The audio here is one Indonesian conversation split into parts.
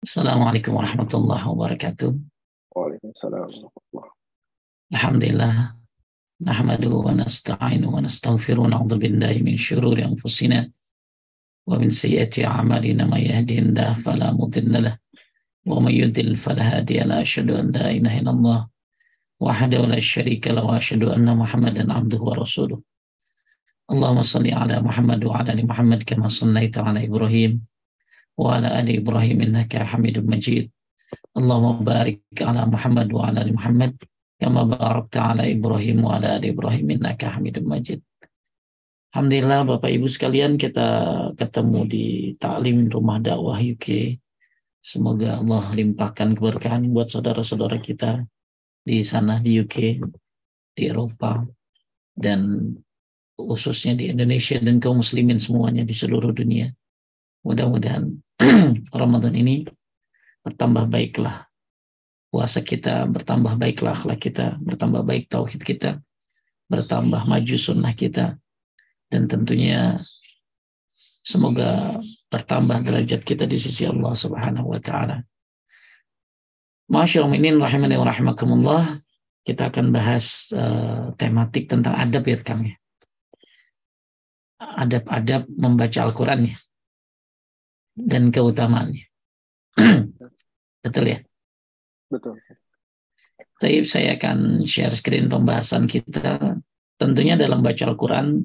Assalamualaikum warahmatullahi wabarakatuh. Waalaikumsalam warahmatullahi. Alhamdulillah. Nahmaduhu wa nasta'inu wa nastaghfiruh wa na'udzu billahi min syururi anfusina wa min sayyiati a'malina may yahdihillahu fala mudilla lahu wa may yudlil fala hadiya lahu. Asyhadu an la ilaha illallah wahdahu la syarika lahu wa asyhadu anna Muhammadan abduhu wa rasuluh. Allahumma shalli ala Muhammad wa ala ali Muhammad kama shallaita ala Ibrahim wa ala ali Ibrahim innaka Hamidum Majid. Allahumma barik ala Muhammad wa ala ali Muhammad kama barakta ala Ibrahim wa ala ali Ibrahim innaka Hamidum Majid. Alhamdulillah Bapak Ibu sekalian, kita ketemu di Ta'lim Rumah Dakwah UK. Semoga Allah limpahkan keberkahan buat saudara-saudara kita di sana di UK, di Eropa, dan khususnya di Indonesia dan kaum muslimin semuanya di seluruh dunia. Mudah-mudahan Ramadan ini bertambah baiklah puasa kita, bertambah baiklah akhlak kita, bertambah baik tauhid kita, bertambah maju sunnah kita, dan tentunya semoga bertambah derajat kita di sisi Allah Subhanahu wa taala. Masyaallah minin rahimani wa rahimakumullah, kita akan bahas tematik tentang adab ya Kang ya. Adab-adab membaca Al-Qur'an ya. Dan keutamaannya. Betul ya? Betul. Saya akan share screen pembahasan kita. Tentunya dalam baca Al-Quran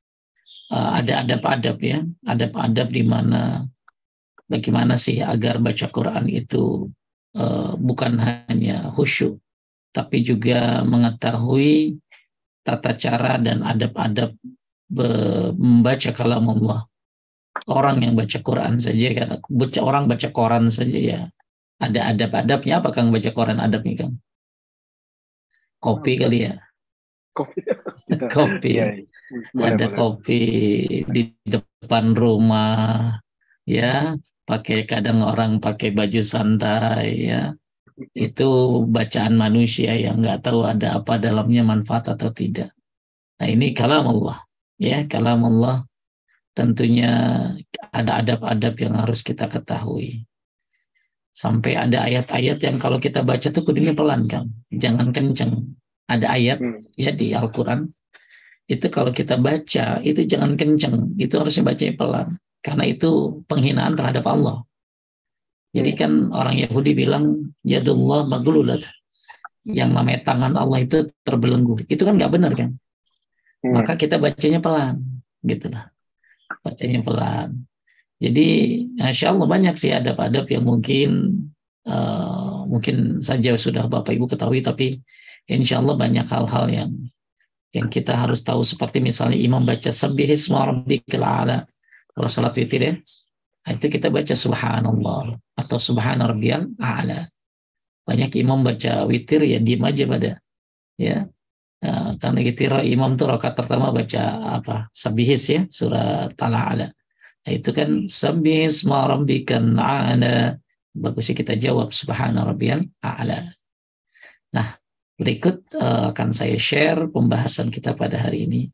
ada adab-adab ya. Adab-adab di mana bagaimana sih agar baca Quran itu bukan hanya khusyuk, tapi juga mengetahui tata cara dan adab-adab membaca kalam Allah. Orang yang baca Quran saja kan, orang baca Quran saja ya ada adab-adabnya. Apa Kang baca Quran adabnya Kang? Kopi kali ya. Kopi. Ya, ada kopi di depan rumah ya, kadang orang pakai baju santai ya. Itu bacaan manusia yang nggak tahu ada apa dalamnya, manfaat atau tidak. Nah ini kalam Allah ya, kalam Allah. Tentunya ada adab-adab yang harus kita ketahui. Sampai ada ayat-ayat yang kalau kita baca tuh kudunya pelan kan, jangan kenceng. Ada ayat ya di Al-Quran itu kalau kita baca itu jangan kenceng, itu harusnya bacanya pelan, karena itu penghinaan terhadap Allah. Jadi kan orang Yahudi bilang yadullah maglulat, yang namanya tangan Allah itu terbelenggu, itu kan nggak benar kan. Maka kita bacanya pelan gitulah, bacanya pelan. Jadi Insya Allah banyak sih adab-adab yang mungkin saja sudah Bapak Ibu ketahui, tapi Insya Allah banyak hal-hal yang kita harus tahu, seperti misalnya imam baca sabbihisma rabbikal a'la kalau salat witir ya, itu kita baca subhanallah atau subhana rabbiyal a'la. Banyak imam baca witir ya diam aja pada ya, karena witir imam tuh rakaat pertama baca apa, sabbihis ya, surat al-a'la. Nah, itu kan sabbihisma rabbikal a'la, bagusnya kita jawab subhana rabbiyal a'la. Nah, berikut akan saya share pembahasan kita pada hari ini.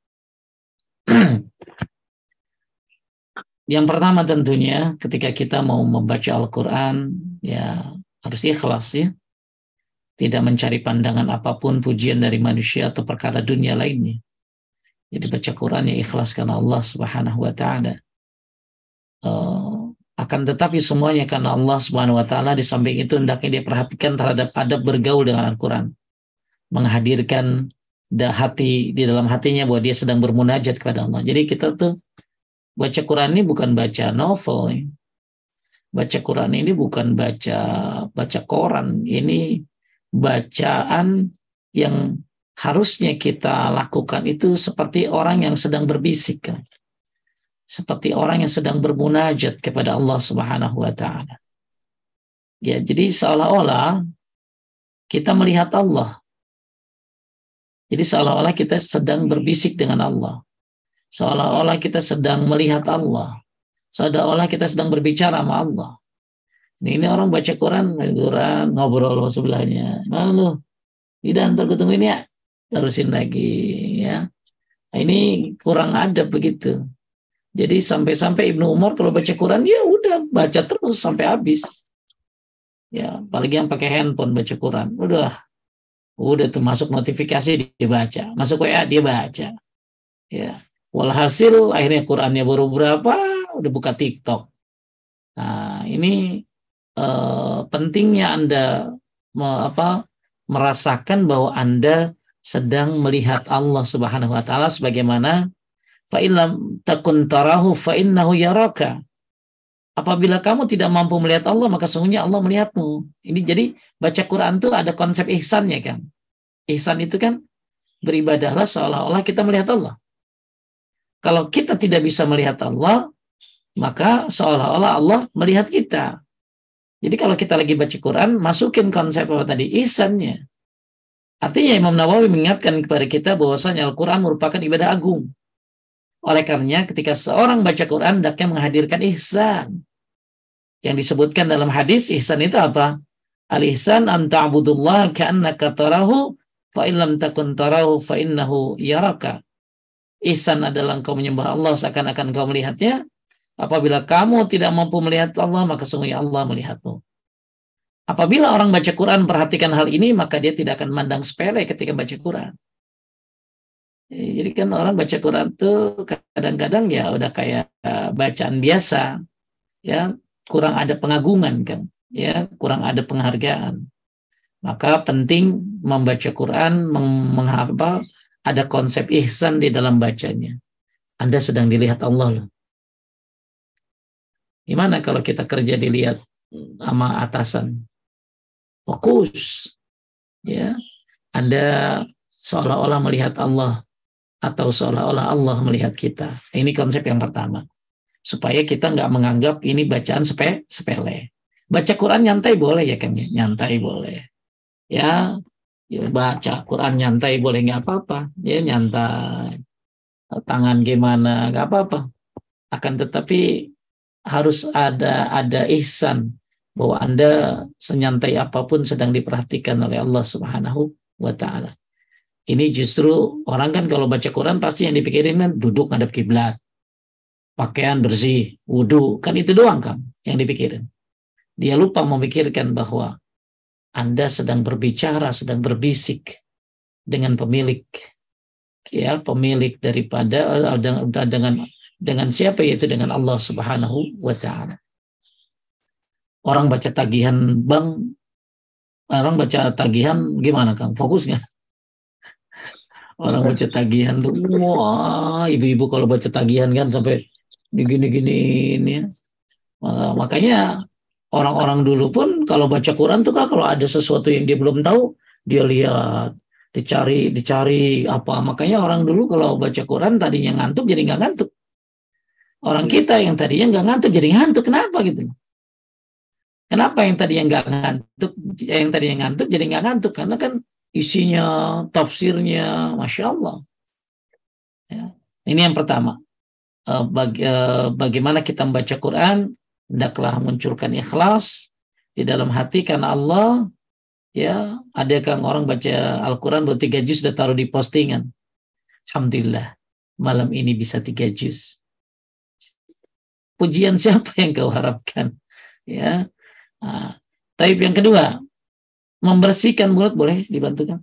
Yang pertama tentunya ketika kita mau membaca Al-Quran ya harus ikhlas ya. Tidak mencari pandangan apapun, pujian dari manusia atau perkara dunia lainnya. Jadi baca Quran ya ikhlas karena Allah Subhanahu wa taala. Akan tetapi semuanya karena Allah Subhanahu wa taala, di samping itu hendaknya dia perhatikan terhadap adab bergaul dengan Al-Quran. Menghadirkan hati di dalam hatinya bahwa dia sedang bermunajat kepada Allah. Jadi kita tuh baca Quran ini bukan baca novel ya. Baca Quran ini bukan baca koran. Ini bacaan yang harusnya kita lakukan itu seperti orang yang sedang berbisik kan. Seperti orang yang sedang bermunajat kepada Allah Subhanahu wa taala. Ya, jadi seolah-olah kita melihat Allah. Jadi seolah-olah kita sedang berbisik dengan Allah. Seolah-olah kita sedang melihat Allah. Seolah-olah kita sedang berbicara sama Allah. Ini orang baca Quran ngobrol sama sebelahnya. Mana lu? Tidak, ntar gue tungguin ya. Terusin lagi ya. Nah, ini kurang adab begitu. Jadi sampai-sampai Ibnu Umar kalau baca Quran ya udah baca terus sampai habis. Ya, apalagi yang pakai handphone baca Quran. Udah tuh masuk notifikasi dia baca, masuk WA dia baca. Ya. Walhasil akhirnya Qurannya baru berapa udah buka TikTok. Nah, ini pentingnya Anda merasakan bahwa Anda sedang melihat Allah Subhanahu wa taala sebagaimana fa illam takun tarahu fa innahu yaraka. Apabila kamu tidak mampu melihat Allah, maka sesungguhnya Allah melihatmu. Ini jadi baca Quran itu ada konsep ihsannya kan. Ihsan itu kan beribadahlah seolah-olah kita melihat Allah. Kalau kita tidak bisa melihat Allah, maka seolah-olah Allah melihat kita. Jadi kalau kita lagi baca Quran, masukin konsep apa tadi? Ihsannya. Artinya Imam Nawawi mengingatkan kepada kita bahwasanya Al-Quran merupakan ibadah agung. Oleh karenanya ketika seorang baca Quran, hendaknya menghadirkan ihsan. Yang disebutkan dalam hadis, ihsan itu apa? Al-ihsan an ta'budullah ka'annaka tarahu fa illam takun tarahu fa innahu yaraka. Ihsan adalah engkau menyembah Allah seakan-akan engkau melihatnya. Apabila kamu tidak mampu melihat Allah, maka sesungguhnya Allah melihatmu. Apabila orang baca Quran perhatikan hal ini, maka dia tidak akan mandang sepele ketika baca Quran. Jadi kan orang baca Quran tuh kadang-kadang ya udah kayak bacaan biasa, ya kurang ada pengagungan kan, ya kurang ada penghargaan. Maka penting membaca Quran, ada konsep ihsan di dalam bacanya. Anda sedang dilihat Allah loh. Gimana kalau kita kerja dilihat sama atasan? Fokus, ya. Anda seolah-olah melihat Allah atau seolah-olah Allah melihat kita. Ini konsep yang pertama. Supaya kita nggak menganggap ini bacaan sepele. Baca Quran nyantai boleh ya kan? Nyantai boleh. Ya baca Quran nyantai boleh nggak apa-apa. Ya nyantai. Tangan gimana nggak apa-apa. Akan tetapi harus ada ihsan bahwa Anda senyantai apapun sedang diperhatikan oleh Allah Subhanahu wa taala. Ini justru orang kan kalau baca Quran pasti yang dipikirin kan duduk ngadep kiblat, pakaian bersih, wudu, kan itu doang kan yang dipikirin. Dia lupa memikirkan bahwa Anda sedang berbicara, sedang berbisik dengan pemilik daripada dengan siapa, yaitu dengan Allah Subhanahu wa taala. Orang baca tagihan bank, orang baca tagihan gimana Kang? Fokus nggak? Orang baca tagihan tuh, wah ibu-ibu kalau baca tagihan kan sampai gini-gini ini ya. Makanya orang-orang dulu pun kalau baca Quran tuh kan kalau ada sesuatu yang dia belum tahu, dia lihat, dicari apa. Makanya orang dulu kalau baca Quran tadinya ngantuk jadi nggak ngantuk. Orang kita yang tadinya nggak ngantuk jadi ngantuk, kenapa gitu? Kenapa yang tadinya ngantuk jadi nggak ngantuk? Karena kan isinya, tafsirnya, Masya Allah. Ya. Ini yang pertama. Bagaimana kita membaca Quran, hendaklah munculkan ikhlas di dalam hati karena Allah. Ya, ada kan orang baca Al-Quran baru 3 juz sudah taruh di postingan. Alhamdulillah, malam ini bisa 3 juz. Pujian siapa yang kau harapkan? Ya. Nah, taib yang kedua, membersihkan mulut boleh dibantukan?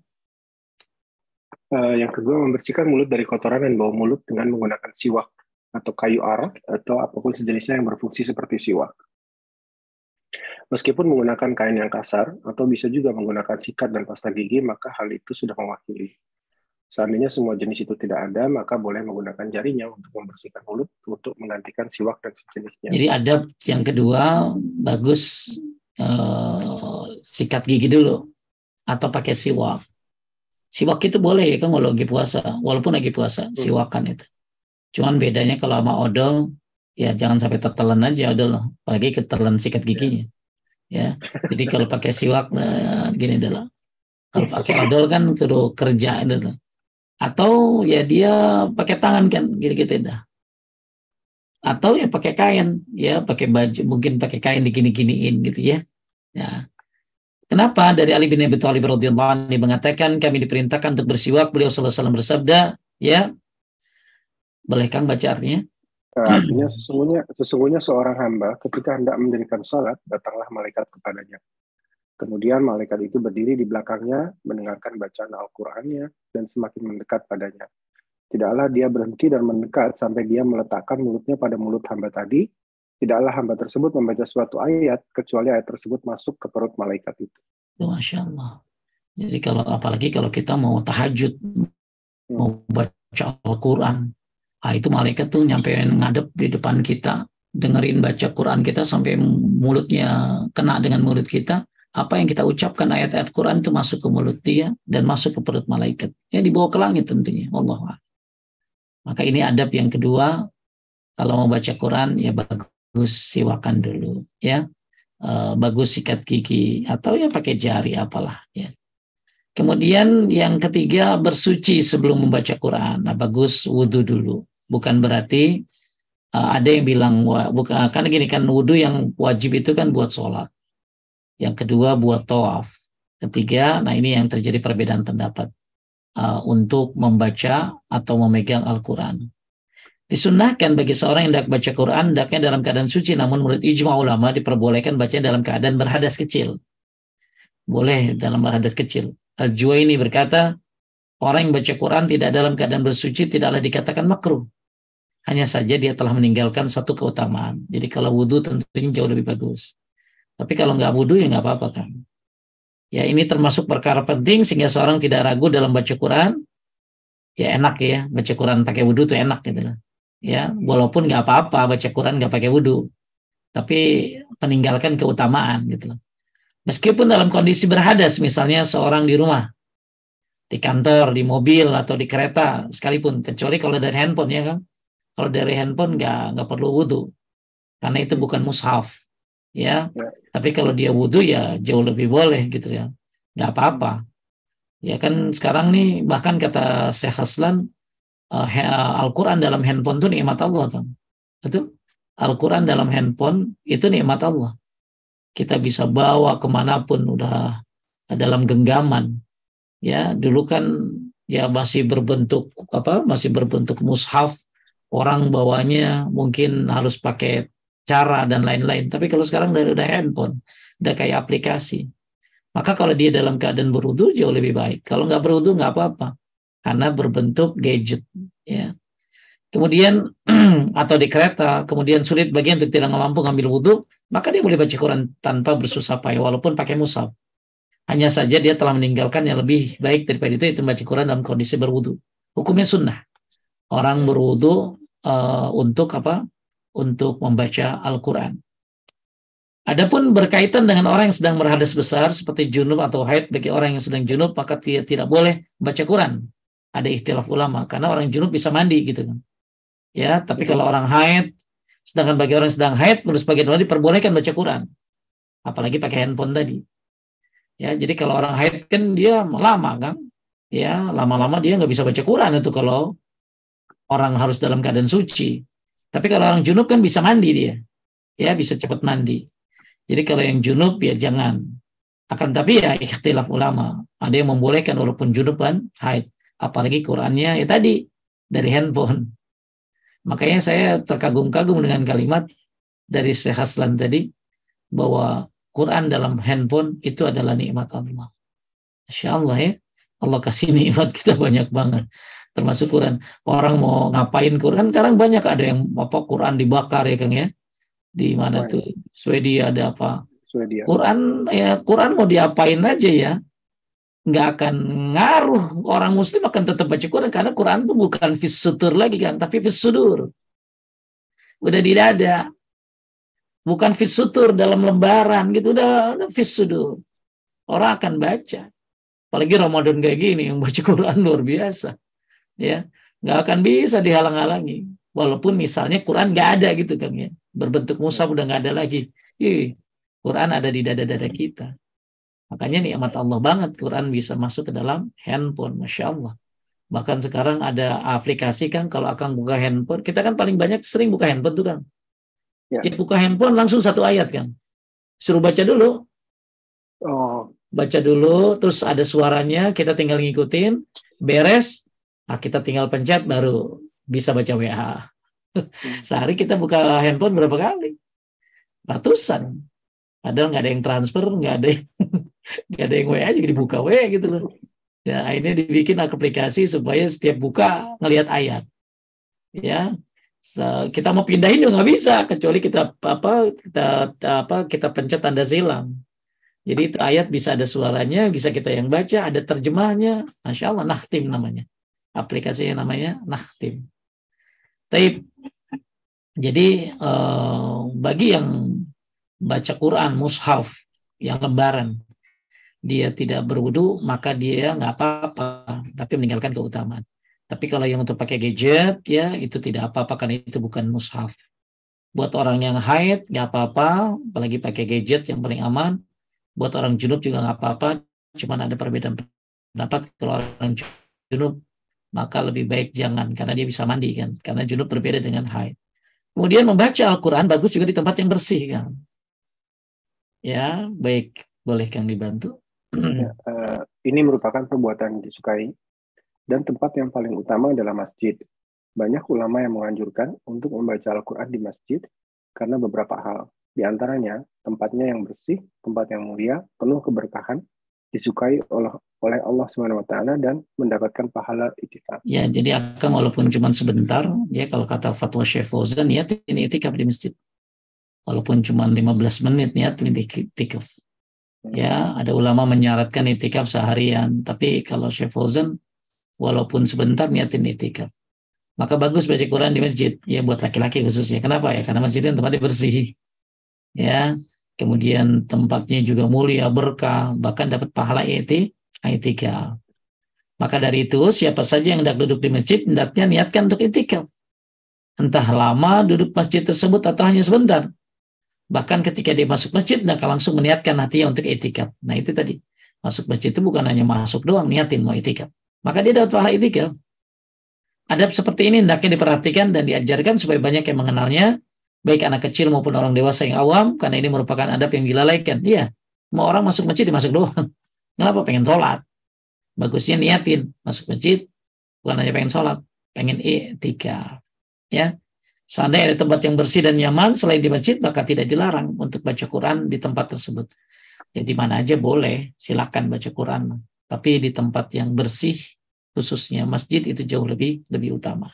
Yang kedua, membersihkan mulut dari kotoran dan bau mulut dengan menggunakan siwak atau kayu arak atau apapun sejenisnya yang berfungsi seperti siwak. Meskipun menggunakan kain yang kasar atau bisa juga menggunakan sikat dan pasta gigi, maka hal itu sudah mewakili. Seandainya semua jenis itu tidak ada, maka boleh menggunakan jarinya untuk membersihkan mulut untuk menggantikan siwak dan sejenisnya. Jadi adab yang kedua, bagus sikat gigi dulu atau pakai siwak. Siwak itu boleh ya kan kalau lagi puasa, walaupun lagi puasa, siwakan itu. Cuman bedanya kalau sama odol, ya jangan sampai tertelan aja odol, apalagi ketelan sikat giginya. Ya, jadi kalau pakai siwak, gini dulu. Kalau pakai odol kan suruh kerja dulu. Atau ya dia pakai tangan kan, gitu-gitu dah. Atau ya pakai kain, ya pakai baju, mungkin pakai kain digini-giniin gitu ya. Ya. Kenapa? Dari Ali bin Abi Thalib radhiyallahu anhu mengatakan kami diperintahkan untuk bersiwak. Beliau sallallahu alaihi wasallam bersabda, ya. Boleh Kang baca artinya? Artinya sesungguhnya seorang hamba ketika hendak mendirikan salat, datanglah malaikat kepadanya. Kemudian malaikat itu berdiri di belakangnya, mendengarkan bacaan Al-Qur'annya, dan semakin mendekat padanya. Tidaklah dia berhenti dan mendekat sampai dia meletakkan mulutnya pada mulut hamba tadi. Tidaklah hamba tersebut membaca suatu ayat, kecuali ayat tersebut masuk ke perut malaikat itu. Masya Allah. Jadi apalagi kalau kita mau tahajud, mau baca Al-Quran, itu malaikat tuh nyampe ngadep di depan kita, dengerin baca Quran kita sampai mulutnya kena dengan mulut kita. Apa yang kita ucapkan ayat-ayat Quran itu masuk ke mulut dia dan masuk ke perut malaikat. Ya dibawa ke langit tentunya. Allah. Maka ini adab yang kedua, kalau mau baca Quran ya bagus siwakan dulu, ya. Bagus sikat gigi atau ya pakai jari apalah, ya. Kemudian yang ketiga, bersuci sebelum membaca Quran. Nah, bagus wudhu dulu. Bukan berarti ada yang bilang bukan, karena gini kan, wudhu yang wajib itu kan buat sholat. Yang kedua buat tawaf. Ketiga, nah ini yang terjadi perbedaan pendapat untuk membaca atau memegang Al-Quran. Disunnahkan bagi seorang yang hendak baca Quran, hendaknya dalam keadaan suci, namun menurut ijma ulama diperbolehkan baca dalam keadaan berhadas kecil. Boleh dalam berhadas kecil. Al-Juwaini berkata, orang yang baca Quran tidak dalam keadaan bersuci tidaklah dikatakan makruh. Hanya saja dia telah meninggalkan satu keutamaan. Jadi kalau wudhu tentunya jauh lebih bagus. Tapi kalau nggak wudhu ya nggak apa-apa kan. Ya ini termasuk perkara penting sehingga seorang tidak ragu dalam baca Quran. Ya enak ya, baca Quran pakai wudhu tuh enak gitu lah. Ya walaupun nggak apa-apa baca Quran nggak pakai wudhu. Tapi meninggalkan keutamaan gitu loh. Meskipun dalam kondisi berhadas, misalnya seorang di rumah, di kantor, di mobil atau di kereta sekalipun, kecuali kalau dari handphone ya kan. Kalau dari handphone nggak perlu wudhu karena itu bukan mushaf, ya. Tapi kalau dia wudhu ya jauh lebih boleh gitu ya, nggak apa-apa. Ya kan sekarang nih bahkan kata Syekh Haslan, Al-Quran dalam handphone itu nikmat Allah kan. Betul? Al-Quran dalam handphone itu nikmat Allah. Kita bisa bawa kemanapun udah dalam genggaman. Ya dulu kan ya masih berbentuk mushaf, orang bawanya mungkin harus pakai cara dan lain-lain. Tapi kalau sekarang udah handphone, udah kayak aplikasi. Maka kalau dia dalam keadaan berwudu jauh lebih baik. Kalau nggak berwudu nggak apa-apa, karena berbentuk gadget. Ya. Kemudian atau di kereta, kemudian sulit bagi untuk tidak mampu ngambil wudu, maka dia boleh baca Quran tanpa bersusah payah, walaupun pakai mushaf. Hanya saja dia telah meninggalkan yang lebih baik daripada itu membaca Quran dalam kondisi berwudu. Hukumnya sunnah. Orang berwudu untuk apa? Untuk membaca Al-Quran. Adapun berkaitan dengan orang yang sedang berhadas besar seperti junub atau haid, bagi orang yang sedang junub maka dia tidak boleh baca Quran. Ada ikhtilaf ulama karena orang junub bisa mandi gitu kan. Ya, tapi kalau orang haid, sedangkan bagi orang yang sedang haid menurut sebagian ulama diperbolehkan baca Quran. Apalagi pakai handphone tadi. Ya, jadi kalau orang haid kan dia lama kan. Ya, lama-lama dia nggak bisa baca Quran itu kalau orang harus dalam keadaan suci. Tapi kalau orang junub kan bisa mandi dia. Ya, bisa cepat mandi. Jadi kalau yang junub ya jangan. Akan tapi ya ikhtilaf ulama. Ada yang membolehkan walaupun junub kan haid. Apalagi Qurannya ya tadi dari handphone. Makanya saya terkagum-kagum dengan kalimat dari Syekh Haslan tadi bahwa Quran dalam handphone itu adalah nikmat Allah. Masya Allah ya. Allah kasih nikmat kita banyak banget. Termasuk Quran. Orang mau ngapain Quran? Sekarang banyak ada yang Quran dibakar ya Kang ya. Di mana tuh Swedia ada apa? Swedia. Quran mau diapain aja ya, nggak akan ngaruh. Orang Muslim akan tetap baca Quran karena Quran itu bukan fis sutur lagi kan, tapi fis sudur. Udah di dada, bukan fis sutur dalam lembaran gitu, udah fis sudur. Orang akan baca. Apalagi Ramadan kayak gini yang baca Quran luar biasa, ya nggak akan bisa dihalang-halangi. Walaupun misalnya Quran nggak ada gitu kan ya, berbentuk mushaf udah nggak ada lagi. Quran ada di dada-dada kita. Makanya nikmat Allah banget Quran bisa masuk ke dalam handphone, Masya Allah. Bahkan sekarang ada aplikasi kan, kalau akan buka handphone, kita kan paling banyak sering buka handphone tuh kan. Setiap buka handphone langsung satu ayat kan. Suruh baca dulu. Baca dulu, terus ada suaranya, kita tinggal ngikutin, beres, nah kita tinggal pencet baru bisa baca WA. Sehari kita buka handphone berapa kali? Ratusan. Padahal nggak ada yang transfer, nggak ada yang, nggak ada yang WA juga dibuka WA gitu loh. Ya, akhirnya dibikin aplikasi supaya setiap buka ngelihat ayat. Ya, kita mau pindahin juga nggak bisa kecuali kita pencet tanda silang. Jadi itu ayat bisa ada suaranya, bisa kita yang baca, ada terjemahnya. Masya Allah, Nakhtim namanya. Aplikasinya namanya Nakhtim. Taib. Jadi bagi yang baca Quran, mushaf, yang lembaran, dia tidak berwudu, maka dia nggak apa-apa, tapi meninggalkan keutamaan. Tapi kalau yang untuk pakai gadget, ya itu tidak apa-apa karena itu bukan mushaf. Buat orang yang haid, nggak apa-apa, apalagi pakai gadget yang paling aman. Buat orang junub juga nggak apa-apa, cuman ada perbedaan pendapat. Kalau orang junub, maka lebih baik jangan, karena dia bisa mandi kan. Karena junub berbeda dengan haid. Kemudian membaca Al-Quran bagus juga di tempat yang bersih kan. Ya, baik. Boleh Kang dibantu? Ya, ini merupakan perbuatan yang disukai, dan tempat yang paling utama adalah masjid. Banyak ulama yang menganjurkan untuk membaca Al-Quran di masjid karena beberapa hal. Di antaranya, tempatnya yang bersih, tempat yang mulia, penuh keberkahan, disukai oleh Allah SWT, dan mendapatkan pahala itikaf. Ya, jadi Akang walaupun cuma sebentar, ya kalau kata fatwa Syekh Fauzan, niat ini itikaf di masjid. Walaupun cuma 15 menit niat ini itikaf. Ya, ada ulama menyaratkan itikaf seharian, tapi kalau Syekh Fauzan walaupun sebentar niatin itikaf. Maka bagus baca Quran di masjid, ya buat laki-laki khususnya. Kenapa ya? Karena masjidnya tempatnya bersih. Ya, kemudian tempatnya juga mulia, berkah, bahkan dapat pahala itikaf. Maka dari itu, siapa saja yang hendak duduk di masjid, hendaknya niatkan untuk itikaf. Entah lama duduk masjid tersebut atau hanya sebentar. Bahkan ketika dia masuk masjid, maka langsung meniatkan hatinya untuk itikaf. Nah itu tadi, masuk masjid itu bukan hanya masuk doang, niatin mau itikaf. Maka dia dapat pahala itikaf. Adab seperti ini hendaknya diperhatikan dan diajarkan supaya banyak yang mengenalnya, baik anak kecil maupun orang dewasa yang awam, karena ini merupakan adab yang dilalaikan. Iya, mau orang masuk masjid dimasuk doang. Kenapa? Pengen sholat. Bagusnya niatin masuk masjid, bukan hanya pengen sholat, pengen i'tikaf. Ya, seandainya ada tempat yang bersih dan nyaman selain di masjid, maka tidak dilarang untuk baca Quran di tempat tersebut. Ya, di mana aja boleh, silakan baca Quran. Tapi di tempat yang bersih, khususnya masjid, itu jauh lebih utama.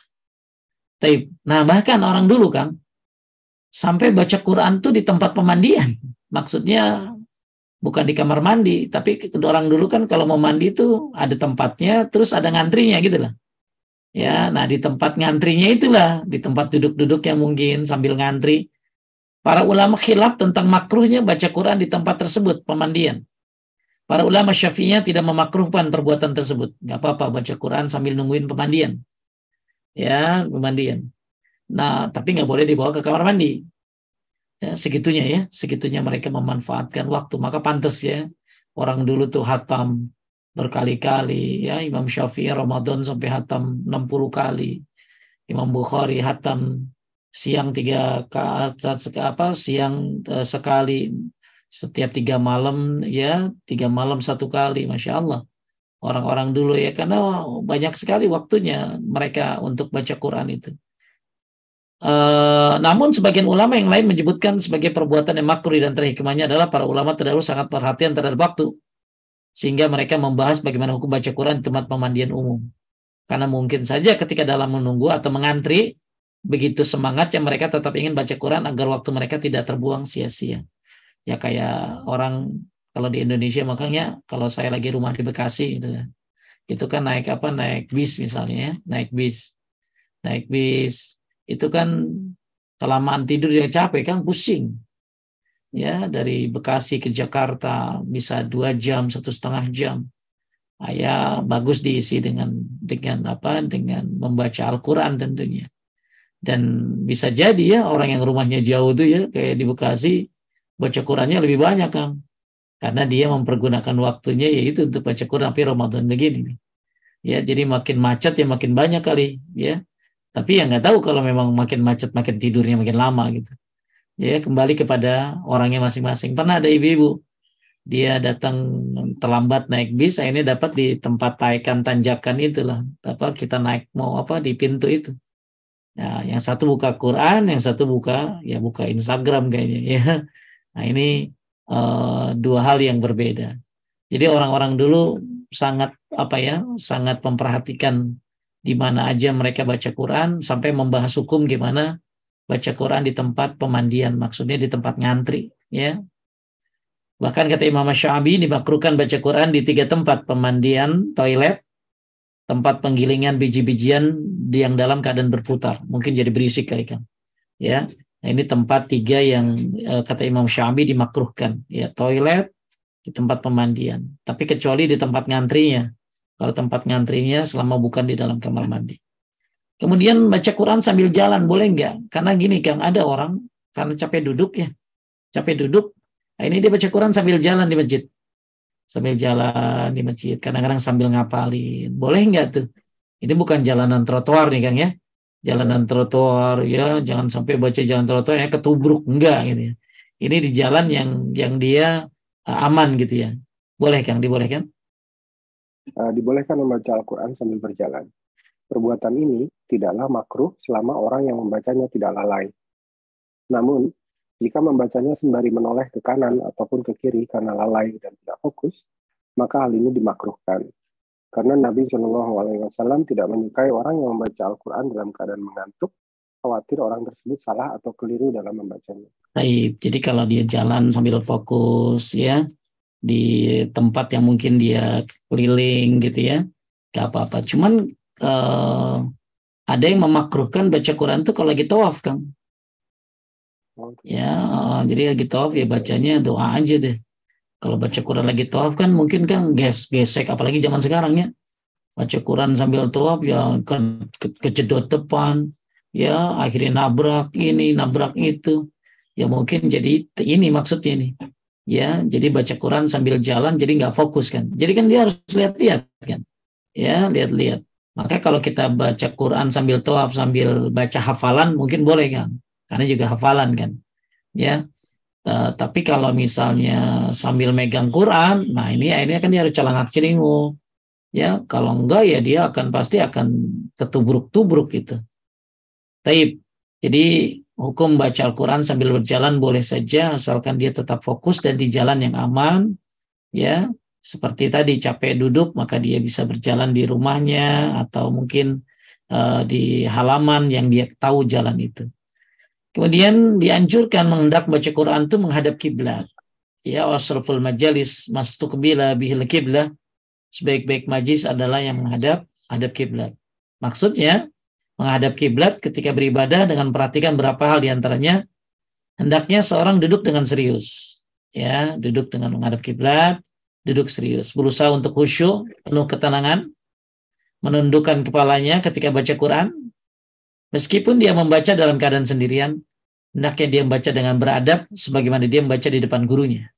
Nah, bahkan orang dulu kan sampai baca Quran tuh di tempat pemandian. Maksudnya bukan di kamar mandi, tapi orang dulu kan kalau mau mandi tuh ada tempatnya, terus ada ngantrinya gitu lah. Ya, nah di tempat ngantrinya itulah, di tempat duduk-duduk yang mungkin sambil ngantri. Para ulama khilaf tentang makruhnya baca Quran di tempat tersebut, pemandian. Para ulama Syafi'iyah tidak memakruhkan perbuatan tersebut. Nggak apa-apa baca Quran sambil nungguin pemandian. Ya, pemandian. Nah, tapi nggak boleh dibawa ke kamar mandi. Ya, segitunya mereka memanfaatkan waktu. Maka pantas ya, orang dulu tuh hatam berkali-kali. Ya, Imam Syafi'i Ramadan sampai hatam 60 kali. Imam Bukhari hatam siang sekali, setiap 3 malam, ya 3 malam 1 kali. Masya Allah, orang-orang dulu ya, karena banyak sekali waktunya mereka untuk baca Quran itu. Namun sebagian ulama yang lain menyebutkan sebagai perbuatan yang makruh, dan terhikmahnya adalah para ulama terdahulu sangat perhatian terhadap waktu, sehingga mereka membahas bagaimana hukum baca Quran di tempat pemandian umum. Karena mungkin saja ketika dalam menunggu atau mengantri, begitu semangatnya mereka tetap ingin baca Quran agar waktu mereka tidak terbuang sia-sia. Ya kayak orang kalau di Indonesia, makanya kalau saya lagi rumah di Bekasi gitu ya, itu kan naik bis misalnya ya, naik bis itu kan kelamaan tidur ya capek kan, pusing ya, dari Bekasi ke Jakarta bisa 2 jam, 1,5 jam. Ya bagus diisi dengan membaca Al-Quran tentunya. Dan bisa jadi ya orang yang rumahnya jauh tuh ya, kayak di Bekasi, baca Qurannya lebih banyak kan, karena dia mempergunakan waktunya yaitu untuk baca Quran. Tapi Ramadan begini ya, jadi makin macet ya makin banyak kali ya. Tapi ya nggak tahu, kalau memang makin macet makin tidurnya makin lama gitu ya. Kembali kepada orangnya masing-masing. Pernah ada ibu-ibu, dia datang terlambat naik bis, akhirnya dapat di tempat taikan tanjakan itulah, kita naik mau di pintu itu. Nah, yang satu buka Quran, yang satu buka Instagram kayaknya ya. Nah, ini dua hal yang berbeda. Jadi orang-orang dulu sangat sangat memperhatikan di mana aja mereka baca Quran, sampai membahas hukum gimana baca Quran di tempat pemandian, maksudnya di tempat ngantri, ya. Bahkan kata Imam Syafi'i dimakruhkan baca Quran di 3 tempat: pemandian, toilet, tempat penggilingan biji-bijian yang dalam keadaan berputar. Mungkin jadi berisik kali kan. Ya. Nah, ini tempat 3 yang kata Imam Syafi'i dimakruhkan, ya, toilet, di tempat pemandian. Tapi kecuali di tempat ngantrinya. Kalau tempat ngantrinya selama bukan di dalam kamar mandi. Kemudian baca Quran sambil jalan boleh nggak? Karena gini Kang, ada orang karena capek duduk ya. Capek duduk. Nah, ini dia baca Quran sambil jalan di masjid. Sambil jalan di masjid. Kadang-kadang sambil ngapalin. Boleh nggak tuh? Ini bukan jalanan trotoar nih Kang ya. Jalanan trotoar ya, jangan sampai baca jalan trotoar ya ketubruk, enggak gitu ya. Ini di jalan yang dia aman gitu ya. Boleh Kang, dibolehkan? Dibolehkan membaca Al-Quran sambil berjalan. Perbuatan ini tidaklah makruh selama orang yang membacanya tidak lalai. Namun, jika membacanya sembari menoleh ke kanan ataupun ke kiri karena lalai dan tidak fokus, maka hal ini dimakruhkan. Karena Nabi SAW tidak menyukai orang yang membaca Al-Quran dalam keadaan mengantuk, khawatir orang tersebut salah atau keliru dalam membacanya. Baik, jadi kalau dia jalan sambil fokus ya, di tempat yang mungkin dia keliling gitu ya, gak apa-apa. Cuman ada yang memakruhkan baca Quran tuh kalau lagi tawaf Kang. Ya, jadi lagi tawaf ya bacanya doa aja deh. Kalau baca Quran lagi tawaf kan mungkin Kang gesek, apalagi zaman sekarang ya. Baca Quran sambil tawaf ya kejedot depan, ya akhirnya nabrak ini, nabrak itu. Ya mungkin jadi ini maksudnya nih. Ya, jadi baca Quran sambil jalan jadi nggak fokus kan. Jadi kan dia harus lihat-lihat kan. Ya, lihat-lihat. Maka kalau kita baca Quran sambil tawaf, sambil baca hafalan mungkin boleh kan. Karena juga hafalan kan. Ya. Tapi kalau misalnya sambil megang Quran, nah ini akhirnya kan dia harus celangak-celingu. Ya, kalau enggak ya dia pasti akan ketubruk-tubruk gitu. Taib. Jadi hukum baca Al-Quran sambil berjalan boleh saja asalkan dia tetap fokus dan di jalan yang aman, ya. Seperti tadi capek duduk maka dia bisa berjalan di rumahnya atau mungkin di halaman yang dia tahu jalan itu. Kemudian dianjurkan menghendak baca Quran itu menghadap kiblat. Ya, wasraful majalis mastuqbila bihil kiblah. Sebaik-baik majlis adalah yang menghadap kiblat. Maksudnya menghadap kiblat ketika beribadah dengan perhatikan berapa hal diantaranya. Hendaknya seorang duduk dengan serius. Ya, duduk dengan menghadap kiblat, duduk serius, berusaha untuk khusyuk, penuh ketenangan, menundukkan kepalanya ketika baca Quran. Meskipun dia membaca dalam keadaan sendirian, hendaknya dia membaca dengan beradab sebagaimana dia membaca di depan gurunya.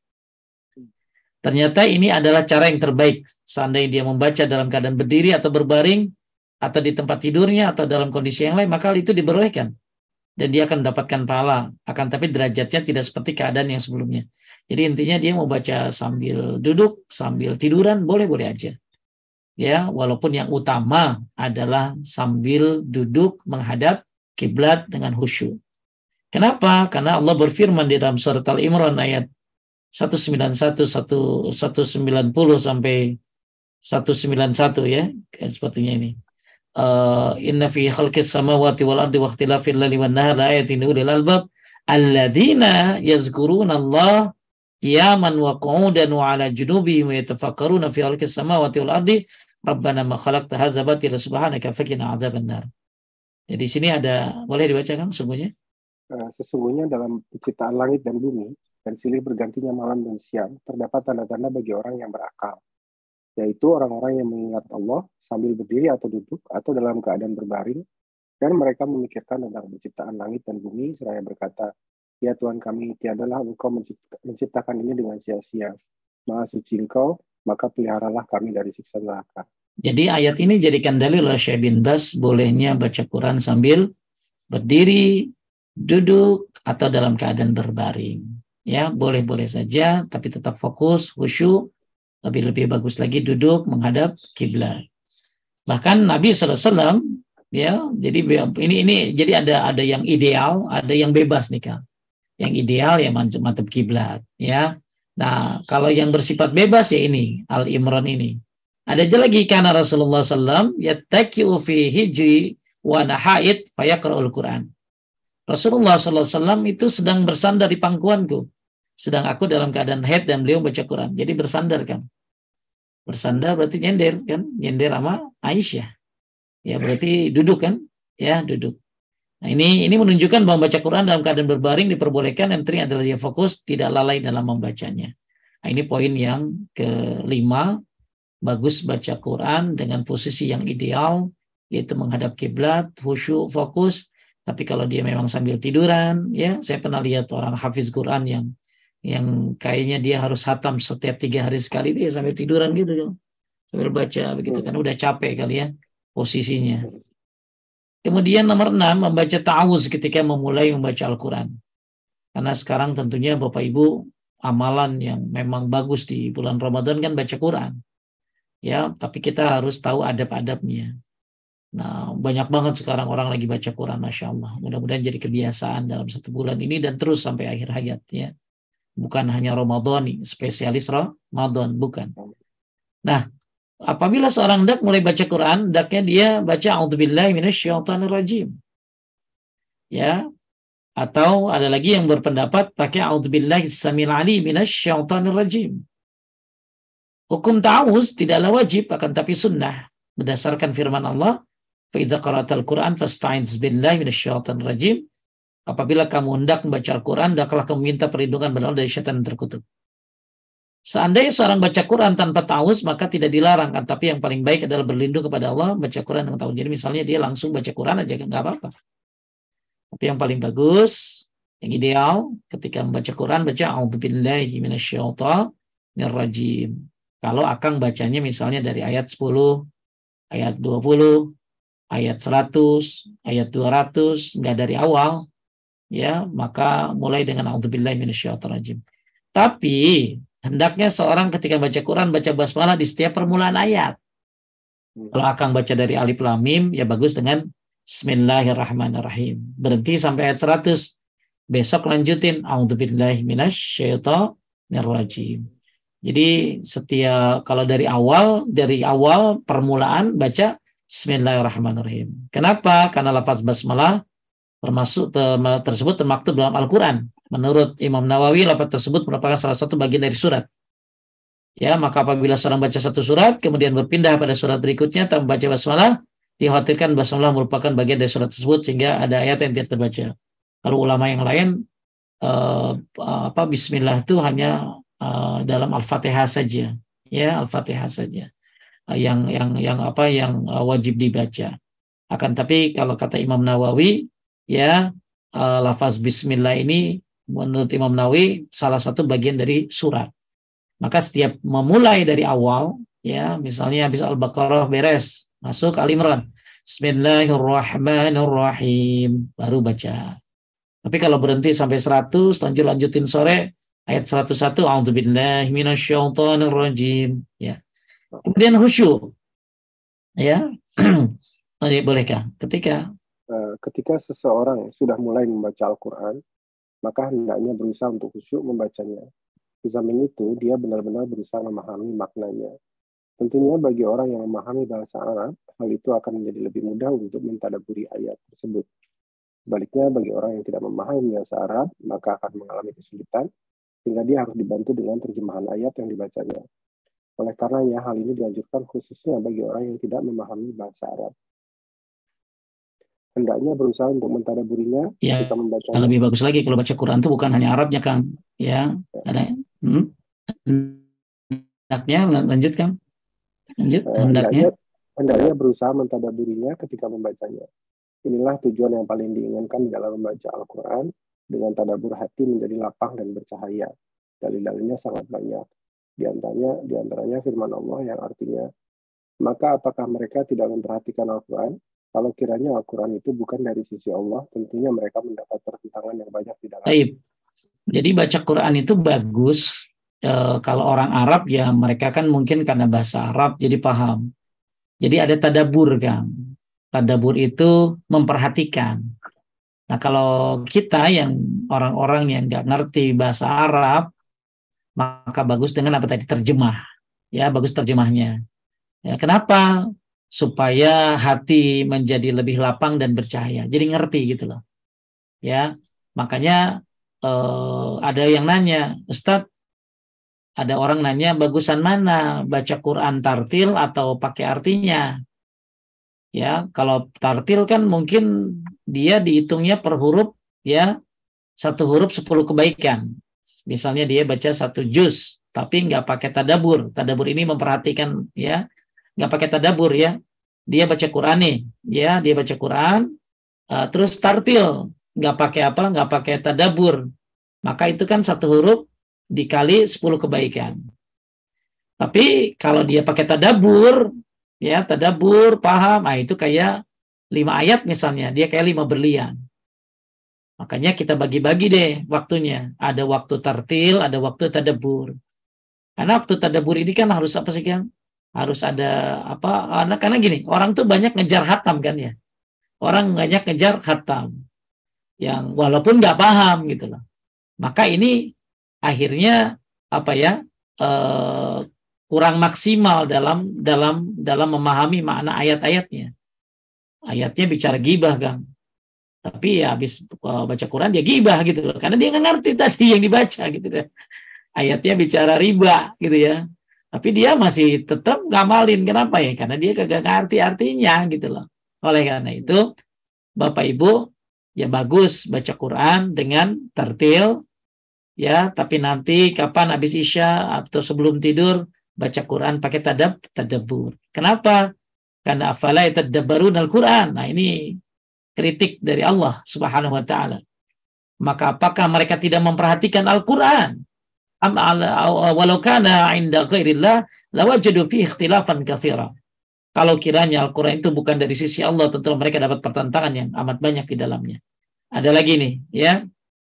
Ternyata ini adalah cara yang terbaik. Seandainya dia membaca dalam keadaan berdiri atau berbaring, atau di tempat tidurnya, atau dalam kondisi yang lain, maka hal itu diperbolehkan. Dan dia akan mendapatkan pahala. Akan tapi derajatnya tidak seperti keadaan yang sebelumnya. Jadi intinya dia mau baca sambil duduk, sambil tiduran, boleh-boleh aja. Ya, walaupun yang utama adalah sambil duduk menghadap kiblat dengan khusyuk. Kenapa? Karena Allah berfirman di dalam surat Al-Imran ayat 191, 190 sampai 191 ya, sepertinya ini. Inna fi khalqis samawati wal ardi wa ikhtilafil laili wan nahari ayatin ulil albab alladzina yazkuruna Allah qiyaman wa qu'udan wa 'ala junubihim wa yatafakkaruna fi khalqis samawati wal ardi Rabbana ma khalaqta hadza batila subhanaka faqina 'adzabannar. Jadi di sini ada, boleh dibacakan sesungguhnya? Sesungguhnya dalam penciptaan langit dan bumi dan silih bergantinya malam dan siang terdapat tanda-tanda bagi orang yang berakal, yaitu orang-orang yang mengingat Allah sambil berdiri atau duduk atau dalam keadaan berbaring, dan mereka memikirkan tentang penciptaan langit dan bumi seraya berkata, ya Tuhan kami, tiadalah Engkau menciptakan ini dengan sia-sia. Maha suci Engkau, maka peliharalah kami dari siksa neraka. Jadi ayat ini jadikan dalil oleh Syekh bin Baz bolehnya baca Quran sambil berdiri, duduk, atau dalam keadaan berbaring. Ya, boleh-boleh saja, tapi tetap fokus, khusyuk. Lebih bagus lagi duduk menghadap kiblat. Bahkan Nabi SAW, ya, jadi ini jadi ada yang ideal, ada yang bebas nih Kang. Yang ideal ya mantap kiblat, ya. Nah, kalau yang bersifat bebas ya ini Al-Imran ini. Ada aja lagi karena Rasulullah SAW yattaki'u fi hijri wa nahaid fayaqra'ul Quran. Rasulullah SAW itu sedang bersandar di pangkuanku, sedang aku dalam keadaan haid dan beliau baca Quran. Jadi bersandar kan. Bersandar berarti nyender kan, nyender sama Aisyah. Ya berarti duduk kan? Ya duduk. Nah ini menunjukkan bahwa baca Quran dalam keadaan berbaring diperbolehkan, yang penting adalah dia fokus, tidak lalai dalam membacanya. Nah, ini poin yang kelima, bagus baca Quran dengan posisi yang ideal, yaitu menghadap kiblat, khusyuk, fokus. Tapi kalau dia memang sambil tiduran, ya saya pernah lihat orang hafiz Quran yang kayaknya dia harus hatam setiap 3 hari sekali, dia sambil tiduran gitu, sambil baca begitu kan, udah capek kali ya posisinya. Kemudian nomor 6, membaca ta'awuz ketika memulai membaca Al-Quran. Karena sekarang tentunya Bapak Ibu, amalan yang memang bagus di bulan Ramadan kan baca Quran. Ya, tapi kita harus tahu adab-adabnya. Nah, banyak banget sekarang orang lagi baca Quran, Masya Allah. Mudah-mudahan jadi kebiasaan dalam 1 bulan ini dan terus sampai akhir hayat. Ya. Bukan hanya Ramadan, spesialis Ramadan, bukan. Nah, apabila seorang hendak mulai baca Quran, hendaknya dia baca A'udzubillahi minasyaitonirrajim. Ya. Atau ada lagi yang berpendapat pakai A'udzubillahi samil alim minasyaitonirrajim. Hukum ta'awuz tidaklah wajib, akan tapi sunnah berdasarkan firman Allah, fa idza qara'tal Qur'an fasta'iz billahi minasyaitonirrajim. Apabila kamu hendak membaca Al-Quran, hendaklah kamu minta perlindungan pada Allah dari syaitan terkutuk. Seandainya seorang baca Quran tanpa ta'awuz, maka tidak dilarang, tapi yang paling baik adalah berlindung kepada Allah, baca Quran dengan ta'awuz. Jadi misalnya dia langsung baca Quran aja, nggak apa-apa. Tapi yang paling bagus, yang ideal, ketika membaca Quran, baca A'udzubillahi minasyaitonirrajim. Kalau akang bacanya misalnya dari ayat 10, ayat 20, ayat 100, ayat 200, nggak dari awal, ya, maka mulai dengan A'udzubillahi minasyaitonirrajim. Tapi hendaknya seorang ketika baca Quran baca basmalah di setiap permulaan ayat. Kalau akang baca dari Alif Lam Mim, ya bagus dengan Bismillahirrahmanirrahim. Berhenti sampai ayat 100. Besok lanjutin A'udzubillahi minasyaitonirrajim. Jadi kalau dari awal permulaan baca Bismillahirrahmanirrahim. Kenapa? Karena lafaz basmalah tersebut termaktub dalam Al-Quran. Menurut Imam Nawawi, lafaz tersebut merupakan salah satu bagian dari surat. Ya, maka apabila seorang baca satu surat, kemudian berpindah pada surat berikutnya tanpa membaca basmalah, dikhawatirkan basmalah merupakan bagian dari surat tersebut sehingga ada ayat yang tidak terbaca. Kalau ulama yang lain, Bismillah itu hanya dalam Al-Fatihah saja, ya Al-Fatihah saja, yang wajib dibaca. Akan tapi kalau kata Imam Nawawi, ya lafaz Bismillah ini menurut Imam Nawawi salah satu bagian dari surat. Maka setiap memulai dari awal, ya misalnya habis Al-Baqarah beres, masuk Al-Imran, Bismillahirrahmanirrahim, baru baca. Tapi kalau berhenti sampai 100, lanjutin sore ayat 101, A'udzubillahi minasyaitonirrajim, ya. Kemudian khusyuk, ya. Bolehkah ketika seseorang sudah mulai membaca Al-Quran, maka hendaknya berusaha untuk khusyuk membacanya. Di samping itu, dia benar-benar berusaha memahami maknanya. Tentunya bagi orang yang memahami bahasa Arab, hal itu akan menjadi lebih mudah untuk mentadabburi ayat tersebut. Sebaliknya, bagi orang yang tidak memahami bahasa Arab, maka akan mengalami kesulitan, sehingga dia harus dibantu dengan terjemahan ayat yang dibacanya. Oleh karenanya, hal ini dianjurkan khususnya bagi orang yang tidak memahami bahasa Arab. Hendaknya berusaha untuk mentadabburinya ketika membacanya. Lebih bagus lagi kalau baca Quran itu bukan hanya Arabnya, Kang. Ya, ada. Hendaknya lanjutkan. Hendaknya berusaha mentadabburinya ketika membacanya. Inilah tujuan yang paling diinginkan dalam membaca Al-Quran, dengan tadabbur hati menjadi lapang dan bercahaya. Dalil-dalilnya sangat banyak. Di antaranya firman Allah yang artinya, maka apakah mereka tidak memperhatikan Al-Quran? Kalau kiranya Al-Quran itu bukan dari sisi Allah, tentunya mereka mendapat pertentangan yang banyak di dalamnya. Jadi baca Quran itu bagus. Kalau orang Arab ya mereka kan mungkin karena bahasa Arab jadi paham. Jadi ada tadabbur, kan. Tadabbur itu memperhatikan. Nah kalau kita yang orang-orang yang nggak ngerti bahasa Arab, maka bagus dengan apa tadi, terjemah. Ya, bagus terjemahnya. Ya, kenapa? Supaya hati menjadi lebih lapang dan bercahaya. Jadi ngerti gitu loh. Ya, makanya ada yang nanya, Ustadz, ada orang nanya bagusan mana, baca Quran tartil atau pakai artinya? Ya, kalau tartil kan mungkin dia dihitungnya per huruf, ya, satu huruf 10 kebaikan. Misalnya dia baca satu juz, tapi nggak pakai tadabur. Tadabur ini memperhatikan, ya, nggak pakai tadabur, ya. Dia baca Quran nih, ya, dia baca Quran, terus tartil, nggak pakai apa, nggak pakai tadabur. Maka itu kan satu huruf dikali 10 kebaikan. Tapi kalau dia pakai tadabur, ya, tadabur, paham, itu kayak 5 ayat misalnya, dia kayak 5 berlian. Makanya kita bagi-bagi deh waktunya. Ada waktu tartil, ada waktu tadabur. Karena waktu tadabur ini kan harus apa sih kan? Harus ada apa? Karena gini, orang tuh banyak ngejar khatam kan ya. Orang banyak ngejar khatam. Yang walaupun nggak paham gitu loh. Maka ini akhirnya apa ya? Kurang maksimal dalam memahami makna ayat-ayatnya. Ayatnya bicara gibah kan. Tapi ya habis baca Quran dia gibah gitu loh, karena dia nggak ngerti tadi yang dibaca gitu deh. Ayatnya bicara riba gitu ya, tapi dia masih tetap ngamalin. Kenapa ya? Karena dia kagak ngerti artinya gitu loh. Oleh karena itu Bapak Ibu, ya bagus baca Quran dengan tartil, ya, tapi nanti kapan habis Isya atau sebelum tidur baca Quran pakai tadabbur. Kenapa? Karena afala yatadabbarun al-Quran. Nah, ini kritik dari Allah Subhanahu wa taala. Maka apakah mereka tidak memperhatikan Al-Qur'an? Walau kana 'inda ghairillah lawajadu fi ikhtilafan katsira. Kalau kiranya Al-Qur'an itu bukan dari sisi Allah, tentu mereka dapat pertentangan yang amat banyak di dalamnya. Ada lagi nih, ya.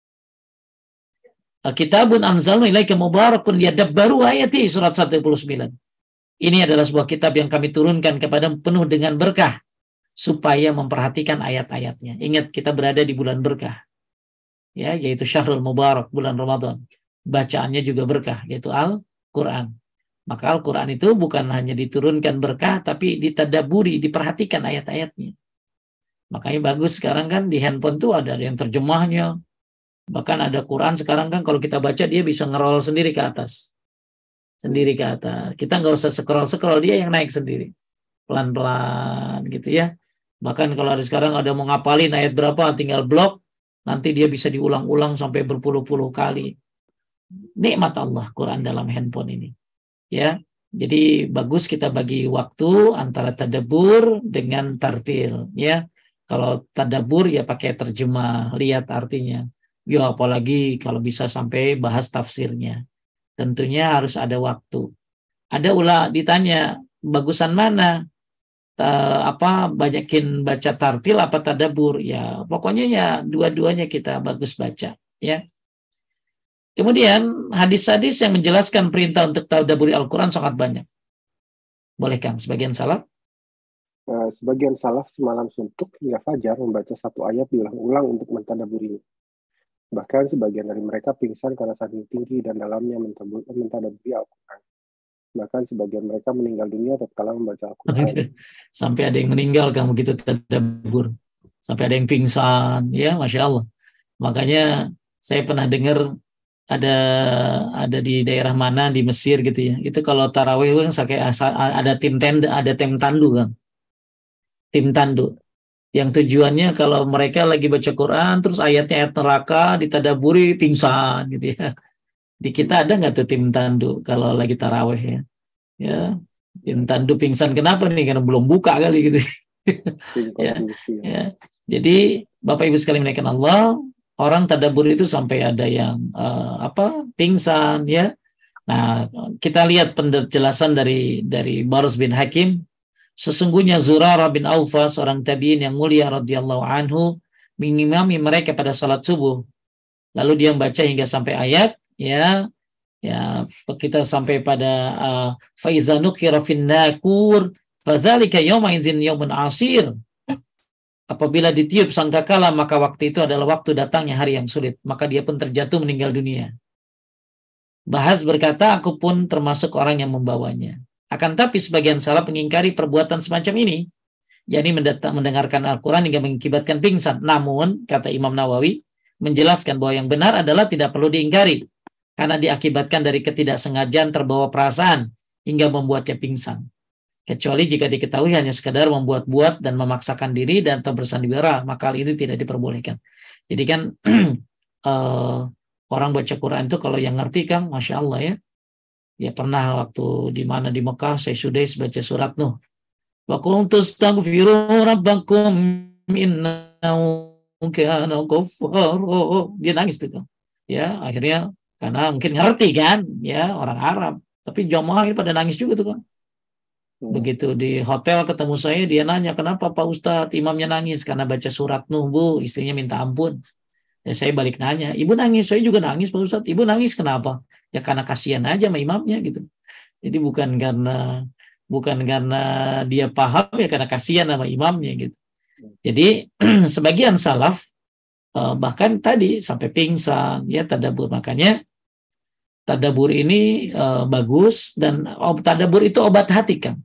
Kitabun anzalna ilaika mubarakun liyadabbaru ayati, surat 129. Ini adalah sebuah kitab yang kami turunkan kepada penuh dengan berkah, supaya memperhatikan ayat-ayatnya. Ingat, kita berada di bulan berkah, ya, yaitu Syahrul Mubarak, bulan Ramadan. Bacaannya juga berkah, yaitu Al-Quran. Maka Al-Quran itu bukan hanya diturunkan berkah, tapi ditadaburi, diperhatikan ayat-ayatnya. Makanya bagus sekarang kan di handphone tuh ada yang terjemahnya. Bahkan ada Quran sekarang kan kalau kita baca dia bisa ngerol sendiri ke atas. Sendiri ke atas. Kita nggak usah scroll-scroll, dia yang naik sendiri. Pelan-pelan gitu ya. Bahkan kalau ada sekarang ada mau ngapalin ayat berapa, tinggal blok, nanti dia bisa diulang-ulang sampai berpuluh-puluh kali. Nikmat Allah Quran dalam handphone ini. Ya, jadi bagus kita bagi waktu antara tadabbur dengan tartil. Ya, kalau tadabbur ya pakai terjemah, lihat artinya. Ya, apalagi kalau bisa sampai bahas tafsirnya. Tentunya harus ada waktu. Ada ditanya, bagusan mana? Banyakin baca tartil apa tadabur, ya pokoknya ya dua-duanya kita bagus baca, ya. Kemudian hadis-hadis yang menjelaskan perintah untuk tadaburi Al-Quran sangat banyak. Boleh Kang, sebagian salaf? Sebagian salaf semalam suntuk hingga fajar membaca satu ayat diulang-ulang untuk mentadaburinya. Bahkan sebagian dari mereka pingsan karena saking tinggi dan dalamnya mentadaburi Al-Quran. Bahkan sebagian mereka meninggal dunia tatkala membaca Al-Quran. Sampai ada yang meninggal kamu begitu tadabbur. Sampai ada yang pingsan, ya Masya Allah. Makanya saya pernah dengar ada di daerah mana di Mesir gitu ya. Itu kalau tarawih kan ada tim tandu kan. Tim tandu. Yang tujuannya kalau mereka lagi baca Quran terus ayatnya ayat neraka ditadaburi pingsan gitu ya. Di kita ada nggak tuh tim tandu kalau lagi tarawih ya? Ya, tim tandu pingsan kenapa nih? Karena belum buka kali gitu. Ya, ya. Jadi Bapak Ibu sekalian menaikkan Allah, orang tadabbur itu sampai ada yang pingsan ya. Nah, kita lihat penjelasan dari Barus bin Hakim. Sesungguhnya Zurarah bin Awfa, seorang tabi'in yang mulia radhiyallahu anhu, mengimami mereka pada salat subuh. Lalu dia membaca hingga sampai ayat, ya kita sampai pada faiza nukira fin nakur fazalika yawma idzin yawmun asir. Apabila ditiup sangkakala maka waktu itu adalah waktu datangnya hari yang sulit, maka dia pun terjatuh meninggal dunia. Bahas berkata, aku pun termasuk orang yang membawanya. Akan tapi sebagian salaf mengingkari perbuatan semacam ini, yakni mendengarkan Al-Quran hingga mengakibatkan pingsan. Namun, kata Imam Nawawi, menjelaskan bahwa yang benar adalah tidak perlu diingkari, karena diakibatkan dari ketidaksengajaan terbawa perasaan hingga membuatnya pingsan. Kecuali jika diketahui hanya sekadar membuat-buat dan memaksakan diri dan atau bersandiwara, maka hal itu tidak diperbolehkan. Jadi kan orang baca Quran itu kalau yang ngerti kan, Masya Allah ya. Ya pernah waktu di mana di Mekah saya sudah baca surat Nuh. Wa kuntu astaghfiru rabbakum innahu kana ghaffara. Dia nangis tuh kan. Ya, akhirnya karena mungkin ngerti kan, ya orang Arab. Tapi jamaah ini pada nangis juga tuh kan. Begitu di hotel ketemu saya, dia nanya, kenapa Pak Ustadz imamnya nangis? Karena baca surat Nuh, Bu, istrinya minta ampun. Ya, saya balik nanya, ibu nangis? Saya juga nangis Pak Ustadz. Ibu nangis kenapa? Ya karena kasihan aja sama imamnya gitu. Jadi bukan karena dia paham, ya karena kasihan sama imamnya gitu. Jadi sebagian salaf bahkan tadi sampai pingsan, ya tadabur. Makanya tadabur ini bagus, dan tadabur itu obat hati kan.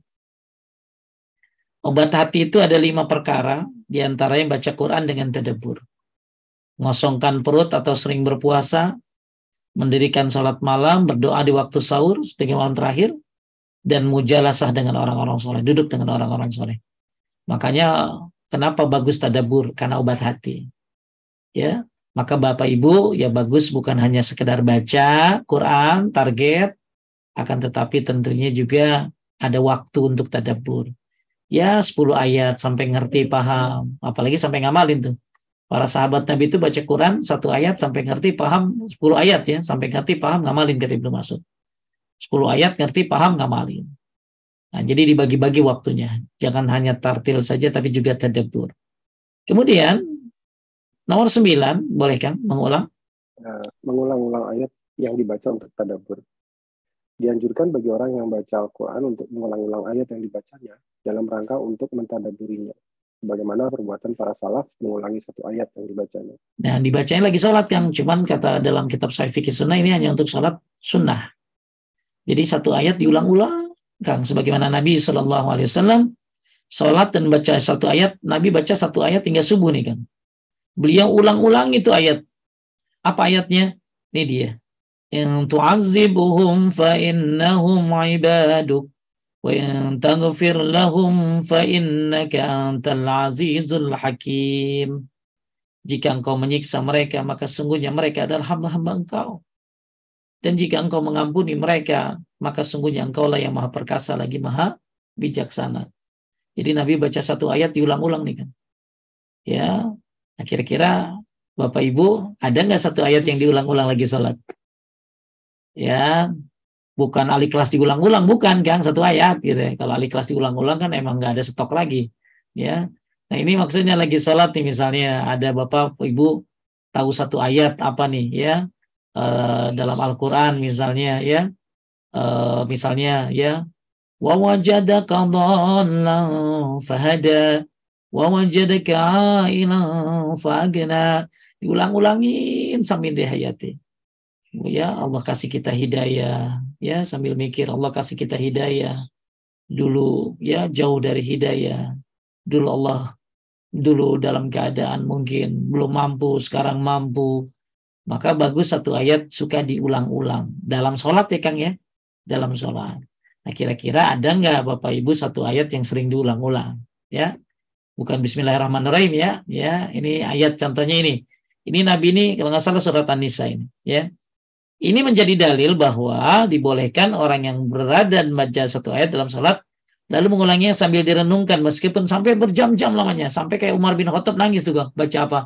Obat hati itu ada 5 perkara, diantaranya baca Quran dengan tadabbur. Ngosongkan perut atau sering berpuasa, mendirikan sholat malam, berdoa di waktu sahur sebagai malam terakhir, dan mujalasah dengan orang-orang soleh, duduk dengan orang-orang soleh. Makanya kenapa bagus tadabbur? Karena obat hati. Ya, maka Bapak Ibu ya bagus bukan hanya sekedar baca Quran, target, akan tetapi tentunya juga ada waktu untuk tadabbur. Ya 10 ayat sampai ngerti, paham, apalagi sampai ngamalin tuh. Para sahabat Nabi itu baca Quran 1 ayat sampai ngerti, paham 10 ayat ya, sampai ngerti, paham, ngamalin, kata Ibnu Mas'ud. 10 ayat ngerti, paham, ngamalin. Nah, jadi dibagi-bagi waktunya. Jangan hanya tartil saja tapi juga tadabbur. Kemudian nomor 9, boleh kan mengulang? Mengulang-ulang ayat yang dibaca untuk tadabbur. Dianjurkan bagi orang yang baca Al-Quran untuk mengulang-ulang ayat yang dibacanya dalam rangka untuk mentadabburinya. Bagaimana perbuatan para salaf mengulangi 1 ayat yang dibacanya. Nah, dibacanya lagi sholat yang cuman kata dalam kitab Sahih Fikih Sunnah ini hanya untuk sholat sunnah. Jadi 1 ayat diulang-ulang, Kang, sebagaimana Nabi SAW sholat dan baca 1 ayat, Nabi baca 1 ayat hingga subuh nih kan. Beliau ulang-ulang itu ayat. Apa ayatnya? Ini dia. In tu'azzibuhum fa innahum ibaduk wa in taghfir lahum fa innaka antal azizul hakim. Jika engkau menyiksa mereka, maka sungguhnya mereka adalah hamba-hamba engkau. Dan jika engkau mengampuni mereka, maka sungguhnya engkaulah yang maha perkasa lagi maha bijaksana. Jadi Nabi baca 1 ayat diulang-ulang nih kan. Ya, nah kira-kira Bapak Ibu ada nggak 1 ayat yang diulang-ulang lagi sholat? Ya, bukan Al-Ikhlas diulang-ulang, bukan Kang, 1 ayat gitu ya. Kalau Al-Ikhlas diulang-ulang kan emang nggak ada stok lagi. Ya, nah ini maksudnya lagi sholat nih, misalnya ada Bapak Ibu tahu 1 ayat apa nih ya, dalam Al-Quran misalnya ya, misalnya ya, wa wajadaka dhallan fahada wa wajadaka ailan fa'agna, diulang-ulangin sambil dihayati. Ya Allah kasih kita hidayah, ya sambil mikir Allah kasih kita hidayah. Dulu ya jauh dari hidayah. Dulu dalam keadaan mungkin belum mampu, sekarang mampu. Maka bagus 1 ayat suka diulang-ulang dalam sholat ya Kang ya, dalam sholat. Nah kira-kira ada nggak Bapak Ibu 1 ayat yang sering diulang-ulang? Ya, bukan Bismillahirrahmanirrahim ya. Ya, ini ayat contohnya ini. Ini Nabi ini kalau nggak salah surat An-Nisa ini. Ya, ini menjadi dalil bahwa dibolehkan orang yang berada dan baca 1 ayat dalam sholat lalu mengulanginya sambil direnungkan meskipun sampai berjam-jam lamanya, sampai kayak Umar bin Khattab nangis juga baca apa?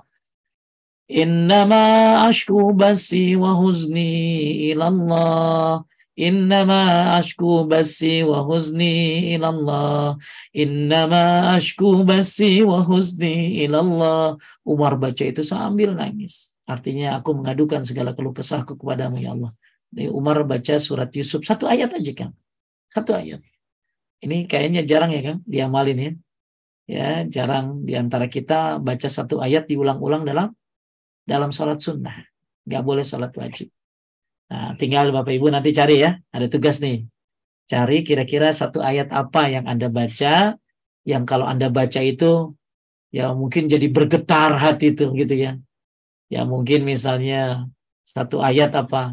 Innama ashku basi wa huzni ilallah. Innama ashku basi wa huzni ilallah. Innama ashku basi wa huzni ilallah. Umar baca itu sambil nangis. Artinya aku mengadukan segala keluh kesahku kepadamu ya Allah. Jadi Umar baca surat Yusuf 1 ayat aja Kang. 1 ayat. Ini kayaknya jarang ya Kang diamalin ya. Ya, jarang diantara kita baca 1 ayat diulang-ulang dalam sholat sunnah. Nggak boleh sholat wajib. Nah, tinggal Bapak Ibu nanti cari ya. Ada tugas nih. Cari kira-kira satu ayat apa yang Anda baca, yang kalau Anda baca itu ya mungkin jadi bergetar hati itu gitu ya. Ya mungkin misalnya satu ayat apa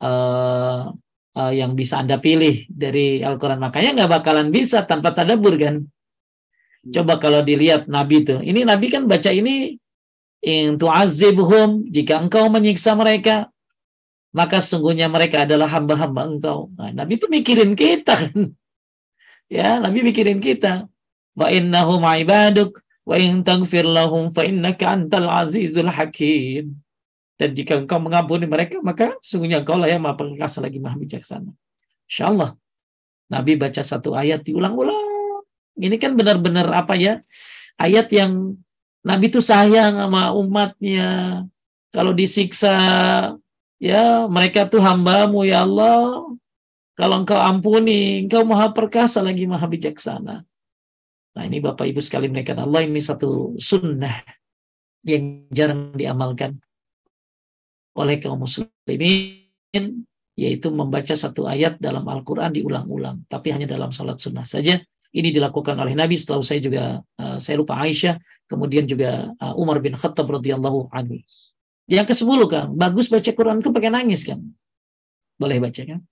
yang bisa Anda pilih dari Al-Quran. Makanya nggak bakalan bisa tanpa tadabbur kan. Coba kalau dilihat Nabi itu. Ini Nabi kan baca ini, in tu'azibhum, jika engkau menyiksa mereka, maka sesungguhnya mereka adalah hamba-hamba engkau. Nah, Nabi itu mikirin kita kan. Ya, Nabi mikirin kita. Wa innahum ibaduk wa in taghfir lahum fa innaka antal azizul hakim. Dan jika engkau mengampuni mereka, maka sesungguhnya engkau lah yang maha perkasa lagi maha bijaksana. Insyaallah Nabi baca satu ayat diulang-ulang. Ini kan benar-benar apa ya? Ayat yang Nabi itu sayang sama umatnya. Kalau disiksa, ya mereka tuh hambamu ya Allah. Kalau engkau ampuni, engkau maha perkasa lagi maha bijaksana. Nah ini Bapak Ibu sekali menaikkan Allah, ini satu sunnah yang jarang diamalkan oleh kaum muslimin, yaitu membaca satu ayat dalam Al-Quran diulang-ulang, tapi hanya dalam salat sunnah saja. Ini dilakukan oleh Nabi, setahu saya juga, saya lupa Aisyah, kemudian juga Umar bin Khattab radhiyallahu anhu. Yang ke-10 kan, bagus baca Quran itu pakai nangis kan? Boleh baca kan?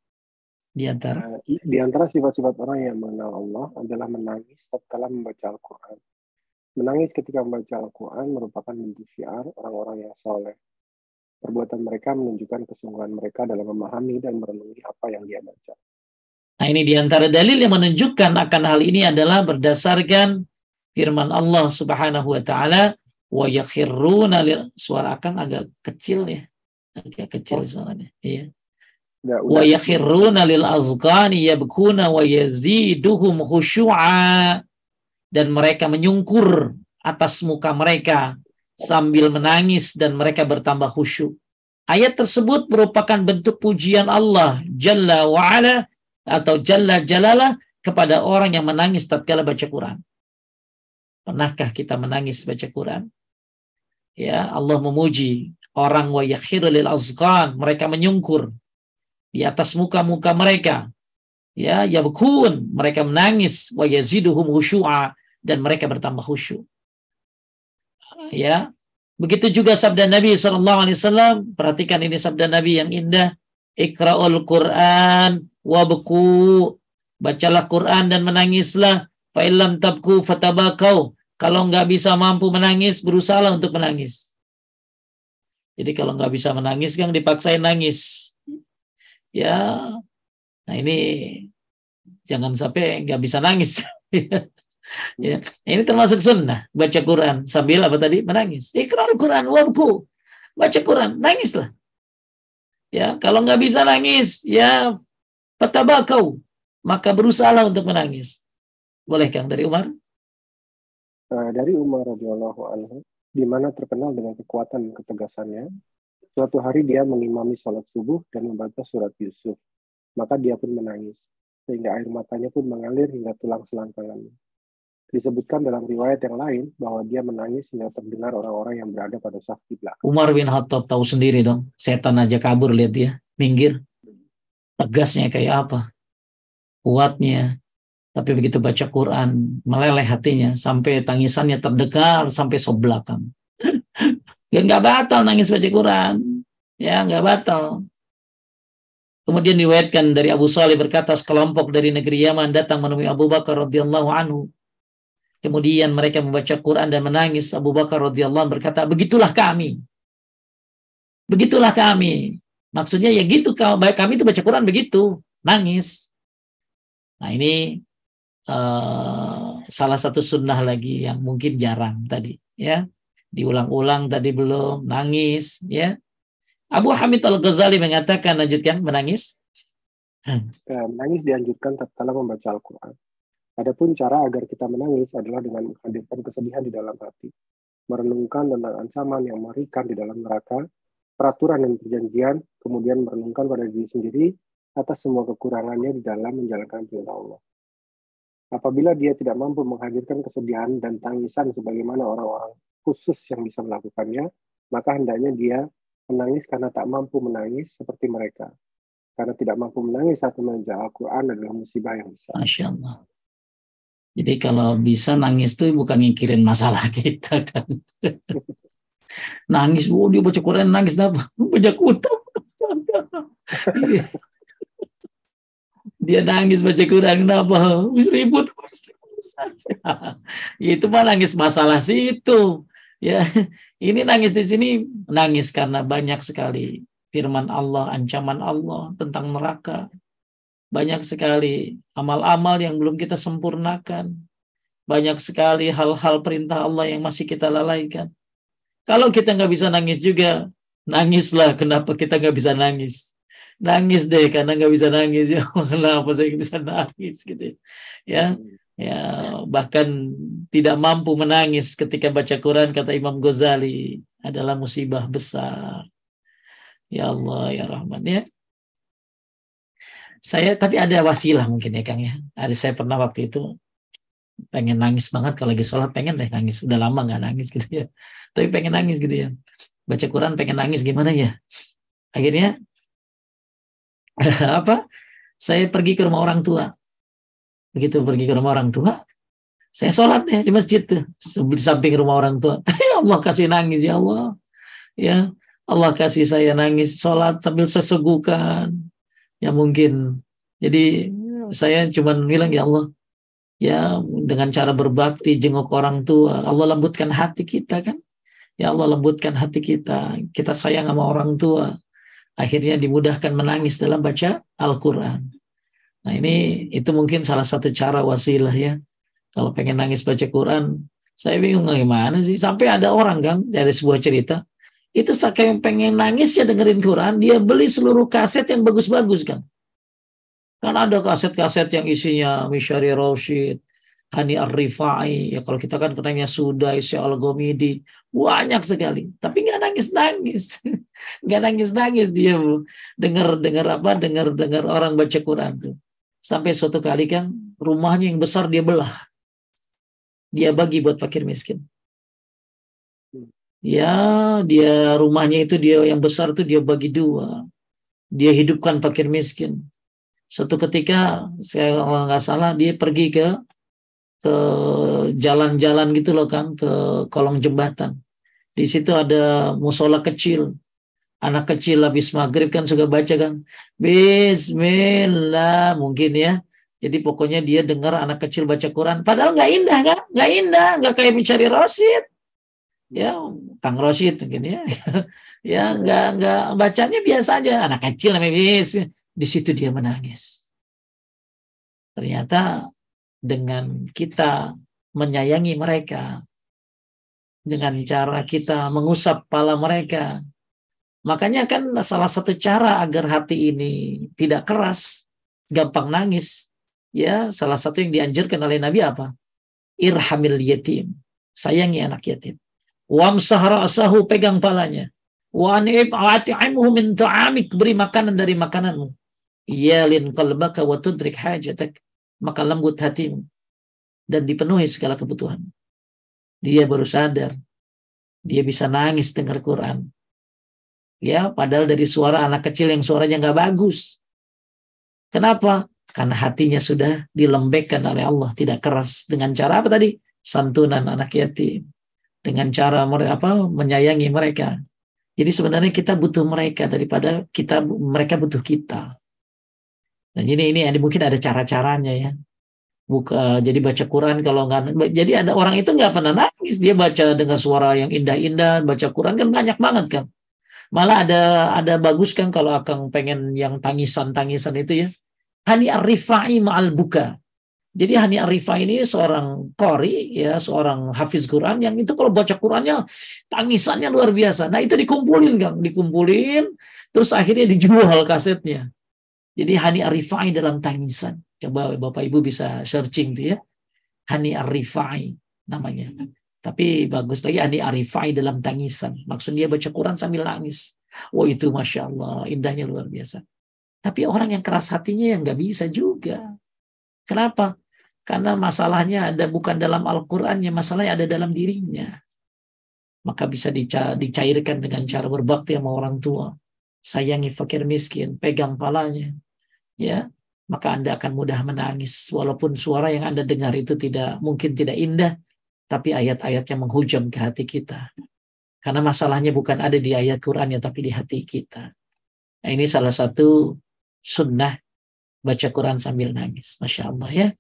Di antara sifat-sifat orang yang mengenal Allah adalah menangis tatkala membaca Al-Quran. Menangis ketika membaca Al-Quran merupakan bentuk syiar orang-orang yang soleh. Perbuatan mereka menunjukkan kesungguhan mereka dalam memahami dan merenungi apa yang dia baca. Nah ini diantara dalil yang menunjukkan akan hal ini adalah berdasarkan firman Allah Subhanahu wa taala, wa yakhirruna suara Akang agak kecil ya. Agak kecil suaranya. Iya. Wa yakhirruna lil azqani yabkuna wa yaziduhum khusyu'a, dan mereka menyungkur atas muka mereka sambil menangis dan mereka bertambah khusyuk. Ayat tersebut merupakan bentuk pujian Allah Jalla wa'ala atau Jalla Jalalah kepada orang yang menangis tatkala baca Quran. Pernahkah kita menangis baca Quran? Ya, Allah memuji orang wa yakhiru lil azqan, mereka menyungkur di atas muka-muka mereka. Ya, yabkun, mereka menangis, wa yaziduhum khusyu'a, dan mereka bertambah khusyuk. Ya. Begitu juga sabda Nabi SAW. Perhatikan ini sabda Nabi yang indah. Iqra'ul Qur'an wabku. Bacalah Quran dan menangislah. Fa'illam tabku fatabakau. Kalau nggak bisa mampu menangis, berusahalah untuk menangis. Jadi kalau nggak bisa menangis, kan dipaksain nangis. Ya, nah ini jangan sampai nggak bisa nangis. Ya, ini termasuk sunnah, baca Quran sambil apa tadi, menangis. Iqra'ul Quran wabku, baca Quran, nangislah. Ya, kalau nggak bisa nangis, ya fatabakau, maka berusahalah untuk menangis. Boleh Kang dari Umar? Dari Umar radhiyallahu anhu, di mana terkenal dengan kekuatan dan ketegasannya, suatu hari dia mengimami sholat subuh dan membaca surat Yusuf. Maka dia pun menangis, sehingga air matanya pun mengalir hingga tulang selangkangannya. Disebutkan dalam riwayat yang lain bahwa dia menangis hingga terdengar orang-orang yang berada pada saf di belakang. Umar bin Khattab tahu sendiri dong, setan aja kabur lihat dia, minggir. Tegasnya kayak apa? Kuatnya. Tapi begitu baca Quran, meleleh hatinya sampai tangisannya terdengar sampai sop belakang. Ya nggak batal nangis baca Quran. Ya nggak batal. Kemudian diriwayatkan dari Abu Salih berkata, sekelompok dari negeri Yaman datang menemui Abu Bakar radhiyallahu anhu. Kemudian mereka membaca Quran dan menangis. Abu Bakar radhiyallahu anhu berkata, begitulah kami. Begitulah kami. Maksudnya ya gitu, kami itu baca Quran begitu, nangis. Nah ini salah satu sunnah lagi yang mungkin jarang tadi, ya. Diulang-ulang tadi belum, nangis, ya. Abu Hamid Al-Ghazali mengatakan, lanjutkan, menangis. Menangis dianjurkan tatkala membaca Al-Quran. Adapun cara agar kita menangis adalah dengan menghadirkan kesedihan di dalam hati, merenungkan tentang ancaman yang mengerikan di dalam neraka, peraturan dan perjanjian, kemudian merenungkan pada diri sendiri atas semua kekurangannya di dalam menjalankan perintah Allah. Apabila dia tidak mampu menghadirkan kesedihan dan tangisan sebagaimana orang-orang khusus yang bisa melakukannya, maka hendaknya dia menangis karena tak mampu menangis seperti mereka. Karena tidak mampu menangis saat membaca Al-Quran adalah musibah yang besar. Masya Allah. Jadi kalau bisa nangis tuh bukan mikirin masalah kita kan. Nangis, dia baca Quran nangis apa? Baca Quran. Dia nangis baca Quran kenapa? Ribut. Itu mah nangis masalah situ. Ya, ini nangis di sini nangis karena banyak sekali firman Allah, ancaman Allah tentang neraka. Banyak sekali amal-amal yang belum kita sempurnakan. Banyak sekali hal-hal perintah Allah yang masih kita lalaikan. Kalau kita nggak bisa nangis juga, nangislah kenapa kita nggak bisa nangis. Nangis deh karena nggak bisa nangis. Ya kenapa saya nggak bisa nangis gitu ya. Ya, bahkan tidak mampu menangis ketika baca Quran, kata Imam Ghazali, adalah musibah besar. Ya Allah, ya Rahman ya. Tapi ada wasilah mungkin ya Kang ya. Saya pernah waktu itu pengen nangis banget kalau lagi sholat, pengen deh nangis. Udah lama nggak nangis gitu ya. Tapi pengen nangis gitu ya. Baca Quran pengen nangis gimana ya. Akhirnya apa? Saya pergi ke rumah orang tua. Begitu pergi ke rumah orang tua, saya sholat deh di masjid tuh, di samping rumah orang tua. Ya Allah kasih nangis ya Allah. Ya Allah kasih saya nangis sholat sambil sesegukan. Ya mungkin. Jadi saya cuma bilang ya Allah, ya dengan cara berbakti jenguk orang tua, Allah lembutkan hati kita kan. Ya Allah lembutkan hati kita. Kita sayang sama orang tua. Akhirnya dimudahkan menangis dalam baca Al-Quran. Nah itu mungkin salah satu cara wasilah ya. Kalau pengen nangis baca Quran, saya bingung gimana sih. Sampai ada orang kan dari sebuah cerita, itu saking pengen nangis ya dengerin Quran, dia beli seluruh kaset yang bagus-bagus kan. Kan ada kaset-kaset yang isinya Mishari Rashid, Hani Ar-Rifai, ya kalau kita kan kenanya Sudai, Syekh Al-Ghamidi, banyak sekali. Tapi nggak nangis-nangis. Nggak nangis-nangis dia, Bu. Dengar orang baca Quran tuh. Sampai suatu kali kan rumahnya yang besar dia belah. Dia bagi buat fakir miskin. Ya, dia rumahnya itu dia yang besar itu dia bagi dua. Dia hidupkan fakir miskin. Suatu ketika saya kalau nggak salah dia pergi ke jalan-jalan gitu loh kan, ke kolong jembatan. Di situ ada musola kecil. Anak kecil habis maghrib kan suka baca kan, Bismillah mungkin ya. Jadi pokoknya dia dengar anak kecil baca Quran. Padahal nggak indah kan, nggak indah, nggak kayak Mishari Rashid. Ya, Kang Rashid mungkin ya. Ya nggak bacanya biasa aja. Anak kecil namanya di situ dia menangis. Ternyata dengan kita menyayangi mereka, dengan cara kita mengusap kepala mereka. Makanya kan salah satu cara agar hati ini tidak keras, gampang nangis, ya salah satu yang dianjurkan oleh Nabi apa? Irhamil yatim, sayangi anak yatim. Wamsah ra'sahu, pegang palanya. Wa at'imhu min ta'amik, beri makanan dari makananmu. Yalin qalbaka wa tudrik hajatak, maka lembut hatimu dan dipenuhi segala kebutuhan. Dia baru sadar, dia bisa nangis dengar Quran. Ya, padahal dari suara anak kecil yang suaranya nggak bagus. Kenapa? Karena hatinya sudah dilembekkan oleh Allah, tidak keras. Dengan cara apa tadi? Santunan anak yatim. Dengan cara menyayangi mereka. Jadi sebenarnya kita butuh mereka daripada mereka butuh kita. Dan ini mungkin ada cara-caranya ya. Jadi baca Quran kalau nggak, jadi ada orang itu nggak pernah nangis, dia baca dengan suara yang indah-indah, baca Quran kan banyak banget kan. Malah ada bagus kan kalau Akang pengen yang tangisan-tangisan itu ya. Hani Ar-Rifai ma'al buka. Jadi Hani Ar-Rifai ini seorang qori ya, seorang hafiz Quran yang itu kalau baca Qurannya tangisannya luar biasa. Nah, itu dikumpulin terus akhirnya dijual kasetnya. Jadi Hani Ar-Rifai dalam tangisan. Coba Bapak Ibu bisa searching tuh ya. Hani Ar-Rifai namanya. Tapi bagus lagi Hani Ar-Rifai dalam tangisan. Maksudnya dia baca Quran sambil nangis. Wah itu Masya Allah, indahnya luar biasa. Tapi orang yang keras hatinya yang nggak bisa juga. Kenapa? Karena masalahnya bukan dalam Al-Qurannya, masalahnya ada dalam dirinya. maka bisa dicairkan dengan cara berbakti sama orang tua. Sayangi fakir miskin, pegang palanya, ya, maka Anda akan mudah menangis walaupun suara yang Anda dengar itu mungkin tidak indah, tapi ayat-ayatnya menghujam ke hati kita. Karena masalahnya bukan ada di ayat Qur'annya, tapi di hati kita. Nah, ini salah satu sunnah baca Quran sambil nangis. Masya Allah ya.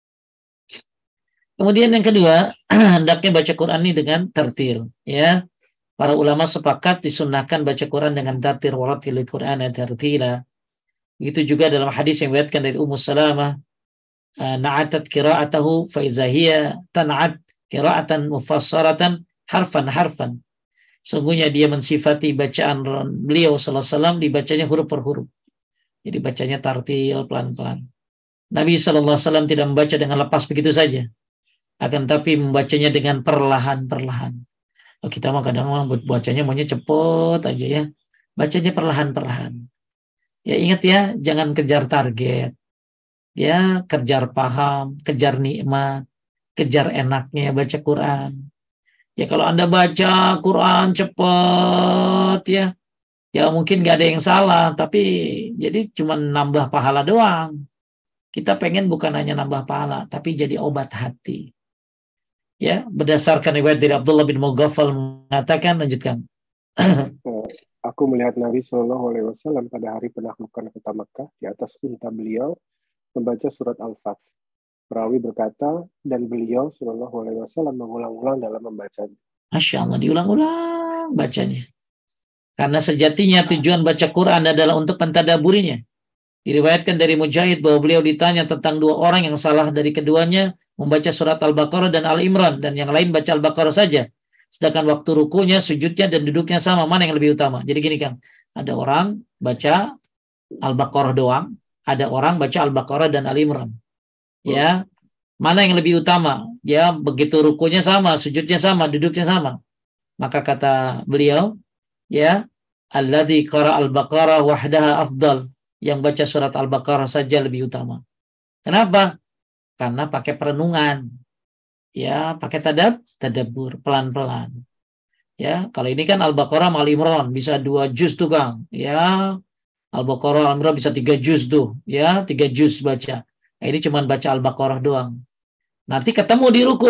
Kemudian yang kedua, hendaknya baca Quran ini dengan tartil. Ya, para ulama sepakat disunnahkan baca Quran dengan tartil, waratil Quran tartila. Begitu juga dalam hadis yang diriwayatkan dari Ummu Salamah, na'atat qira'atahu fa iza hiya tan'at qira'atan mufassaratan harfan. Sungguhnya dia mensifati bacaan beliau sallallahu alaihi wasallam, dibacanya huruf per huruf. Jadi bacanya tartil, pelan-pelan. Nabi sallallahu alaihi wasallam tidak membaca dengan lepas begitu saja, akan tapi membacanya dengan perlahan-perlahan. Kita mah kadang bacanya maunya cepet aja ya. Bacanya perlahan-perlahan. Ya ingat ya, jangan kejar target. Ya, kejar paham, kejar nikmat, kejar enaknya baca Quran. Ya kalau Anda baca Quran cepat ya mungkin gak ada yang salah, tapi jadi cuma nambah pahala doang. Kita pengen bukan hanya nambah pahala, tapi jadi obat hati. Ya, berdasarkan riwayat dari Abdullah bin Mughaffal mengatakan, lanjutkan. Aku melihat Nabi Shallallahu Alaihi Wasallam pada hari penaklukan kota Mekah di atas unta beliau membaca surat Al-Fath. Perawi berkata, dan beliau Shallallahu Alaihi Wasallam mengulang-ulang dalam membacanya. Masya Allah, diulang-ulang bacanya. Karena sejatinya tujuan baca Quran adalah untuk mentadaburinya. Diriwayatkan dari Mujahid bahwa beliau ditanya tentang dua orang yang salah dari keduanya membaca surat Al-Baqarah dan Al-Imran, dan yang lain baca Al-Baqarah saja. Sedangkan waktu rukunya, sujudnya, dan duduknya sama, mana yang lebih utama? Jadi gini Kang, ada orang baca Al-Baqarah doang, ada orang baca Al-Baqarah dan Al-Imran. Ya, mana yang lebih utama? Ya, begitu rukunya sama, sujudnya sama, duduknya sama. Maka kata beliau, ya, alladzi qara al-Baqarah wahdaha afdal, yang baca surat Al-Baqarah saja lebih utama. Kenapa? Karena pakai perenungan. Ya, pakai tadabbur pelan-pelan. Ya, kalau ini kan Al-Baqarah sama Al-Imran bisa 2 juz tuh Kang. Ya, Al-Baqarah Al-Imran bisa 3 juz tuh. Ya, 3 juz baca. Nah, ini cuma baca Al-Baqarah doang. Nanti ketemu di ruku,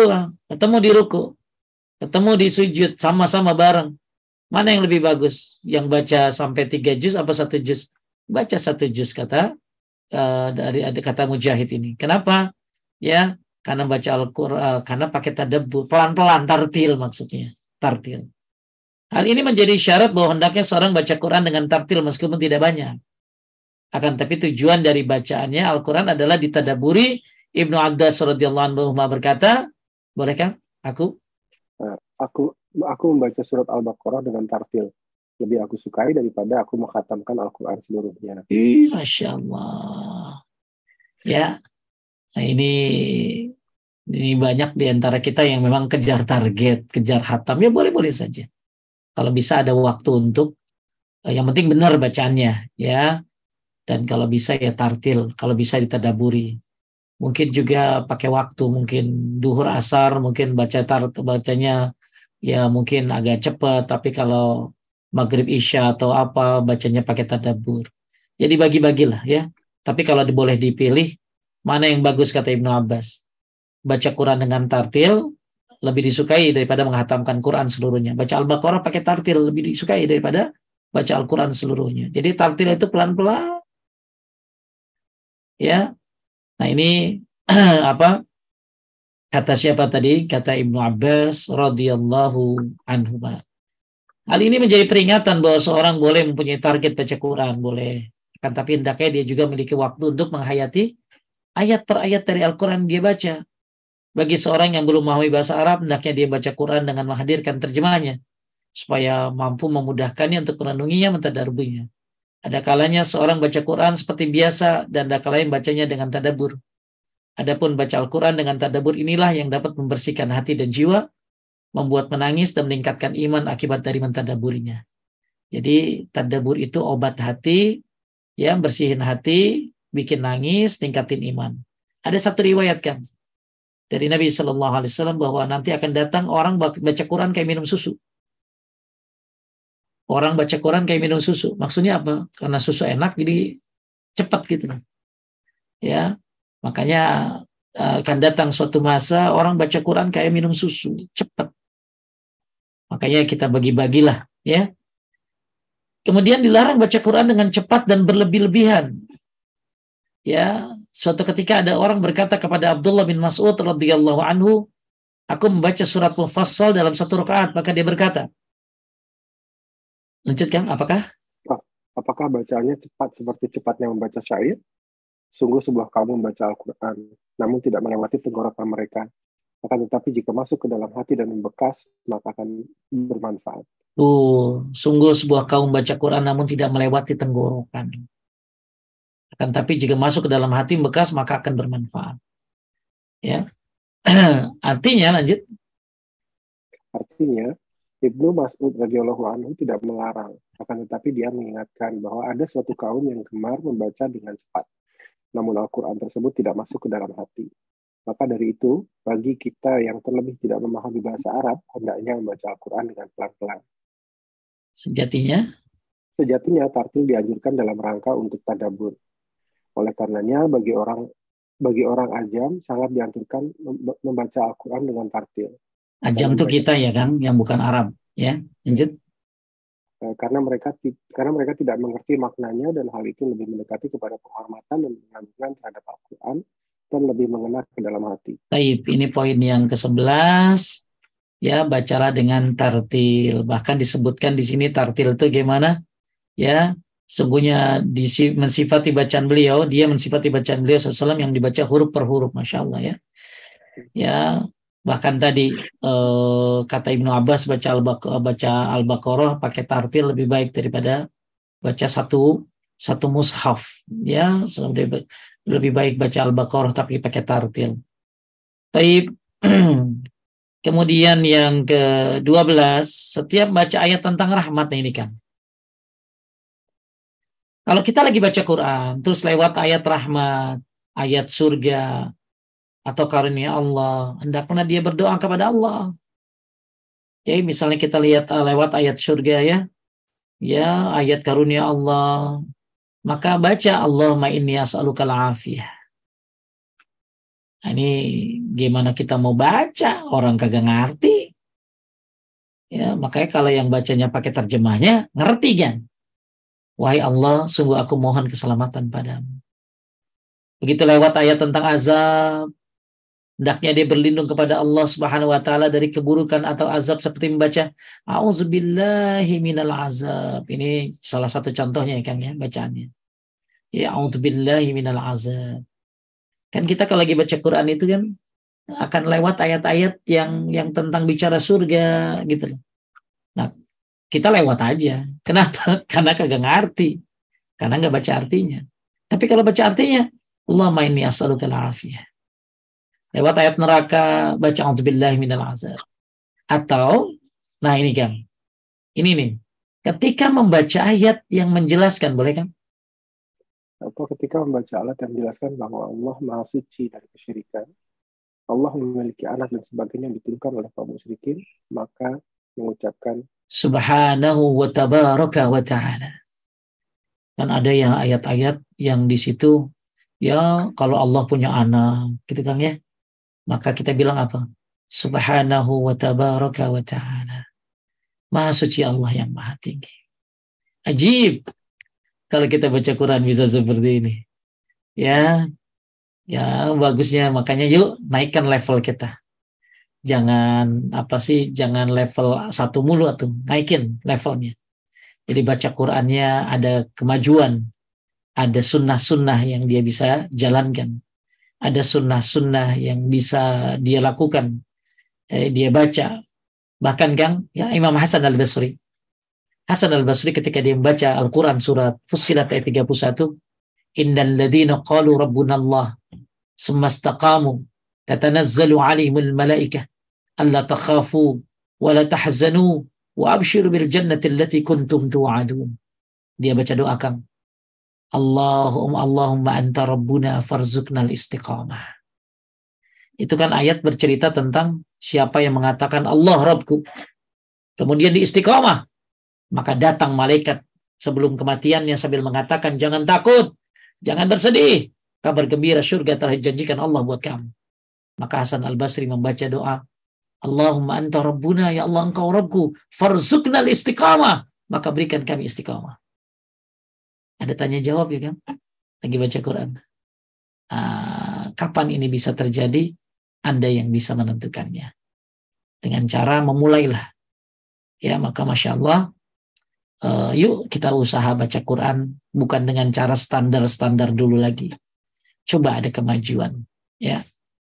ketemu di sujud, sama-sama bareng. Mana yang lebih bagus? Yang baca sampai 3 juz apa 1 juz? Baca 1 juz dari kata Mujahid ini. Kenapa? Ya, karena baca Al-Quran, karena pakai tadabbur, pelan-pelan, tartil maksudnya. Tartil. Hal ini menjadi syarat bahwa hendaknya seorang baca Quran dengan tartil meskipun tidak banyak. Akan tapi tujuan dari bacaannya Al-Quran adalah ditadaburi. Ibnu Abbas radhiyallahu anhu berkata, bolehkah aku membaca surat Al-Baqarah dengan tartil. Lebih aku sukai daripada aku mengkhatamkan Al-Quran seluruhnya. Masya Allah. Ya, nah ini banyak di antara kita yang memang kejar target, kejar khatam. Ya boleh-boleh saja. Kalau bisa ada waktu untuk, yang penting benar bacaannya, ya. Dan kalau bisa ya tartil, kalau bisa ditadaburi. Mungkin juga pakai waktu, mungkin duhur asar, mungkin bacanya ya mungkin agak cepat, tapi kalau maghrib isya atau apa bacanya pakai tadabbur. Jadi bagi-bagilah ya. Tapi kalau boleh dipilih, mana yang bagus kata Ibnu Abbas? Baca Quran dengan tartil lebih disukai daripada menghatamkan Quran seluruhnya. Baca Al-Baqarah pakai tartil lebih disukai daripada baca Al-Quran seluruhnya. Jadi tartil itu pelan-pelan. Ya. Nah ini apa? Kata siapa tadi? Kata Ibnu Abbas radhiyallahu anhu. Hal ini menjadi peringatan bahwa seorang boleh mempunyai target baca Quran, boleh. Akan tapi hendaknya dia juga memiliki waktu untuk menghayati ayat per ayat dari Al-Quran dia baca. Bagi seorang yang belum memahami bahasa Arab, hendaknya dia baca Quran dengan menghadirkan terjemahnya, supaya mampu memudahkannya untuk merenunginya, mentadabburinya. Ada kalanya seorang baca Quran seperti biasa, dan ada kalanya bacanya dengan tadabbur. Adapun baca Al-Quran dengan tadabbur inilah yang dapat membersihkan hati dan jiwa, membuat menangis dan meningkatkan iman akibat dari mentadabburinya. Jadi tadabbur itu obat hati, ya, bersihin hati, bikin nangis, tingkatin iman. Ada satu riwayat kan dari Nabi Shallallahu Alaihi Wasallam bahwa nanti akan datang orang baca Quran kayak minum susu. Orang baca Quran kayak minum susu. Maksudnya apa? Karena susu enak jadi cepat gitu loh. Ya. Makanya akan datang suatu masa orang baca Quran kayak minum susu, cepat. Makanya kita bagi-bagilah, ya. Kemudian dilarang baca Quran dengan cepat dan berlebih-lebihan. Ya, suatu ketika ada orang berkata kepada Abdullah bin Mas'ud radhiyallahu anhu, aku membaca surat Mufassal dalam satu rakaat, maka dia berkata, lanjutkan, apakah? Apakah bacaannya cepat seperti cepatnya membaca syair? Sungguh sebuah kaum membaca Al-Quran, namun tidak melewati tenggorokan mereka. Akan tetapi jika masuk ke dalam hati dan membekas, maka akan bermanfaat. Sungguh sebuah kaum baca Quran namun tidak melewati tenggorokan. Akan tapi jika masuk ke dalam hati membekas, maka akan bermanfaat. Ya. Artinya, lanjut. Artinya, Ibnu Mas'ud radhiyallahu anhu tidak melarang, akan tetapi dia mengingatkan bahwa ada suatu kaum yang gemar membaca dengan cepat. Namun Al-Quran tersebut tidak masuk ke dalam hati. Maka dari itu, bagi kita yang terlebih tidak memahami bahasa Arab, hendaknya membaca Al-Quran dengan pelan-pelan. Sejatinya, tartil dianjurkan dalam rangka untuk tadabbur. Oleh karenanya, bagi orang ajam, sangat dianjurkan membaca Al-Quran dengan tartil. Ajam itu kita ya kan, yang bukan Arab. Ya, lanjut. Karena mereka tidak mengerti maknanya dan hal itu lebih mendekati kepada penghormatan dan pengagungan terhadap Al-Quran dan lebih mengena ke dalam hati. Baik, ini poin yang ke-11. Ya, bacalah dengan tartil. Bahkan disebutkan di sini tartil itu gimana? Ya, sungguhnya mensifati bacaan beliau, dia mensifati bacaan beliau SAW yang dibaca huruf per huruf, Masya Allah ya. Ya, bahkan tadi kata Ibnu Abbas baca Al-Baqarah pakai tartil lebih baik daripada baca satu mushaf, ya. Lebih baik baca Al-Baqarah tapi pakai tartil. Baik. Kemudian yang ke-12, setiap baca ayat tentang rahmat ini kan. Kalau kita lagi baca Quran, terus lewat ayat rahmat, ayat surga, atau karunia Allah, hendaknya dia berdoa kepada Allah. Ya, misalnya kita lihat lewat ayat surga ya ayat karunia Allah, maka baca Allahumma inni as'alukal afiyah. Nah, ini gimana kita mau baca? Orang kagak ngerti. Ya, makanya kalau yang bacanya pakai terjemahnya, ngerti kan? Wahai Allah, sungguh aku mohon keselamatan padamu. Begitu lewat ayat tentang azab, hendaknya dia berlindung kepada Allah Subhanahu wa taala dari keburukan atau azab seperti membaca A'udzubillahi minal azab. Ini salah satu contohnya ya Kang ya bacaannya. Ya A'udzubillahi minal azab. Kan kita kalau lagi baca Quran itu kan akan lewat ayat-ayat yang tentang bicara surga gitu loh. Nah, kita lewat aja. Kenapa? Karena kagak ngerti. Karena nggak baca artinya. Tapi kalau baca artinya, Allahumma inni as'alukal afiyah. Lewat ayat neraka, baca a'udzubillahi minal azab. Atau, nah ini kan, ini nih, ketika membaca ayat yang menjelaskan, boleh kan? Atau ketika membaca ayat yang menjelaskan bahwa Allah Maha Suci dari kesyirikan, Allah memiliki anak dan sebagainya yang dituduhkan oleh kaum musyrikin, maka mengucapkan Subhanahu wa tabaraka wa ta'ala. Dan ada yang ayat-ayat yang di situ, ya kalau Allah punya anak, gitu kan ya, maka kita bilang apa? Subhanahu wa tabaraka wa ta'ala. Maha suci Allah yang maha tinggi. Ajib. Kalau kita baca Quran bisa seperti ini. Ya bagusnya. Makanya yuk naikkan level kita. Jangan level 1 mulu atau naikin levelnya. Jadi baca Qurannya ada kemajuan. Ada sunnah-sunnah yang dia bisa jalankan. Ada sunnah-sunnah yang bisa dia lakukan. Dia baca. Bahkan Kang, ya Imam Hasan al-Basri. Hasan al-Basri ketika dia membaca Al-Quran surat Fussilat ayat 31, Innal ladhina qalu rabbuna Allah summa istaqamu tatanazzalu alaihimul malaikah alla takhafu wa la tahzanu wa abshiru bil jannati allati kuntum tu'adun. Dia baca doa Kang. Allahumma anta rabbuna farzuqnal istiqamah. Itu kan ayat bercerita tentang siapa yang mengatakan Allah Rabbku. Kemudian di istiqamah. Maka datang malaikat sebelum kematiannya sambil mengatakan, jangan takut, jangan bersedih, kabar gembira surga telah dijanjikan Allah buat kamu. Maka Hasan Al-Basri membaca doa, Allahumma anta rabbuna, ya Allah engkau Rabbku, farzuqnal istiqamah, maka berikan kami istiqamah. Ada tanya jawab ya kan? Lagi baca Quran. Kapan ini bisa terjadi? Anda yang bisa menentukannya. Dengan cara memulailah. Ya, maka Masya Allah, yuk kita usaha baca Quran, bukan dengan cara standar-standar dulu lagi. Coba ada kemajuan. Ya.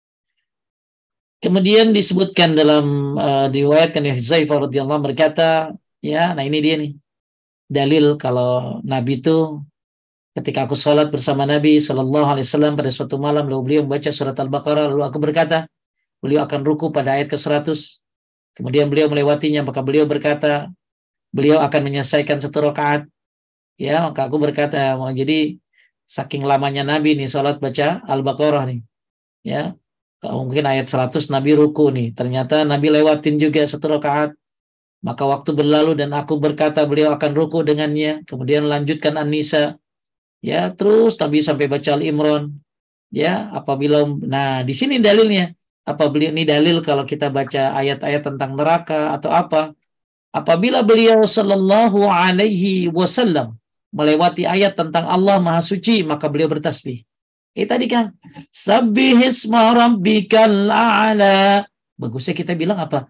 Kemudian disebutkan dalam diriwayatkan oleh Huzaifah radhiyallahu anhu berkata, ya, nah ini dia nih. Dalil kalau Nabi itu ketika aku sholat bersama Nabi Sallallahu Alaihi Wasallam pada suatu malam, lalu beliau membaca surat Al-Baqarah, lalu aku berkata, beliau akan ruku pada ayat ke-100. Kemudian beliau melewatinya, maka beliau berkata, beliau akan menyelesaikan 1 rakaat. Ya, maka aku berkata, jadi saking lamanya Nabi nih sholat baca Al-Baqarah nih. Ya, mungkin ayat 100 Nabi ruku nih. Ternyata Nabi lewatin juga 1 rakaat. Maka waktu berlalu dan aku berkata beliau akan ruku dengannya. Kemudian lanjutkan An-Nisa. Ya, terus Nabi sampai baca Al-Imran. Ya, nah di sini dalilnya. Ini dalil kalau kita baca ayat-ayat tentang neraka atau apa. Apabila beliau sallallahu alaihi wasallam melewati ayat tentang Allah Maha Suci, maka beliau bertasbih. Tadi kan, Sabbihisma rabbikal a'la. Bagusnya kita bilang apa?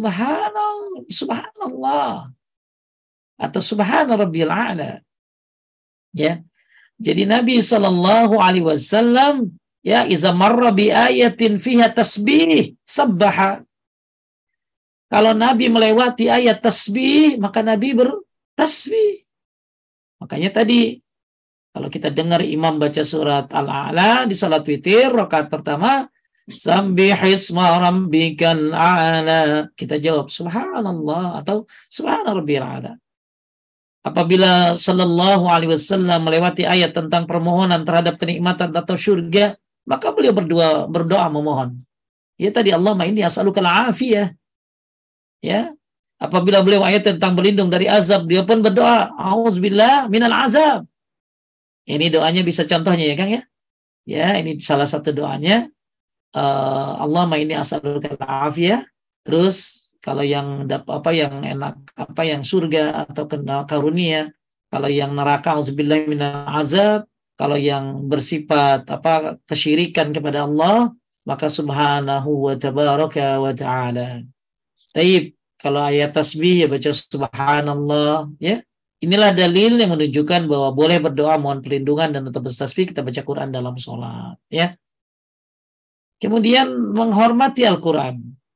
Subhanallah. Atau Subhana Rabbil A'la. Ya. Jadi Nabi sallallahu alaihi wasallam ya iza marra bi ayatin fiha tasbih sabbaha. Kalau Nabi melewati ayat tasbih, maka Nabi bertasbih. Makanya tadi kalau kita dengar imam baca surat Al-A'la di salat witir rakaat pertama, Sabbihisma rabbikal a'la. Kita jawab subhanallah atau subhana rabbil a'la. Apabila sallallahu alaihi wasallam melewati ayat tentang permohonan terhadap kenikmatan atau surga, maka beliau berdoa memohon. Ya tadi Allahumma inni as'alukal afiyah. Ya. Apabila beliau ayat tentang berlindung dari azab, dia pun berdoa, auzubillah minal azab. Ini doanya bisa contohnya ya Kang ya. Ya, ini salah satu doanya. Allahumma inni as'alukal afiyah. Terus kalau yang yang enak, yang surga atau karunia, kalau yang neraka auzubillahi minal azab, kalau yang bersifat kesyirikan kepada Allah, maka subhanahu wa tabaraka wa ta'ala. Taib, kalau ayat tasbih ya baca subhanallah, ya. Inilah dalil yang menunjukkan bahwa boleh berdoa mohon perlindungan dan tetap bertasbih kita baca Quran dalam sholat, ya. Kemudian menghormati Al-Quran.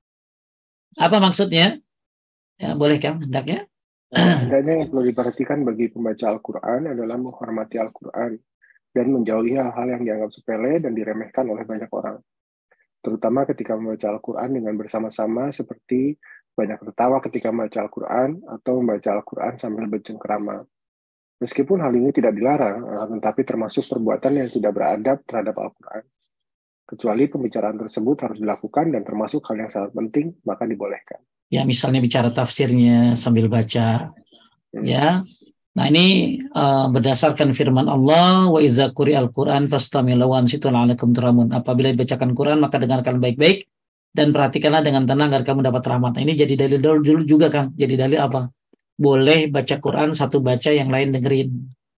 Apa maksudnya? Ya, boleh Kang, hendaknya? Hendaknya yang perlu diperhatikan bagi pembaca Al-Quran adalah menghormati Al-Quran dan menjauhi hal-hal yang dianggap sepele dan diremehkan oleh banyak orang. Terutama ketika membaca Al-Quran dengan bersama-sama seperti banyak tertawa ketika membaca Al-Quran atau membaca Al-Quran sambil bercengkerama. Meskipun hal ini tidak dilarang, tetapi termasuk perbuatan yang tidak beradab terhadap Al-Quran. Kecuali pembicaraan tersebut harus dilakukan dan termasuk hal yang sangat penting, maka dibolehkan. Ya, misalnya bicara tafsirnya sambil baca. Ya. Nah, ini berdasarkan firman Allah, wa iza quri'al Qur'an fastami'u wa ansitu la'allakum turhamun. Apabila dibacakan Quran, maka dengarkan baik-baik dan perhatikanlah dengan tenang agar kamu dapat rahmat. Nah, ini jadi dalil dulu juga Kang. Jadi dalil apa? Boleh baca Quran satu baca yang lain dengerin.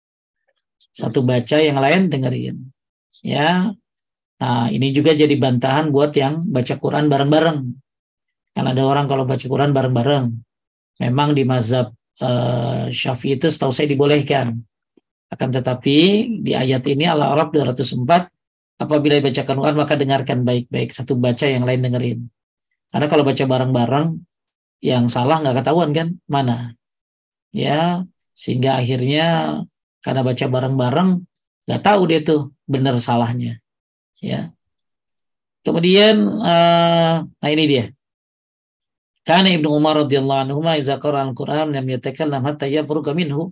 Satu baca yang lain dengerin. Ya. Nah, ini juga jadi bantahan buat yang baca Quran bareng-bareng. Kan ada orang kalau baca Quran bareng-bareng. Memang di mazhab Syafi'i itu setahu saya dibolehkan. Akan tetapi di ayat ini Al-A'raf 204, apabila dibacakan Quran maka dengarkan baik-baik. Satu baca yang lain dengerin. Karena kalau baca bareng-bareng, yang salah nggak ketahuan kan mana. Ya, sehingga akhirnya karena baca bareng-bareng nggak tahu dia tuh benar salahnya. Ya. Kemudian nah ini dia. Kana Ibnu Umar radhiyallahu anhu idza qara'a al-Qur'an lam yatakallam hatta yafruga minhu.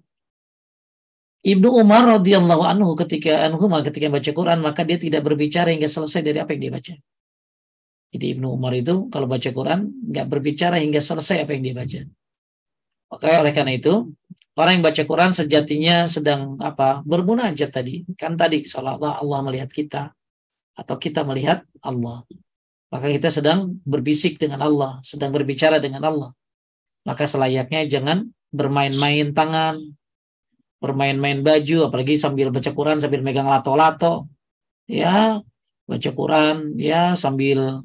Ibnu Umar radhiyallahu anhu ketika baca Quran maka dia tidak berbicara hingga selesai dari apa yang dia baca. Jadi Ibnu Umar itu kalau baca Quran nggak berbicara hingga selesai apa yang dia baca. Oke, oleh karena itu, orang yang baca Quran sejatinya sedang bermunajat tadi. Kan tadi seolah-olah Allah melihat kita atau kita melihat Allah. Maka kita sedang berbisik dengan Allah, sedang berbicara dengan Allah. Maka selayaknya jangan bermain-main tangan, bermain-main baju, apalagi sambil baca Quran sambil megang lato-lato. Ya, baca Quran ya sambil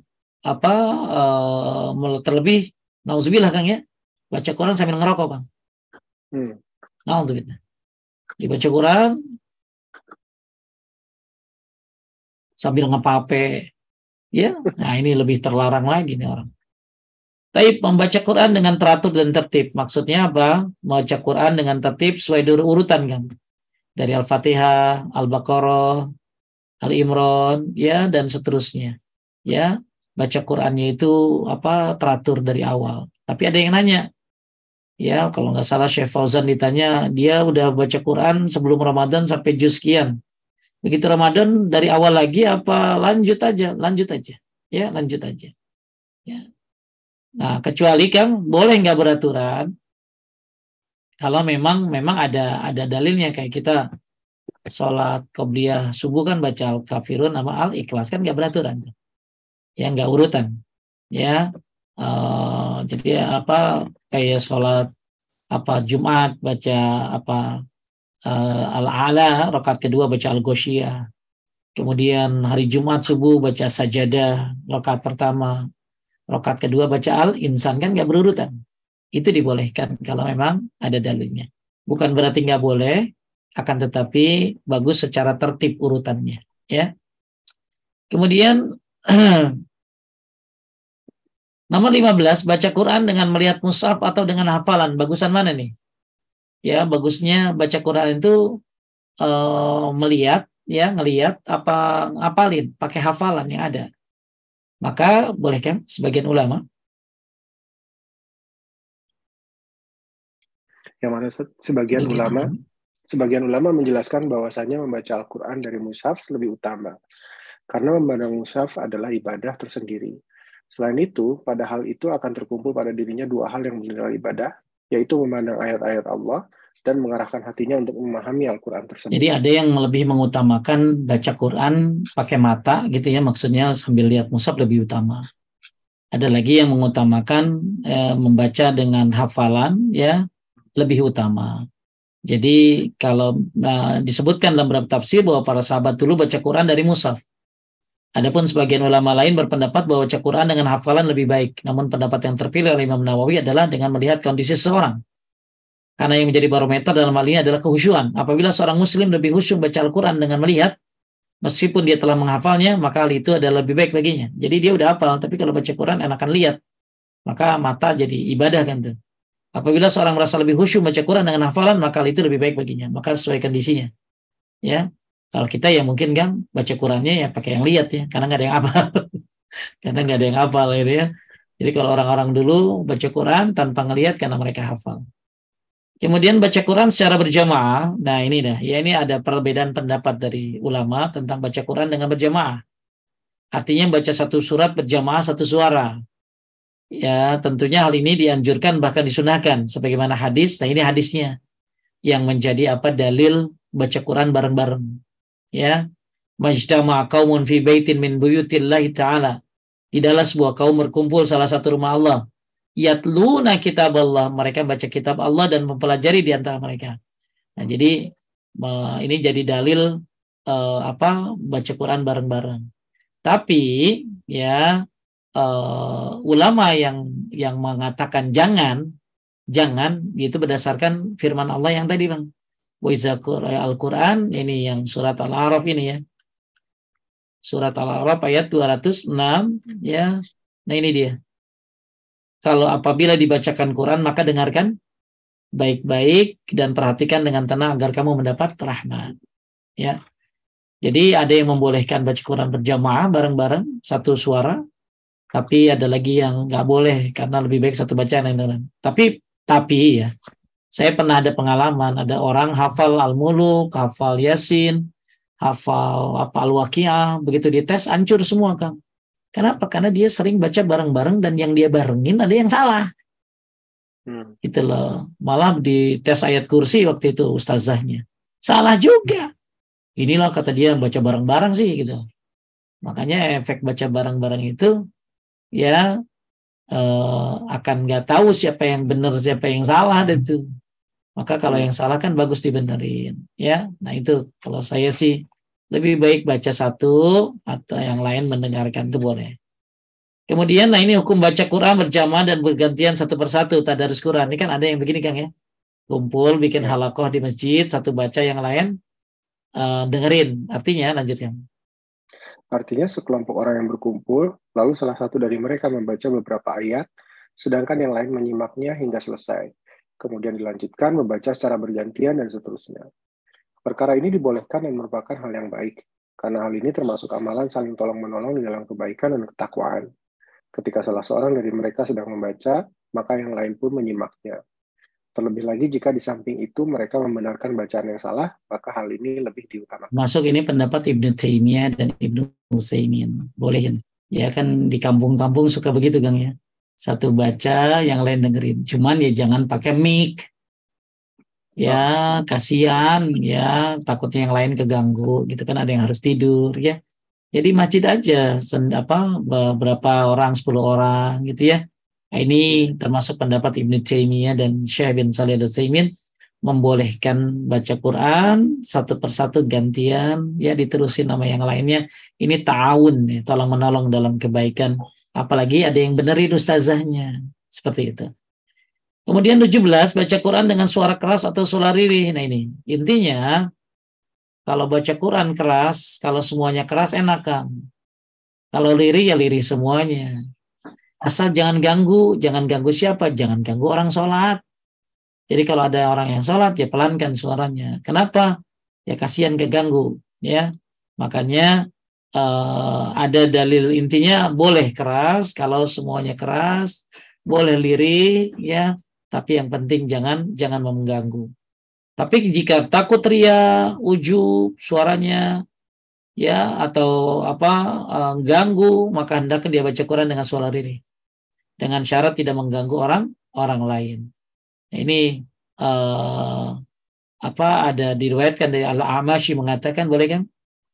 terlebih nauzubillah Kang ya. Baca Quran sambil ngerokok, Bang. Nauzubillah. Dibaca Quran sambil ngepape. Ya, nah ini lebih terlarang lagi nih orang. Tapi membaca Quran dengan teratur dan tertib. Maksudnya apa? Membaca Quran dengan tertib sesuai urutan kan. Dari Al-Fatihah, Al-Baqarah, Al-Imran, ya dan seterusnya. Ya, baca Qurannya itu teratur dari awal. Tapi ada yang nanya, ya kalau nggak salah Syekh Fauzan ditanya, dia udah baca Quran sebelum Ramadan sampai juz sekian. Begitu Ramadan dari awal lagi apa lanjut aja, ya lanjut aja. Ya. Nah kecuali kan boleh nggak beraturan kalau memang ada dalilnya kayak kita sholat qobliyah subuh kan baca al-kafirun sama al-ikhlas kan nggak beraturan, ya nggak urutan, ya jadi kayak sholat Jumat baca al-ala rakaat kedua baca al-ghoshiyah. Kemudian hari Jumat subuh baca sajadah rakaat pertama, rakaat kedua baca al-insan kan nggak berurutan. Itu dibolehkan kalau memang ada dalilnya. Bukan berarti nggak boleh, akan tetapi bagus secara tertib urutannya. Ya. Kemudian nomor 15 baca Quran dengan melihat mushaf atau dengan hafalan. Bagusan mana nih? Ya bagusnya baca Quran itu melihat, ya ngelihat ngapalin pakai hafalan yang ada. Maka boleh kan sebagian ulama? Yang mana sebagian ulama menjelaskan bahwasanya membaca Al-Quran dari mushaf lebih utama. Karena memandang mushaf adalah ibadah tersendiri. Selain itu, pada hal itu akan terkumpul pada dirinya dua hal yang bernilai ibadah, yaitu memandang ayat-ayat Allah dan mengarahkan hatinya untuk memahami Al-Quran tersebut. Jadi ada yang lebih mengutamakan baca Quran pakai mata gitu ya, maksudnya sambil lihat mushaf lebih utama. Ada lagi yang mengutamakan membaca dengan hafalan ya lebih utama. Jadi kalau disebutkan dalam beberapa tafsir bahwa para sahabat dulu baca Quran dari mushaf. Adapun sebagian ulama lain berpendapat bahwa baca Quran dengan hafalan lebih baik. Namun pendapat yang terpilih oleh Imam Nawawi adalah dengan melihat kondisi seseorang. Karena yang menjadi barometer dalam hal ini adalah kehusyuan. Apabila seorang muslim lebih khusyuk baca Al-Quran dengan melihat, meskipun dia telah menghafalnya, maka hal itu adalah lebih baik baginya. Jadi dia udah hafal, tapi kalau baca Quran enakan lihat. Maka mata jadi ibadah kan tuh. Apabila seorang merasa lebih khusyuk baca Quran dengan hafalan, maka hal itu lebih baik baginya. Maka sesuai kondisinya. Ya. Kalau kita ya mungkin kan baca Qurannya ya pakai yang lihat ya, karena nggak ada yang hafal. Karena nggak ada yang hafal gitu ya. Jadi kalau orang-orang dulu baca Quran tanpa ngelihat karena mereka hafal. Kemudian baca Quran secara berjamaah. Nah ini dah, ya ini ada perbedaan pendapat dari ulama tentang baca Quran dengan berjamaah. Artinya baca satu surat berjamaah satu suara. Ya tentunya hal ini dianjurkan bahkan disunahkan sebagaimana hadis. Nah ini hadisnya yang menjadi dalil baca Quran bareng-bareng. Ya, majtama qaumun fi baitin min buyutillahi ta'ala. Tidaklah sebuah kaum berkumpul salah satu rumah Allah. Yatluna kitab Allah, mereka baca kitab Allah dan mempelajari di antara mereka. Nah, jadi ini jadi dalil baca Quran bareng-bareng. Tapi ya ulama yang mengatakan jangan itu berdasarkan firman Allah yang tadi Bang. Wa iza quri'a Al-Quran, ini yang surat Al-A'raf ini ya. Surat Al-A'raf ayat 206 ya. Nah ini dia. Kalau apabila dibacakan Quran maka dengarkan baik-baik dan perhatikan dengan tenang agar kamu mendapat rahmat. Ya. Jadi ada yang membolehkan baca Quran berjamaah bareng-bareng satu suara, tapi ada lagi yang nggak boleh karena lebih baik satu bacaan yang lain. Tapi ya, saya pernah ada pengalaman, ada orang hafal Al-Muluk, hafal Yasin, hafal Al-Waqiah, begitu dites hancur semua Kang. Kenapa? Karena dia sering baca bareng-bareng dan yang dia barengin ada yang salah. Gitu loh. Malah di tes ayat kursi waktu itu ustazahnya. Salah juga. Inilah kata dia baca bareng-bareng sih gitu. Makanya efek baca bareng-bareng itu ya akan nggak tahu siapa yang benar siapa yang salah itu. Maka kalau yang salah kan bagus dibenerin ya. Nah itu kalau saya sih lebih baik baca satu atau yang lain mendengarkan itu boleh. Kemudian nah ini hukum baca Quran berjamaah dan bergantian satu persatu tadarus Quran. Ini kan ada yang begini Kang ya. Kumpul bikin halakoh di masjid, satu baca yang lain dengerin. Artinya lanjutkan. Artinya sekelompok orang yang berkumpul, lalu salah satu dari mereka membaca beberapa ayat, sedangkan yang lain menyimaknya hingga selesai. Kemudian dilanjutkan membaca secara bergantian dan seterusnya. Perkara ini dibolehkan dan merupakan hal yang baik, karena hal ini termasuk amalan saling tolong-menolong di dalam kebaikan dan ketakwaan. Ketika salah seorang dari mereka sedang membaca, maka yang lain pun menyimaknya. Terlebih lagi jika di samping itu mereka membenarkan bacaan yang salah, maka hal ini lebih diutamakan. Masuk ini pendapat Ibnu Taimiyah dan Ibnu Utsaimin. Boleh ya kan di kampung-kampung suka begitu Kang ya. Satu baca, yang lain dengerin. Cuman ya jangan pakai mic. Ya kasihan ya, takutnya yang lain keganggu gitu kan, ada yang harus tidur ya. Jadi masjid aja berapa orang, 10 orang gitu ya. Nah, ini termasuk pendapat Ibnu Taimiyah dan Syekh bin Shalih Al-Utsaimin membolehkan baca Quran satu persatu gantian ya, diterusin nama yang lainnya. Ini ta'awun ya, tolong menolong dalam kebaikan. Apalagi ada yang benerin ustazahnya. Seperti itu. Kemudian 17 baca Quran dengan suara keras atau suara lirih. Nah ini intinya kalau baca Quran keras, kalau semuanya keras enak Kang. Kalau lirih ya lirih semuanya. Asal jangan ganggu siapa? Jangan ganggu orang sholat. Jadi kalau ada orang yang sholat ya pelankan suaranya. Kenapa? Ya kasihan keganggu. Ya, makanya ada dalil intinya boleh keras kalau semuanya keras, boleh lirih ya. Tapi yang penting jangan mengganggu. Tapi jika takut ria, ujub suaranya ya atau ganggu, maka hendaknya dia baca Quran dengan suara lirih. Dengan syarat tidak mengganggu orang lain. Nah, ini ada diriwayatkan dari Al-Amashi mengatakan, boleh kan?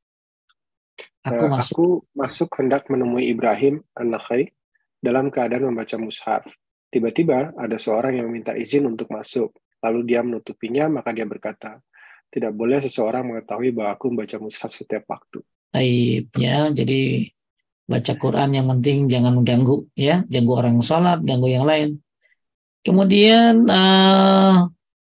Aku masuk hendak menemui Ibrahim An-Nakhai dalam keadaan membaca mushaf. Tiba-tiba ada seorang yang meminta izin untuk masuk. Lalu dia menutupinya, maka dia berkata, tidak boleh seseorang mengetahui bahwa aku membaca mushaf setiap waktu. Baik, ya, jadi baca Quran yang penting jangan mengganggu, ya, ganggu orang sholat, ganggu yang lain. Kemudian, nah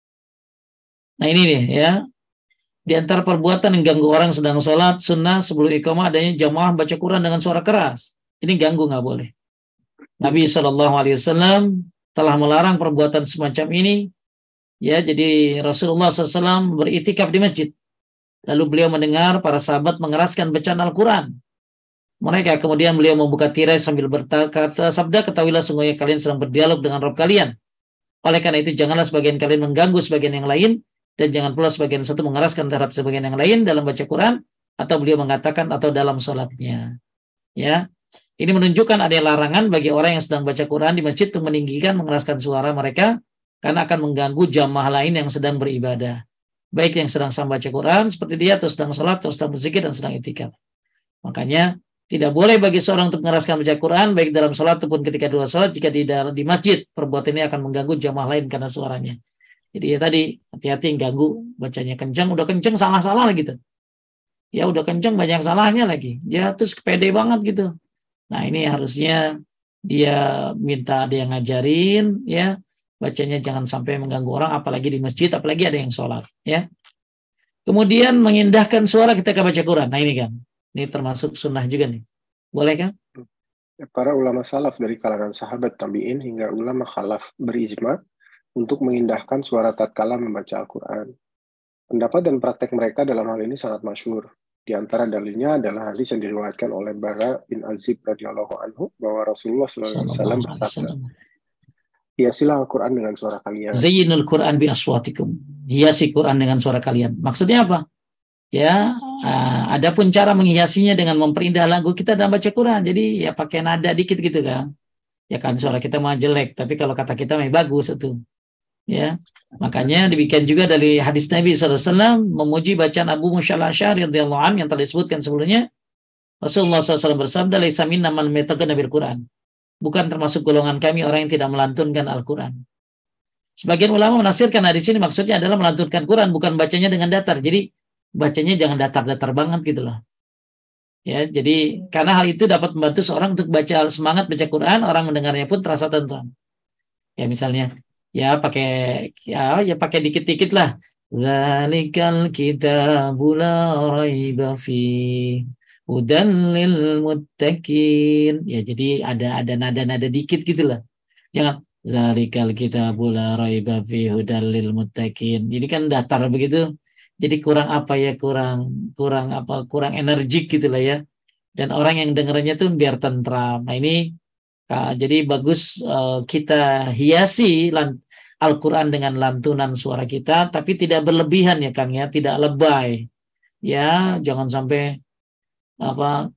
ini nih, ya, di antara perbuatan yang ganggu orang sedang sholat, sunnah sebelum iqamah adanya jamaah baca Quran dengan suara keras. Ini ganggu, nggak boleh. Nabi SAW telah melarang perbuatan semacam ini. Ya, jadi Rasulullah SAW beritikaf di masjid. Lalu beliau mendengar para sahabat mengeraskan bacaan Al-Quran. Mereka kemudian beliau membuka tirai sambil berkata, sabda, ketahuilah sungguhnya kalian sedang berdialog dengan Rabb kalian. Oleh karena itu janganlah sebagian kalian mengganggu sebagian yang lain, dan jangan pula sebagian satu mengeraskan terhadap sebagian yang lain dalam baca Quran, atau beliau mengatakan atau dalam sholatnya. Ya, ini menunjukkan ada larangan bagi orang yang sedang baca Quran di masjid untuk meninggikan, mengeraskan suara mereka, karena akan mengganggu jamaah lain yang sedang beribadah. Baik yang sedang baca Quran seperti dia, atau sedang sholat, atau sedang berzikir, dan sedang itikaf. Makanya tidak boleh bagi seorang untuk mengeraskan baca Quran baik dalam sholat ataupun ketika dua sholat jika di masjid. Perbuatan ini akan mengganggu jamaah lain karena suaranya. Jadi ya tadi hati-hati ganggu, bacanya kencang, udah kencang salah-salah gitu. Ya udah kencang banyak salahnya lagi. Ya terus pede banget gitu. Nah ini harusnya dia minta ada yang ngajarin ya. Bacanya jangan sampai mengganggu orang, apalagi di masjid, apalagi ada yang sholat ya. Kemudian mengindahkan suara ketika baca Quran. Nah ini kan, ini termasuk sunnah juga nih. Boleh kan? Para ulama salaf dari kalangan sahabat tabi'in hingga ulama khalaf berijma untuk mengindahkan suara tatkala membaca Al-Quran. Pendapat dan praktek mereka dalam hal ini sangat masyhur. Di antara dalilnya adalah hadis yang diriwayatkan oleh Bara bin Azib radhiyallahu anhu bahwa Rasulullah SAW bersabda, hiasilah Al-Quran dengan suara kalian. Zayyinul Quran bi aswatikum. Hiasi Quran dengan suara kalian. Maksudnya apa? Ya, adapun cara menghiasinya dengan memperindah lagu kita dalam baca Quran. Jadi ya pakai nada dikit gitu kan. Ya kan suara kita mah jelek, tapi kalau kata kita mah bagus itu. Ya, makanya dibikin juga dari hadis Nabi SAW memuji bacaan Abu Musa al-Asy'ari radhiyallahu anhu yang telah disebutkan sebelumnya. Rasulullah SAW bersabda, "Laisa minna man lam yataqanna bil Qur'an." Bukan termasuk golongan kami orang yang tidak melantunkan Al-Quran. Sebagian ulama menafsirkan hadis ini maksudnya adalah melantunkan Quran, bukan bacanya dengan datar. Jadi bacanya jangan datar-datar banget gitu loh. Ya, jadi karena hal itu dapat membantu seorang untuk semangat baca Quran, orang mendengarnya pun terasa tentram. Ya misalnya, ya pakai dikit-dikit lah. Zalikal kitabul la raiba fi hudan lil muttaqin. Ya jadi ada nada-nada dikit gitu lah. Jangan zalikal kitabul la raiba fi hudan lil muttaqin. Jadi kan datar begitu. Jadi kurang apa ya, kurang energik gitu lah ya. Dan orang yang dengarnya tuh biar tentram. Nah ini jadi bagus kita hiasi Al-Quran dengan lantunan suara kita, tapi tidak berlebihan ya Kang ya, tidak lebay. Ya, jangan sampai apa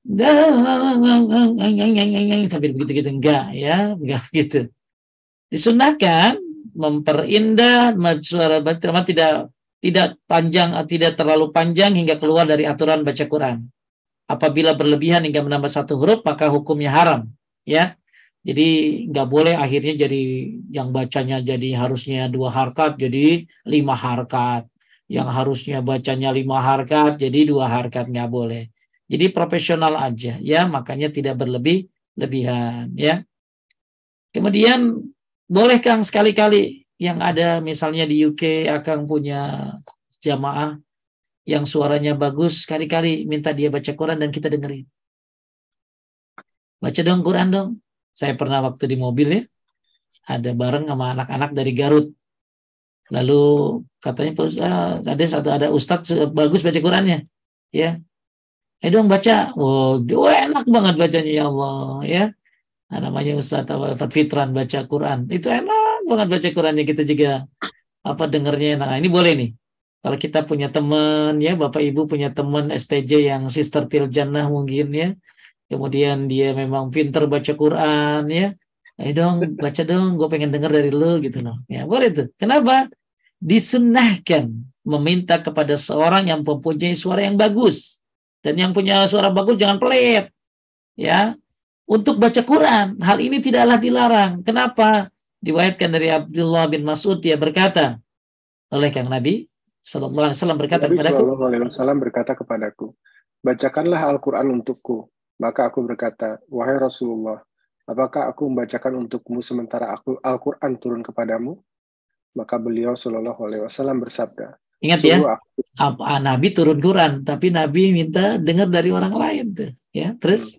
sampai begitu-gitu, enggak ya, enggak gitu. Disunahkan memperindah suara baca, tidak panjang, tidak terlalu panjang hingga keluar dari aturan baca Quran. Apabila berlebihan hingga menambah satu huruf, maka hukumnya haram. Ya, jadi nggak boleh akhirnya jadi yang bacanya jadi harusnya 2 harkat jadi 5 harkat. Yang harusnya bacanya 5 harkat jadi 2 harkat, nggak boleh. Jadi profesional aja ya, makanya tidak berlebihan ya. Kemudian boleh Kang sekali-kali yang ada misalnya di UK Akang punya jamaah yang suaranya bagus, sekali-kali minta dia baca Quran dan kita dengerin. Baca dong Quran dong. Saya pernah waktu di mobil ya, ada bareng sama anak-anak dari Garut. Lalu katanya ada ustadz bagus baca Qurannya. Ya. Dong baca. Wow, enak banget bacanya ya Allah ya. Nah, namanya Ustadz Fitran baca Quran. Itu enak banget baca Qurannya, kita juga dengernya. Nah, ini boleh nih. Kalau kita punya teman ya, Bapak Ibu punya teman STJ yang Sister Til Jannah mungkin ya. Kemudian dia memang pinter baca Quran ya. Dong, baca dong, gue pengen denger dari lu gitu loh. Ya, boleh tuh. Kenapa? Disunnahkan meminta kepada seorang yang mempunyai suara yang bagus. Dan yang punya suara bagus jangan pelit. Ya. Untuk baca Quran, hal ini tidaklah dilarang. Kenapa? Diriwayatkan dari Abdullah bin Mas'ud, dia berkata oleh Kang Nabi Sallallahu Alaihi Wasallam berkata kepadaku, bacakanlah Al-Quran untukku. Maka aku berkata, wahai Rasulullah, apakah aku membacakan untukmu sementara Al-Quran turun kepadamu? Maka beliau Sallallahu Alaihi Wasallam bersabda, ingat ya, Nabi turun Quran, tapi Nabi minta dengar dari orang lain tuh. Ya, terus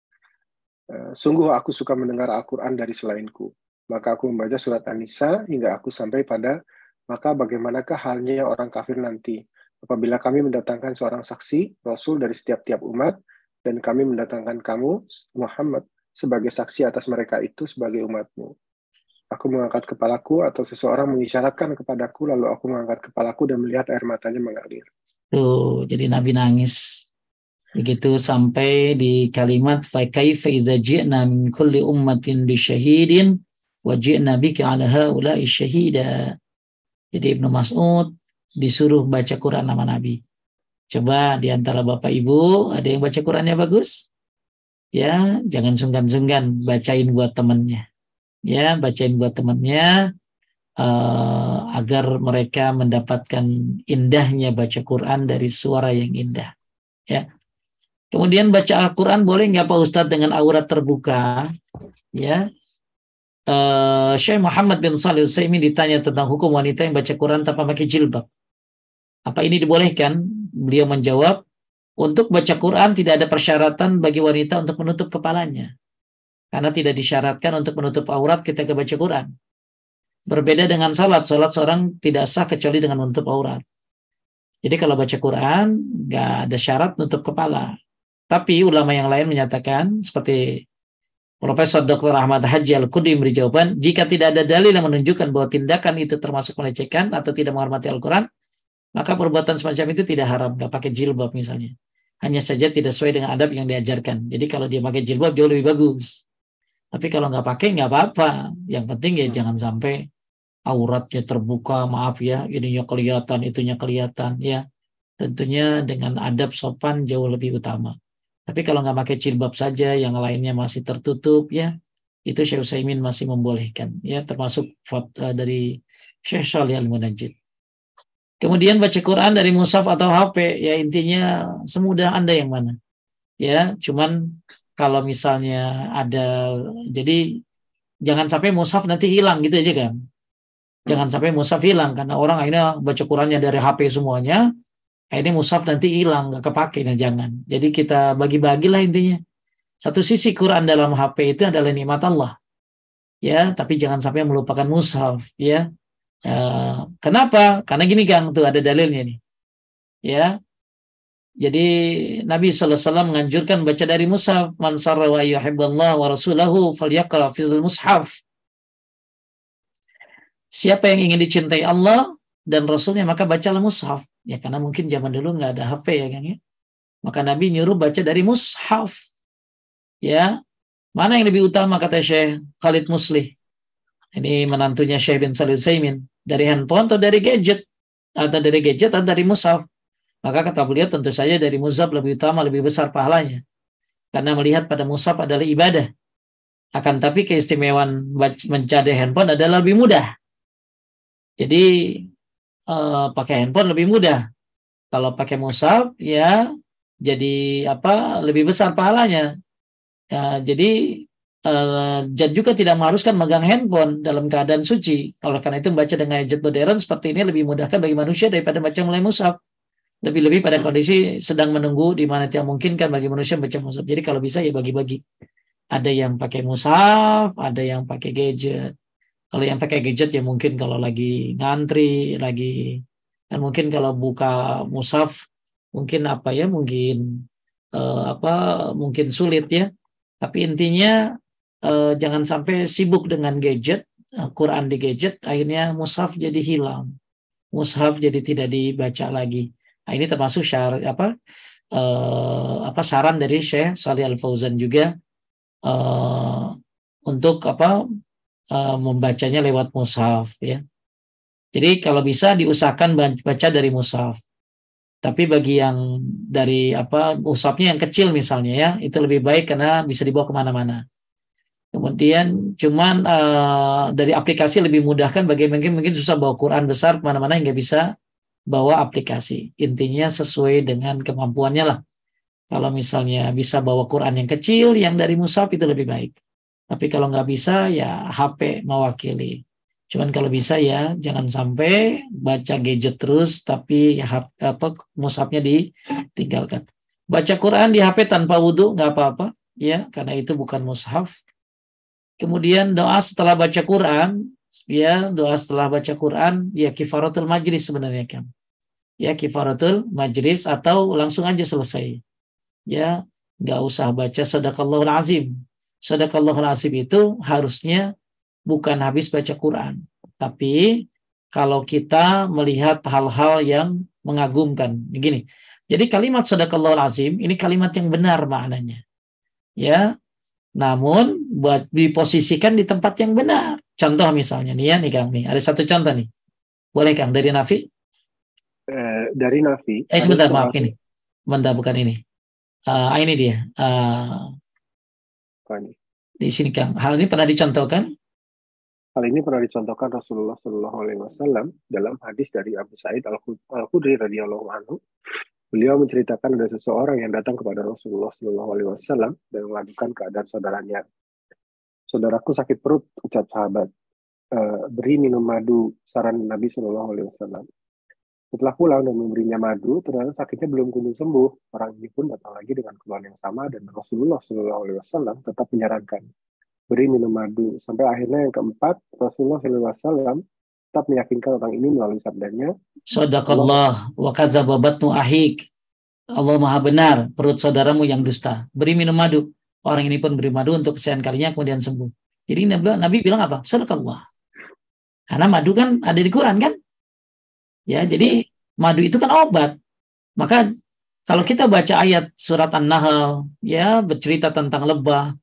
sungguh aku suka mendengar Al-Quran dari selainku. Maka aku membaca surat An-Nisa hingga aku sampai pada, maka bagaimanakah halnya orang kafir nanti apabila kami mendatangkan seorang saksi, Rasul dari setiap-tiap umat, dan kami mendatangkan kamu, Muhammad, sebagai saksi atas mereka itu sebagai umatmu. Aku mengangkat kepalaku atau seseorang mengisyaratkan kepadaku, lalu aku mengangkat kepalaku dan melihat air matanya mengalir. Tuh, jadi Nabi nangis. Begitu sampai di kalimat فَكَيْفَ إِذَا جِئْنَا مِنْ كُلِّ أُمَّةٍ بِشَهِيدٍ وَجِئْنَا بِكَ عَلَى هَؤُلَاءِ شَهِيدًا. Jadi Ibnu Mas'ud disuruh baca Quran sama Nabi. Coba di antara Bapak Ibu ada yang baca Qurannya bagus? Ya, jangan sungkan-sungkan bacain buat temannya. Ya, bacain buat temannya agar mereka mendapatkan indahnya baca Quran dari suara yang indah. Ya. Kemudian baca Al-Quran boleh nggak Pak Ustadz dengan aurat terbuka? Ya, Syekh Muhammad bin Shalih Al-Utsaimin ditanya tentang hukum wanita yang baca Quran tanpa pakai jilbab. Apa ini dibolehkan? Beliau menjawab, untuk baca Quran tidak ada persyaratan bagi wanita untuk menutup kepalanya, karena tidak disyaratkan untuk menutup aurat ketika baca Quran. Berbeda dengan salat seorang tidak sah kecuali dengan menutup aurat. Jadi kalau baca Quran nggak ada syarat nutup kepala. Tapi ulama yang lain menyatakan, seperti Profesor Dr. Ahmad Haji Al-Qudi memberi jawaban, jika tidak ada dalil yang menunjukkan bahwa tindakan itu termasuk melecehkan atau tidak menghormati Al-Quran, maka perbuatan semacam itu tidak haram, nggak pakai jilbab misalnya. Hanya saja tidak sesuai dengan adab yang diajarkan. Jadi kalau dia pakai jilbab jauh lebih bagus. Tapi kalau nggak pakai nggak apa-apa. Yang penting ya jangan sampai auratnya terbuka, maaf ya, ininya kelihatan, itunya kelihatan, ya. Tentunya dengan adab sopan jauh lebih utama. Tapi kalau nggak pakai jilbab saja, yang lainnya masih tertutup, ya, itu Syekh Utsaimin masih membolehkan, ya, termasuk dari Syekh Shalih Al-Munajjid. Kemudian baca Quran dari mushaf atau HP, ya intinya semudah Anda yang mana. Ya, cuman kalau misalnya ada, jadi jangan sampai mushaf nanti hilang gitu aja kan. Jangan sampai mushaf hilang karena orang akhirnya baca Qurannya dari HP semuanya, akhirnya mushaf nanti hilang, nggak kepake. Nah, jangan. Jadi kita bagi-bagilah intinya. Satu sisi Quran dalam HP itu adalah nikmat Allah, ya, tapi jangan sampai melupakan mushaf, ya. Kenapa? Karena gini kan, tuh ada dalilnya nih, ya. Jadi Nabi SAW menganjurkan baca dari mushaf. Man sarra wa yuhibballah wa rasulahu falyaqra fil mushaf. Siapa yang ingin dicintai Allah dan Rasulnya maka bacalah mushaf. Ya karena mungkin zaman dulu nggak ada HP ya kan ya. Maka Nabi nyuruh baca dari mushaf. Ya, mana yang lebih utama kata Syekh Khalid Muslih. Ini menantunya Syekh bin Shalih Utsaimin. Dari handphone atau dari gadget? Atau dari gadget atau dari mushaf? Maka kata beliau tentu saja dari mushaf lebih utama, lebih besar pahalanya. Karena melihat pada mushaf adalah ibadah. Akan tapi keistimewaan mencari handphone adalah lebih mudah. Jadi pakai handphone lebih mudah. Kalau pakai mushaf ya jadi lebih besar pahalanya. Ya, jadi dan juga tidak mengharuskan megang handphone dalam keadaan suci. Oleh karena itu membaca dengan gadget modern seperti ini lebih memudahkan bagi manusia daripada baca mulai mushaf. Lebih-lebih pada kondisi sedang menunggu di mana tidak mungkin kan bagi manusia baca mushaf. Jadi kalau bisa ya bagi-bagi. Ada yang pakai mushaf, ada yang pakai gadget. Kalau yang pakai gadget ya mungkin kalau lagi ngantri, dan mungkin kalau buka mushaf mungkin mungkin sulit ya. Tapi intinya jangan sampai sibuk dengan gadget, Quran di gadget, akhirnya mushaf jadi hilang, mushaf jadi tidak dibaca lagi. Nah, ini termasuk saran dari Syekh Shalih Al Fauzan juga untuk membacanya lewat mushaf ya. Jadi kalau bisa diusahakan baca dari mushaf. Tapi bagi yang dari mushafnya yang kecil misalnya ya, itu lebih baik karena bisa dibawa kemana-mana. Kemudian cuman dari aplikasi lebih mudahkan bagi mungkin susah bawa Quran besar kemana-mana yang nggak bisa bawa aplikasi. Intinya sesuai dengan kemampuannya lah. Kalau misalnya bisa bawa Quran yang kecil, yang dari mushaf itu lebih baik. Tapi kalau nggak bisa ya HP mewakili. Cuman kalau bisa ya jangan sampai baca gadget terus tapi mushafnya ditinggalkan. Baca Quran di HP tanpa wudhu nggak apa-apa ya karena itu bukan mushaf. Kemudian doa setelah baca Quran ya kifaratul majlis sebenarnya kan. Ya kifaratul majlis atau langsung aja selesai. Ya nggak usah baca sadaqallahul azim. Sadaqallahul azim itu harusnya bukan habis baca Quran, tapi kalau kita melihat hal-hal yang mengagumkan, begini. Jadi kalimat sadaqallahul azim ini kalimat yang benar maknanya, ya. Namun buat diposisikan di tempat yang benar. Contoh misalnya nih ya, nih Kang nih, ada satu contoh nih, boleh Kang dari Nafi? Dari Nafi. Sebentar maaf ini, bentar bukan ini. Ini dia. Di sini Kang, hal ini pernah dicontohkan? Hal ini pernah dicontohkan Rasulullah SAW dalam hadis dari Abu Sa'id Al-Khudri radhiyallahu anhu. Beliau menceritakan ada seseorang yang datang kepada Rasulullah SAW dan mengadukan keadaan saudaranya. Saudaraku sakit perut, ucap sahabat. Beri minum madu, saran Nabi SAW. Setelah pulang dan memberinya madu, ternyata sakitnya belum kunjung sembuh. Orang ini pun datang lagi dengan keluhan yang sama dan Rasulullah SAW tetap menyarankan beri minum madu. Sampai akhirnya yang keempat, Rasulullah SAW tetap meyakinkan orang ini melalui sabdanya. Sadaqallah wa kadzdzaba batnu ahik. Allah Maha benar, perut saudaramu yang dusta. Beri minum madu. Orang ini pun beri madu untuk kesekian kalinya kemudian sembuh. Jadi Nabi bilang apa? Sadaqallah. Karena madu kan ada di Quran kan? Ya, jadi madu itu kan obat. Maka kalau kita baca ayat surat An-Nahl ya bercerita tentang lebah,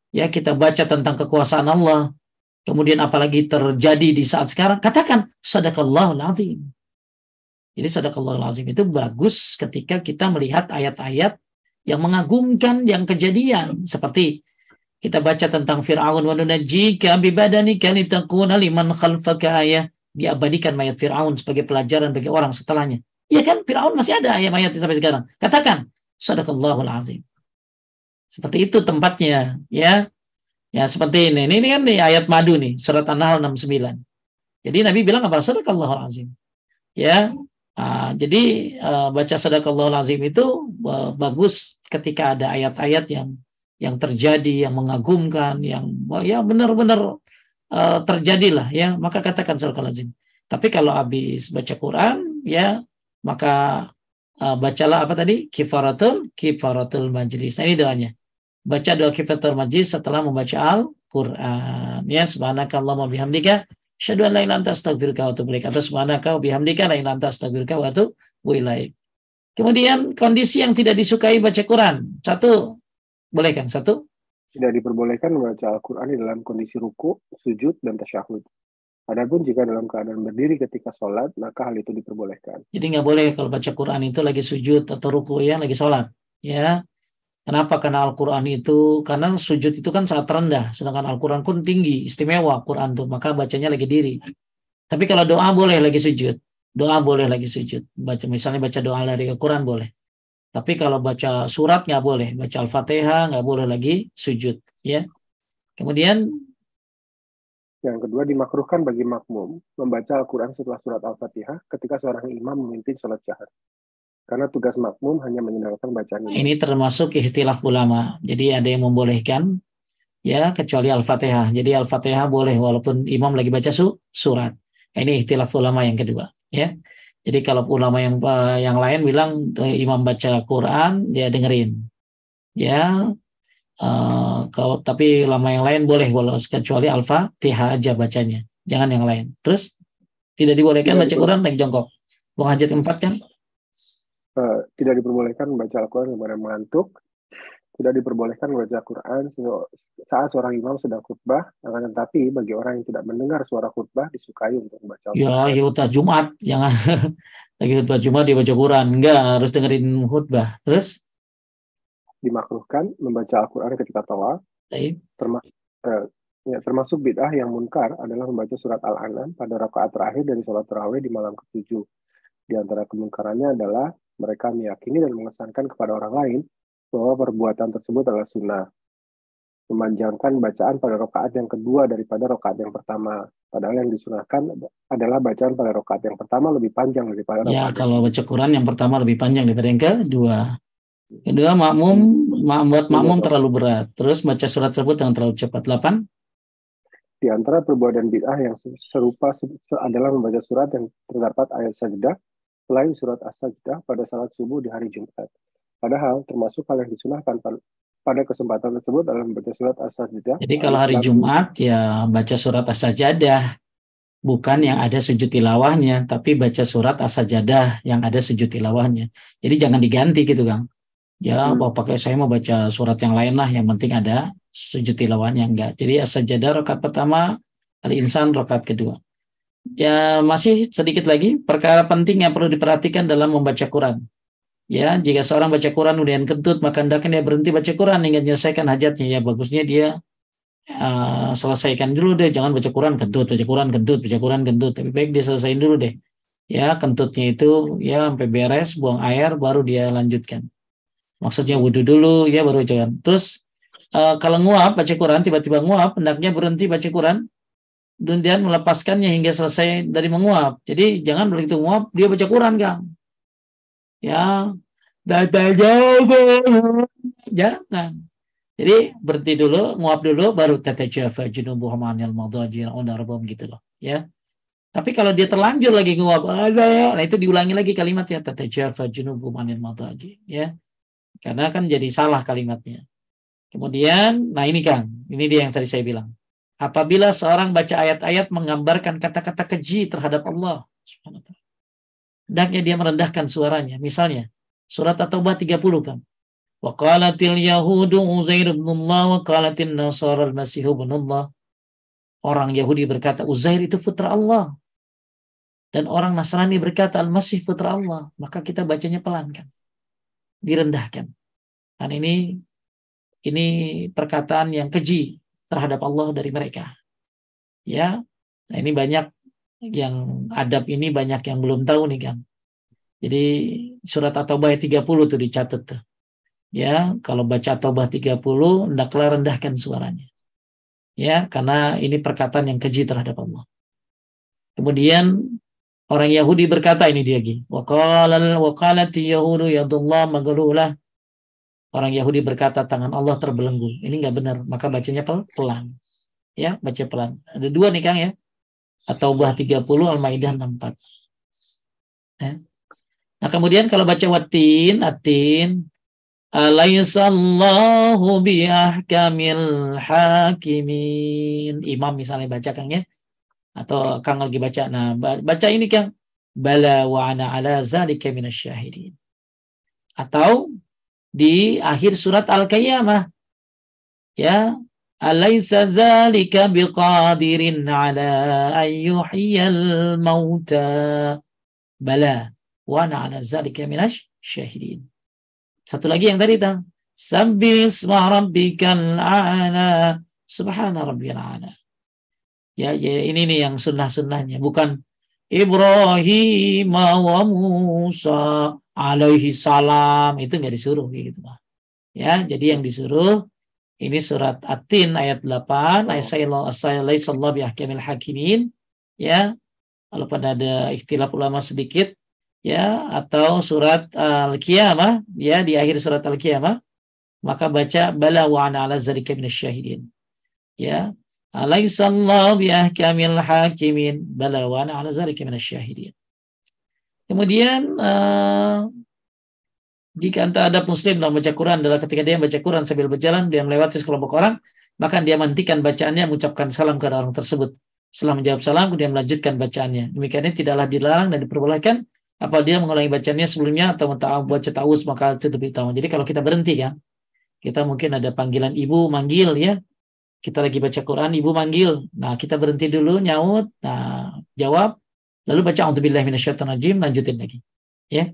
ya kita baca tentang kekuasaan Allah, kemudian apalagi terjadi di saat sekarang, katakan sadaqallahul azim. Jadi sadaqallahul azim itu bagus ketika kita melihat ayat-ayat yang mengagumkan yang kejadian, seperti kita baca tentang Fir'aun, wa nunajjika bi badanika litakuna liman khalfaka ayah, diabadikan mayat Fir'aun sebagai pelajaran bagi orang setelahnya. Iya kan, Fir'aun masih ada mayatnya sampai sekarang. Katakan sadaqallahul azim. Seperti itu tempatnya, ya. Ya seperti ini. Ini kan nih ayat madu nih, surat An-Nahl 69. Jadi Nabi bilang apa? Sadaqallahul azim. Ya. Jadi baca sadaqallahul azim itu bagus ketika ada ayat-ayat yang terjadi, yang mengagumkan, yang ya benar-benar terjadilah, ya, maka katakan sadaqallahul azim. Tapi kalau habis baca Quran, ya, maka bacalah apa tadi? Kifaratul majlis. Nah, ini doanya. Baca doa kifaratul majlis setelah membaca Al-Quran. Ya, subhanakallahumma bihamdika asyhadu an la ilaha illa anta astaghfiruka wa atubu ilaik. Atau subhanaka wa bihamdika la ilaha illa anta astaghfiruka wa atubu ilaik. Kemudian kondisi yang tidak disukai baca Quran. Satu, boleh kan? Satu, Tidak diperbolehkan membaca Al-Quran di dalam kondisi ruku, sujud, dan tasyahud. Adapun jika dalam keadaan berdiri ketika sholat, maka hal itu diperbolehkan. jadi nggak boleh kalau baca Quran itu lagi sujud atau ruku, ya, lagi sholat. Ya, kenapa? Karena Al-Quran itu, karena sujud itu kan saat rendah, sedangkan Al-Quran pun tinggi, istimewa Quran tuh, maka bacanya lagi diri. Tapi kalau doa boleh lagi sujud, doa boleh lagi sujud. Misalnya baca doa dari Al-Quran boleh. Tapi kalau baca surat nggak boleh, baca Al-Fatihah nggak boleh lagi sujud. Ya. Kemudian Yang kedua, dimakruhkan bagi makmum membaca Al-Quran setelah surat Al-Fatihah ketika seorang imam memimpin sholat jahar. Karena tugas makmum hanya menyenangkan bacaan imam. ini termasuk ikhtilaf ulama. Jadi ada yang membolehkan, ya, kecuali Al-Fatihah. Jadi Al-Fatihah boleh walaupun imam lagi baca surat. Ini ikhtilaf ulama yang kedua, ya. Jadi kalau ulama yang lain bilang imam baca Quran, dia dengerin. Ya, kalau tapi ulama yang lain boleh walau kecuali Al-Fatihah aja bacanya. Jangan yang lain. Terus tidak dibolehkan baca Quran lagi jongkok. Buang hajat 4 kan? Tidak diperbolehkan membaca Al-Quran kepada mengantuk. Tidak diperbolehkan membaca Al-Quran saat seorang imam sedang khutbah. Akan tetapi bagi orang yang tidak mendengar suara khutbah disukai untuk membaca Al-Quran. Ya, khutbah Jumat, jangan lagi khutbah Jumat dia baca Quran. Enggak, harus dengerin khutbah. Terus Dimakruhkan membaca Al-Quran ketika tawaf. Termasuk bid'ah yang munkar adalah membaca surat Al-An'am pada rakaat terakhir dari sholat tarawih di malam ke-7. Di antara kemungkarannya adalah mereka meyakini dan mengesankan kepada orang lain bahwa perbuatan tersebut adalah sunnah. Memanjangkan bacaan pada rakaat yang kedua daripada rakaat yang pertama. Padahal yang disunahkan adalah bacaan pada rakaat yang pertama lebih panjang daripada rakaat. Ya, kalau baca Quran yang pertama lebih panjang daripada yang kedua. Kedua, makmum terlalu berat. Terus baca surat tersebut yang terlalu cepat. 8. Di antara perbuatan bid'ah yang serupa adalah membaca surat yang terdapat ayat sajdah selain surat as-sajdah pada salat subuh di hari Jumat. Padahal termasuk hal yang disunahkan pada kesempatan tersebut adalah membaca surat as-sajdah. Jadi kalau hari Jumat ya baca surat as-sajdah, bukan yang ada sujud tilawahnya, tapi baca surat as-sajdah yang ada sujud tilawahnya. Jadi jangan diganti gitu, Kang. Ya, pakai saya mau baca surat yang lain lah, yang penting ada sujud tilawahnya, enggak. Jadi as-sajdah rakaat pertama, al-insan rakaat kedua. Ya, masih sedikit lagi perkara penting yang perlu diperhatikan dalam membaca Quran. Ya, jika seorang baca Quran kemudian kentut, maka hendaknya dia berhenti baca Quran hingga menyelesaikan hajatnya. Ya, bagusnya dia selesaikan dulu deh, jangan baca Quran kentut, baca Quran kentut, baca Quran kentut. Tapi baik dia selesaiin dulu deh. Ya, kentutnya itu ya sampai beres, buang air, baru dia lanjutkan. Maksudnya wudhu dulu, ya baru jalan. Terus kalau nguap baca Quran, tiba-tiba nguap, hendaknya berhenti baca Quran dan melepaskannya hingga selesai dari menguap. Jadi jangan begitu nguap dia baca Quran, Kang. Ya, jangan. Jadi berhenti dulu, nguap dulu, baru tatajafa junubuhum anil madaji gitu loh. Ya. Tapi kalau dia terlanjur lagi nguap, nah itu diulangi lagi kalimatnya tatajafa junubuhum anil madaji. Ya. Karena kan jadi salah kalimatnya. Kemudian, nah ini Kang, ini dia yang tadi saya bilang. Apabila seorang baca ayat-ayat menggambarkan kata-kata keji terhadap Allah, hendaknya dia merendahkan suaranya. Misalnya, surat At-Taubah 30 kan. Wa qalatil yahudu Uzair ibn Allah wa qalatil nasara al-Masih ibn Allah. Orang Yahudi berkata Uzair itu putra Allah. Dan orang Nasrani berkata Al-Masih putra Allah. Maka kita bacanya pelan kan. Direndahkan. Dan ini perkataan yang keji terhadap Allah dari mereka. Ya. Nah, ini banyak yang adab ini banyak yang belum tahu nih Kang. Jadi surat At-Taubah 30 tuh dicatat tuh. Ya, kalau baca At-Taubah 30 hendaklah rendahkan suaranya. Ya, karena ini perkataan yang keji terhadap Allah. Kemudian orang Yahudi berkata ini dia lagi. Wa qalati yahudu yadullah maglulah. Orang Yahudi berkata tangan Allah terbelenggu. Ini enggak benar, maka bacanya pelan. Ya, baca pelan. Ada dua nih Kang ya. At-Taubah 30, Al-Maidah 64. Ya. Nah, kemudian kalau baca atin, alaysallahu biahkamil hakimin. Imam misalnya baca Kang ya. Atau Kang lagi baca. Nah, baca ini Kang. Bala wa ana ala zalika minasyahidin. Atau di akhir surat Al-Qiyamah. Ya. Alaysa zalika biqadirin ala ayyuhiyal mauta. Bala wa ana ala zalika minasyahidin. Satu lagi yang tadi Tang. Sabbisma rabbikal a'la. Subhana rabbiyal a'la. Ya, ini nih yang sunnah-sunnahnya. Bukan Ibrahim wa Musa alaihi salam. Itu nggak disuruh gitu. Ya, jadi yang disuruh ini surat At-Tin ayat 8. Alaysallahu biahkamil hakimin. Ya, walaupun ada ikhtilaf ulama sedikit. Ya, atau surat Al-Qiyamah, ya, di akhir surat Al-Qiyamah, maka baca bala wa ana ala zalika minasyahidin. Ya, alaysallahu biahkamil hakimin, bala wa ana ala zalika minasyahidin. Kemudian jika antara adab muslim dalam baca Quran adalah ketika dia baca Quran sambil berjalan, dia melewati sekelompok orang, maka dia menghentikan bacaannya, mengucapkan salam kepada orang tersebut. Setelah menjawab salam, kemudian melanjutkan bacaannya. Demikiannya tidaklah dilarang dan diperbolehkan apa dia mengulangi bacanya sebelumnya atau baca ta'awuz, maka itu lebih utama. Jadi kalau kita berhenti kan, kita mungkin ada panggilan ibu manggil ya, kita lagi baca Quran, ibu manggil, nah kita berhenti dulu nyaut, nah jawab, lalu baca a'udzubillahi minasyaitonirrajim, lanjutin lagi ya.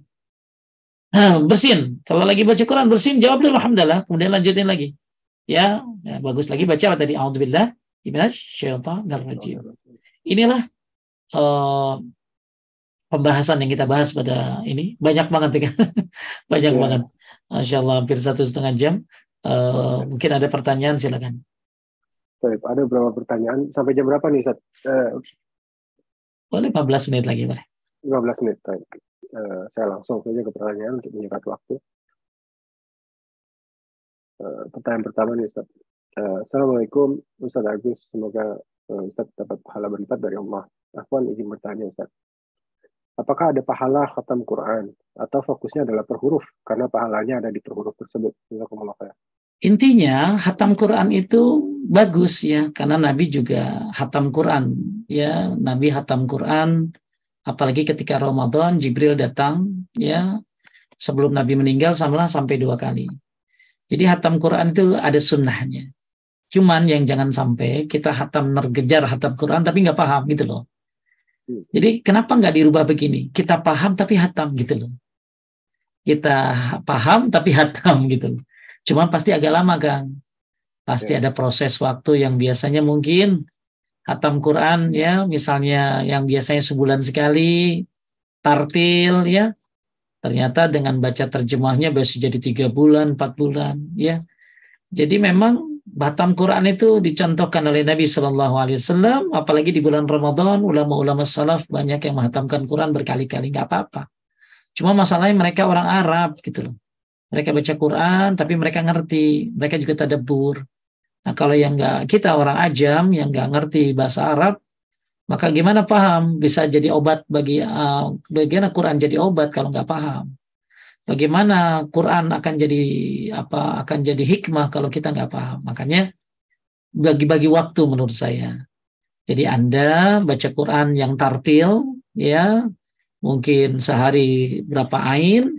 Bersin, kalau lagi baca Quran bersin, jawab dulu alhamdulillah, kemudian lanjutin lagi ya, bagus lagi baca apa tadi, a'udzubillahi minasyaitonirrajim. Inilah pembahasan yang kita bahas pada ini. Banyak banget ya. Banyak banget. Masya Allah, hampir 1,5 jam. Mungkin ada pertanyaan, silakan. Baik, ada beberapa pertanyaan. Sampai jam berapa nih, Ustaz? Boleh 15 menit lagi, boleh. 15 menit. Baik. Saya langsung saja ke pertanyaan untuk menyingkat waktu. Pertanyaan pertama nih, Ustaz. Assalamualaikum, Ustaz Agus. Semoga Ustaz dapat pahala berlipat dari Allah. Afwan izin bertanya, Ustaz. Apakah ada pahala khatam Quran atau fokusnya adalah per huruf karena pahalanya ada di per huruf tersebut? Intinya khatam Quran itu bagus ya, karena Nabi juga khatam Quran ya. Nabi khatam Quran apalagi ketika Ramadan, Jibril datang ya, sebelum Nabi meninggal sampai 2 kali. Jadi khatam Quran itu ada sunnahnya. Cuman yang jangan sampai kita khatam ngejar khatam Quran tapi nggak paham gitu loh. Jadi kenapa nggak dirubah begini? Kita paham tapi hatam gitu loh. Kita paham tapi hatam gitu loh. Cuma pasti agak lama Kang. Pasti ada proses waktu yang biasanya mungkin hatam Quran ya, misalnya yang biasanya sebulan sekali, tartil ya. Ternyata dengan baca terjemahnya bisa jadi 3 bulan, 4 bulan ya. Jadi memang Batam Quran itu dicontohkan oleh Nabi SAW, apalagi di bulan Ramadan, ulama-ulama salaf banyak yang menghatamkan Quran berkali-kali, nggak apa-apa. Cuma masalahnya mereka orang Arab gitu loh. Mereka baca Quran, tapi mereka ngerti, mereka juga tadabbur. Nah kalau yang nggak, kita orang ajam yang nggak ngerti bahasa Arab, maka gimana paham? Bisa jadi obat bagaimana Quran jadi obat kalau nggak paham? Bagaimana Quran akan jadi hikmah kalau kita nggak paham. Makanya bagi-bagi waktu menurut saya. Jadi Anda baca Quran yang tartil ya, mungkin sehari berapa ain,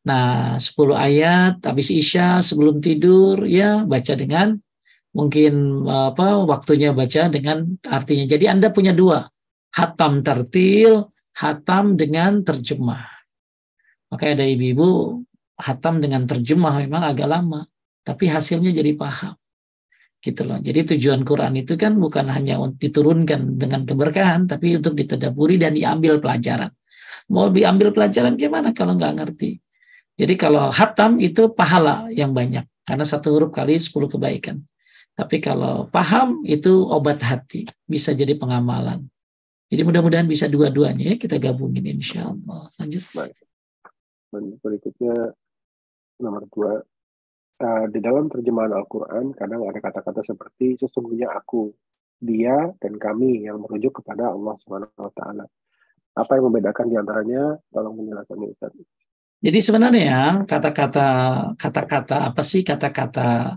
Nah, 10 ayat habis Isya sebelum tidur ya baca dengan mungkin waktunya baca dengan artinya. Jadi Anda punya dua, hatam tartil, hatam dengan terjemah. Makanya ada ibu-ibu hatam dengan terjemah memang agak lama, tapi hasilnya jadi paham. Gitu loh. Jadi tujuan Quran itu kan bukan hanya untuk diturunkan dengan keberkahan, tapi untuk ditadaburi dan diambil pelajaran. Mau diambil pelajaran gimana kalau nggak ngerti? Jadi kalau hatam itu pahala yang banyak, karena satu huruf kali 10 kebaikan. Tapi kalau paham itu obat hati, bisa jadi pengamalan. Jadi mudah-mudahan bisa dua-duanya ya, kita gabungin insya Allah. Lanjut. Baik. Berikutnya nomor 2. Di dalam terjemahan Al-Quran kadang ada kata-kata seperti sesungguhnya aku, dia, dan kami yang merujuk kepada Allah Subhanahu wa Ta'ala. Apa yang membedakan di antaranya? Tolong menjelaskan Ustaz. Jadi sebenarnya kata-kata apa sih kata-kata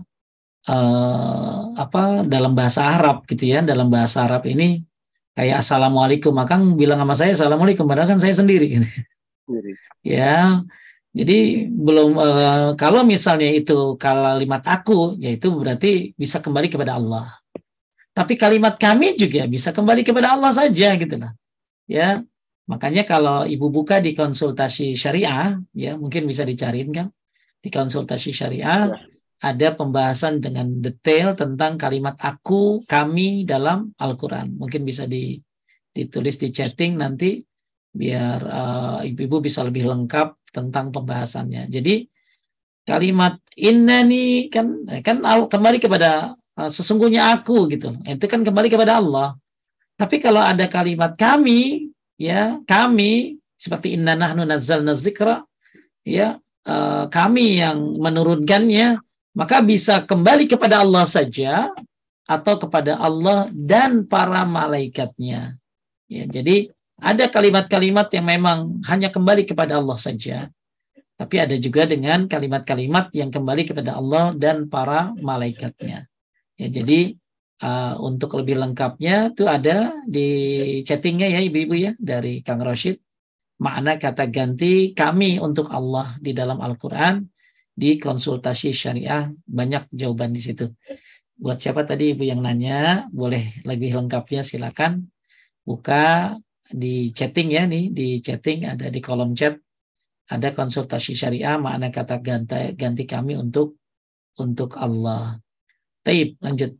dalam bahasa Arab gitu ya, dalam bahasa Arab ini kayak assalamualaikum, maka bilang sama saya assalamualaikum padahal kan saya sendiri. Ya, jadi belum kalau misalnya itu kalimat aku, yaitu berarti bisa kembali kepada Allah. Tapi kalimat kami juga bisa kembali kepada Allah saja gitu lah. Ya, makanya kalau ibu buka di konsultasi syariah, ya mungkin bisa dicariin kan di konsultasi syariah ada pembahasan dengan detail tentang kalimat aku, kami dalam Al-Quran. Mungkin bisa ditulis di chatting nanti biar ibu-ibu bisa lebih lengkap tentang pembahasannya. Jadi kalimat innani kan kembali kepada sesungguhnya aku gitu. Itu kan kembali kepada Allah. Tapi kalau ada kalimat kami, ya kami seperti inna nahnu nazzalna dzikra, ya kami yang menurunkannya, maka bisa kembali kepada Allah saja atau kepada Allah dan para malaikatnya. Ya, jadi ada kalimat-kalimat yang memang hanya kembali kepada Allah saja, tapi ada juga dengan kalimat-kalimat yang kembali kepada Allah dan para malaikatnya. Ya, jadi untuk lebih lengkapnya itu ada di chattingnya ya ibu-ibu ya dari Kang Roshid. Makna kata ganti kami untuk Allah di dalam Al-Quran di konsultasi syariah, banyak jawaban di situ. Buat siapa tadi ibu yang nanya, boleh lebih lengkapnya silakan buka di chatting ya nih, di chatting ada di kolom chat ada konsultasi syariah makna kata ganti kami untuk Allah. Taib, lanjut.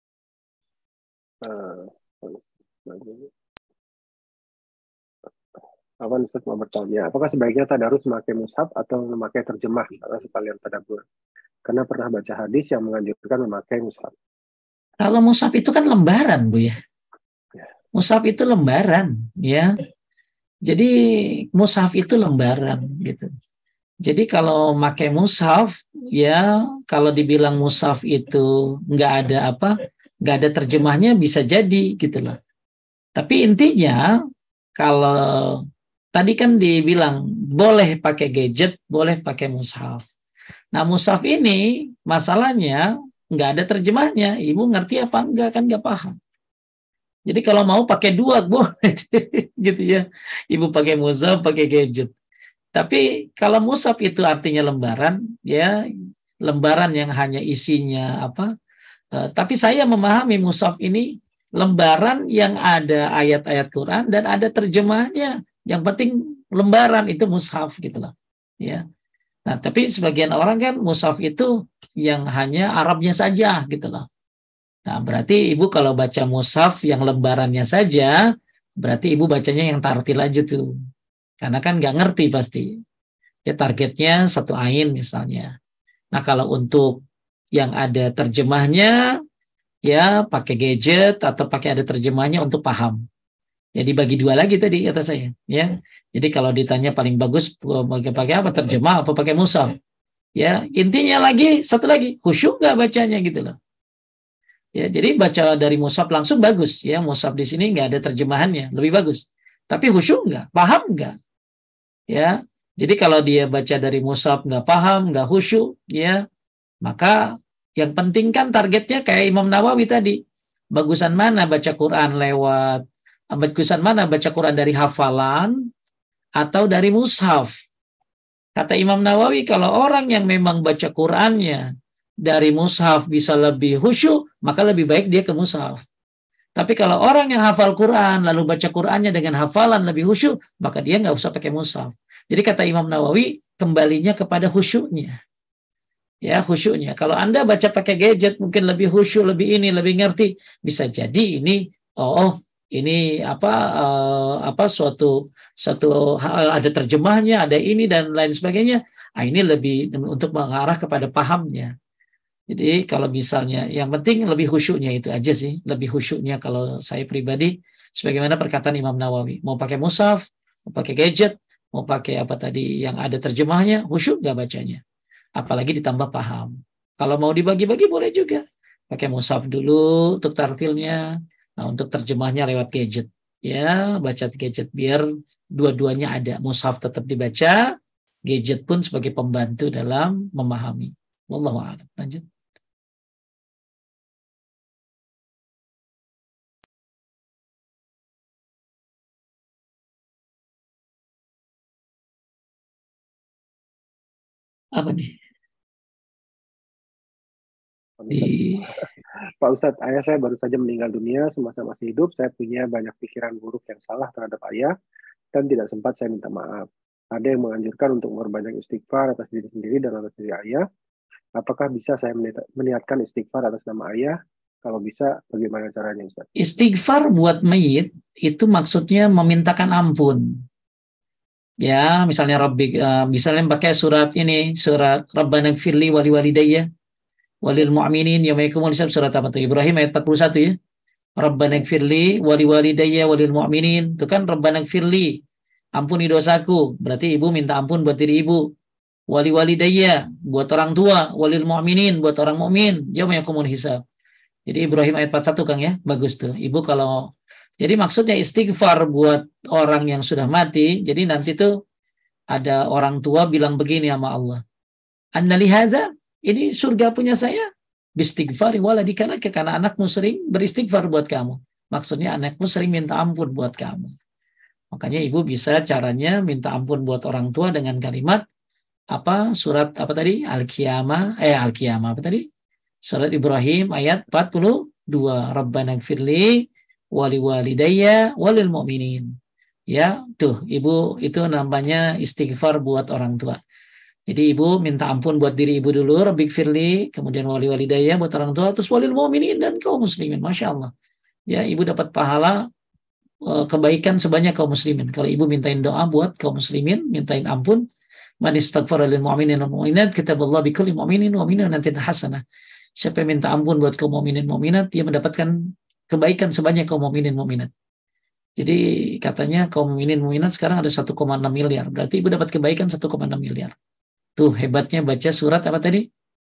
Apa Ustaz mau bertanya, apakah sebaiknya tadarus memakai mushaf atau memakai terjemah atau sekalian tadabbur? Karena pernah baca hadis yang menganjurkan memakai mushaf. Kalau mushaf itu kan lembaran, Bu ya. Mushaf itu lembaran, ya. Jadi mushaf itu lembaran gitu. Jadi kalau pakai mushaf, ya kalau dibilang mushaf itu nggak ada terjemahnya bisa jadi gitu loh. Tapi intinya kalau tadi kan dibilang boleh pakai gadget, boleh pakai mushaf. Nah mushaf ini masalahnya nggak ada terjemahnya. Ibu ngerti apa enggak kan nggak paham. Jadi kalau mau pakai dua boleh gitu ya. Ibu pakai mushaf, pakai gadget. Tapi kalau mushaf itu artinya lembaran, ya lembaran yang hanya isinya apa? Tapi saya memahami mushaf ini lembaran yang ada ayat-ayat Quran dan ada terjemahnya. Yang penting lembaran itu mushaf gitulah. Ya. Nah, tapi sebagian orang kan mushaf itu yang hanya Arabnya saja gitulah. Nah, berarti ibu kalau baca mushaf yang lembarannya saja, berarti ibu bacanya yang tartil aja tuh. Karena kan nggak ngerti pasti. Ya targetnya satu ain misalnya. Nah kalau untuk yang ada terjemahnya, ya pakai gadget atau pakai ada terjemahnya untuk paham. Jadi bagi dua lagi tadi kata saya. Ya. Jadi kalau ditanya paling bagus pakai apa terjemah apa pakai mushaf. Ya intinya lagi satu lagi khusyuk nggak bacanya gitu loh. Ya jadi baca dari mushaf langsung bagus ya mushaf di sini nggak ada terjemahannya lebih bagus. Tapi khusyuk nggak, paham nggak? Ya, jadi kalau dia baca dari mushaf nggak paham, nggak khusyuk, ya, maka yang penting kan targetnya kayak Imam Nawawi tadi. Bagusan mana baca Quran lewat, bagusan mana baca Quran dari hafalan atau dari mushaf. Kata Imam Nawawi, kalau orang yang memang baca Qur'annya dari mushaf bisa lebih khusyuk, maka lebih baik dia ke mushaf. Tapi kalau orang yang hafal Quran lalu baca Qurannya dengan hafalan lebih khusyuk, maka dia nggak usah pakai mushaf. Jadi kata Imam Nawawi, kembalinya kepada khusyuknya. Ya, khusyuknya. Kalau Anda baca pakai gadget mungkin lebih khusyuk, lebih ini, lebih ngerti. Bisa jadi ini ini suatu hal, ada terjemahnya, ada ini dan lain sebagainya. Nah, ini lebih untuk mengarah kepada pahamnya. Jadi kalau misalnya yang penting lebih khusyuknya itu aja sih, lebih khusyuknya kalau saya pribadi sebagaimana perkataan Imam Nawawi. Mau pakai mushaf, mau pakai gadget, mau pakai apa tadi yang ada terjemahnya, khusyuk gak bacanya. Apalagi ditambah paham. Kalau mau dibagi-bagi boleh juga. Pakai mushaf dulu untuk tartilnya, nah untuk terjemahnya lewat gadget. Ya, baca gadget biar dua-duanya ada. Mushaf tetap dibaca, gadget pun sebagai pembantu dalam memahami. Wallahu a'lam. Lanjut. Apa nih? Di Pak Ustadz, ayah saya baru saja meninggal dunia semasa masih hidup. Saya punya banyak pikiran buruk yang salah terhadap ayah dan tidak sempat saya minta maaf. Ada yang menganjurkan untuk memperbanyak istighfar atas diri sendiri dan atas diri ayah. Apakah bisa saya meniatkan istighfar atas nama ayah? Kalau bisa, bagaimana caranya, Ustaz? Istighfar buat mayit itu maksudnya memintakan ampun. Ya, misalnya misalnya pakai surat ini, surat Rabbana gfirli wali walidayya walil mu'minin yauma yaqumul hisab, surat apa tuh? Ibrahim ayat 41 ya. Rabbana gfirli wali walidayya walil mu'minin. Itu kan Rabbana gfirli, ampuni dosaku. Berarti ibu minta ampun buat diri ibu. Wali walidayya buat orang tua, walil mu'minin buat orang mukmin yauma yaqumul hisab. Jadi Ibrahim ayat 41 Kang ya. Bagus tuh. Ibu kalau jadi maksudnya istighfar buat orang yang sudah mati. Jadi nanti tuh ada orang tua bilang begini sama Allah. Anna lihaza, ini surga punya saya. Bistighfari waladika, karena anakmu sering beristighfar buat kamu. Maksudnya anakmu sering minta ampun buat kamu. Makanya ibu bisa caranya minta ampun buat orang tua dengan kalimat surat apa tadi? Al-Qiyamah apa tadi? Surat Ibrahim ayat 42. Rabbana gfirli wali walidayya walil mu'minin. Ya, tuh ibu itu namanya istighfar buat orang tua. Jadi ibu minta ampun buat diri ibu dulu, Rabbi gfirli, kemudian wali walidayya buat orang tua, terus walil mu'minin dan kaum muslimin. Masya Allah. Ya, ibu dapat pahala kebaikan sebanyak kaum muslimin. Kalau ibu mintain doa buat kaum muslimin, mintain ampun, man istaghfara lil mu'minin wal mu'minat kataballahu bikulli mu'minin wa mu'minatin hasanah. Siapa yang minta ampun buat kaum mukminin mukminat, dia mendapatkan kebaikan sebanyak kaum mukminin mukminat. Jadi katanya kaum mukminin mukminat sekarang ada 1,6 miliar. Berarti ibu dapat kebaikan 1,6 miliar. Tuh hebatnya baca surat apa tadi?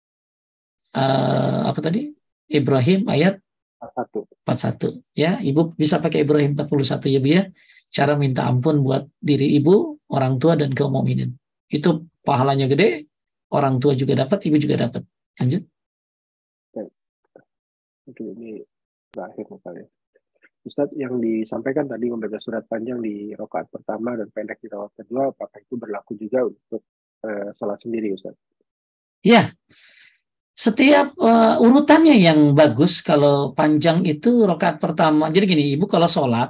Ibrahim ayat 41. Ya, ibu bisa pakai Ibrahim 41 ya Bu ya. Cara minta ampun buat diri ibu, orang tua dan kaum mukminin. Itu pahalanya gede, orang tua juga dapat, ibu juga dapat. Lanjut. Oke, ini terakhir misalnya. Ustadz, yang disampaikan tadi membaca surat panjang di rakaat pertama dan pendek di rakaat kedua, apakah itu berlaku juga untuk sholat sendiri, Ustadz? Ya, setiap urutannya yang bagus. Kalau panjang itu rakaat pertama. Jadi gini, ibu kalau sholat,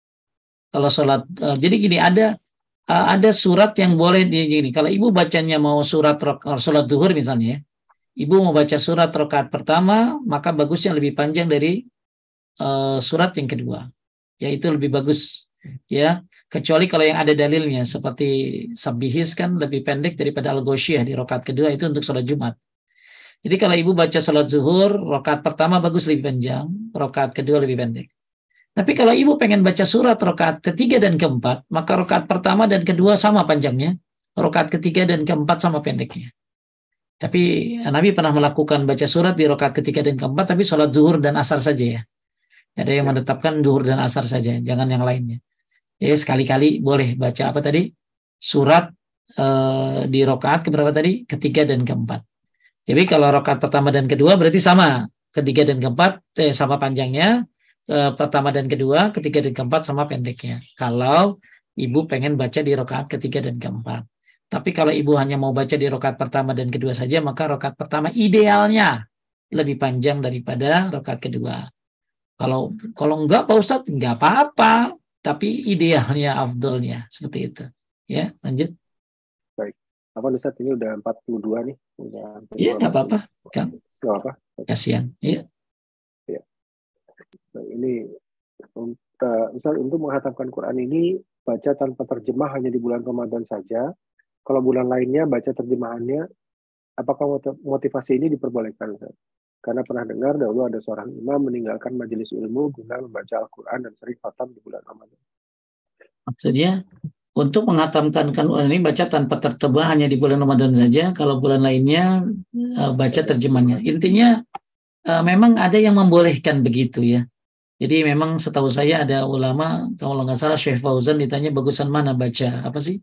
jadi gini ada surat yang boleh gini. Kalau ibu bacanya mau sholat zuhur misalnya, ibu mau baca surat rakaat pertama, maka bagusnya lebih panjang dari surat yang kedua. Ya itu lebih bagus. Ya, kecuali kalau yang ada dalilnya seperti Sabbihis kan lebih pendek daripada Al-Ghoshiyah di rakaat kedua, itu untuk sholat Jumat. Jadi kalau ibu baca sholat zuhur, rakaat pertama bagus lebih panjang, rakaat kedua lebih pendek. Tapi kalau ibu pengen baca surat rakaat ketiga dan keempat, maka rakaat pertama dan kedua sama panjangnya, rakaat ketiga dan keempat sama pendeknya. Tapi Nabi pernah melakukan baca surat di rakaat ketiga dan keempat, tapi sholat zuhur dan asar saja ya. Ada yang menetapkan zuhur dan asar saja, jangan yang lainnya. Ya sekali-kali boleh baca apa tadi? Surat di rakaat keberapa tadi? Ketiga dan keempat. Jadi kalau rakaat pertama dan kedua berarti sama, ketiga dan keempat sama panjangnya, pertama dan kedua, ketiga dan keempat sama pendeknya. Kalau ibu pengen baca di rakaat ketiga dan keempat. Tapi kalau ibu hanya mau baca di rakaat pertama dan kedua saja, maka rakaat pertama idealnya lebih panjang daripada rakaat kedua. Kalau enggak Pak Ustadz, enggak apa-apa. Tapi idealnya, afdolnya seperti itu. Ya, lanjut. Baik. Apa Ustadz, ini udah 42 nih. Iya, enggak apa-apa. Kan? Enggak apa. Kasihan. Iya. Ya. Nah, ini misal untuk menghatamkan Quran ini baca tanpa terjemah hanya di bulan Ramadan saja. Kalau bulan lainnya baca terjemahannya, apakah motivasi ini diperbolehkan? Karena pernah dengar dahulu ada seorang imam meninggalkan majelis ilmu guna membaca Al-Quran dan sering khatam di bulan Ramadan. Maksudnya untuk menghatamkan Quran ini baca tanpa terjemah hanya di bulan Ramadan saja. Kalau bulan lainnya baca terjemahnya. Intinya memang ada yang membolehkan begitu ya. Jadi memang setahu saya ada ulama, kalau nggak salah Syekh Fauzan ditanya bagusan mana baca apa sih?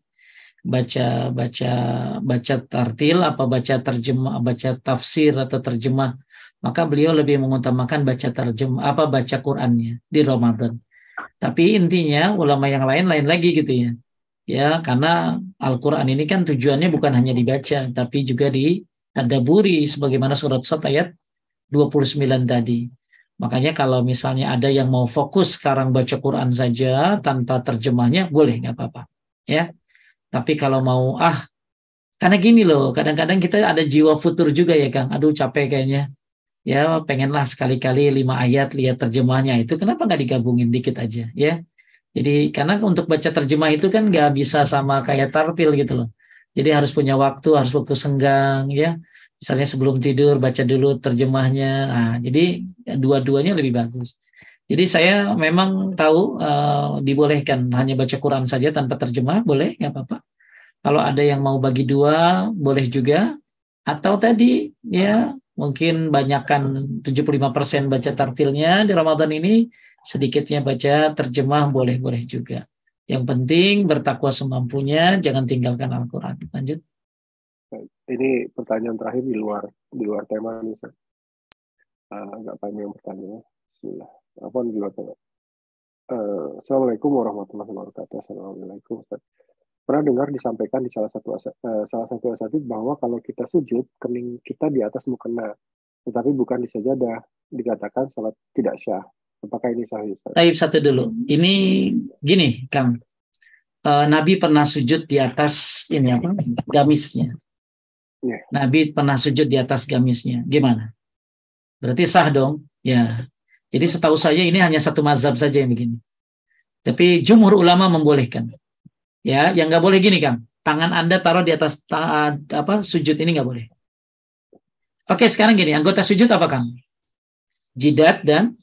Baca tartil apa baca terjemah, baca tafsir atau terjemah. Maka beliau lebih mengutamakan baca terjemah baca Qur'annya di Ramadan. Tapi intinya ulama yang lain lagi gitu ya. Ya, karena Al-Qur'an ini kan tujuannya bukan hanya dibaca tapi juga ditadaburi sebagaimana surat Sad ayat 29 tadi. Makanya kalau misalnya ada yang mau fokus sekarang baca Quran saja tanpa terjemahnya boleh, nggak apa-apa. Ya. Tapi kalau mau karena gini loh, kadang-kadang kita ada jiwa futur juga ya Kang. Aduh capek kayaknya. Ya pengenlah sekali-kali 5 ayat lihat terjemahnya itu. Kenapa nggak digabungin dikit aja ya? Jadi karena untuk baca terjemah itu kan nggak bisa sama kayak tartil gitu loh. Jadi harus punya waktu, harus waktu senggang ya. Misalnya sebelum tidur baca dulu terjemahnya. Nah, jadi dua-duanya lebih bagus. Jadi saya memang tahu dibolehkan hanya baca Quran saja tanpa terjemah, boleh, nggak apa-apa. Kalau ada yang mau bagi dua, boleh juga. Atau tadi ya mungkin banyakkan 75% baca tartilnya di Ramadan ini, sedikitnya baca terjemah boleh-boleh juga. Yang penting bertakwa semampunya, jangan tinggalkan Al-Quran. Lanjut. Ini pertanyaan terakhir di luar tema nih, Ustaz. Nggak paham yang pertanyaannya. Bismillah. Apa di luar tema? Assalamualaikum warahmatullahi wabarakatuh. Assalamualaikum, Ustaz. Pernah dengar disampaikan di salah satu asatidz bahwa kalau kita sujud, kening kita di atas mukena, tetapi bukan di sajadah, dikatakan salat tidak syah. Apakah ini sahih, Ustaz? Taib satu dulu. Ini gini, Kang. Nabi pernah sujud di atas gamisnya. Yeah. Nabi pernah sujud di atas gamisnya. Gimana? Berarti sah dong? Ya. Jadi setahu saya ini hanya satu mazhab saja yang begini. Tapi jumhur ulama membolehkan. Ya, yang nggak boleh gini Kang, tangan Anda taruh di atas sujud ini nggak boleh. Oke, sekarang gini, anggota sujud apa Kang? Jidat dan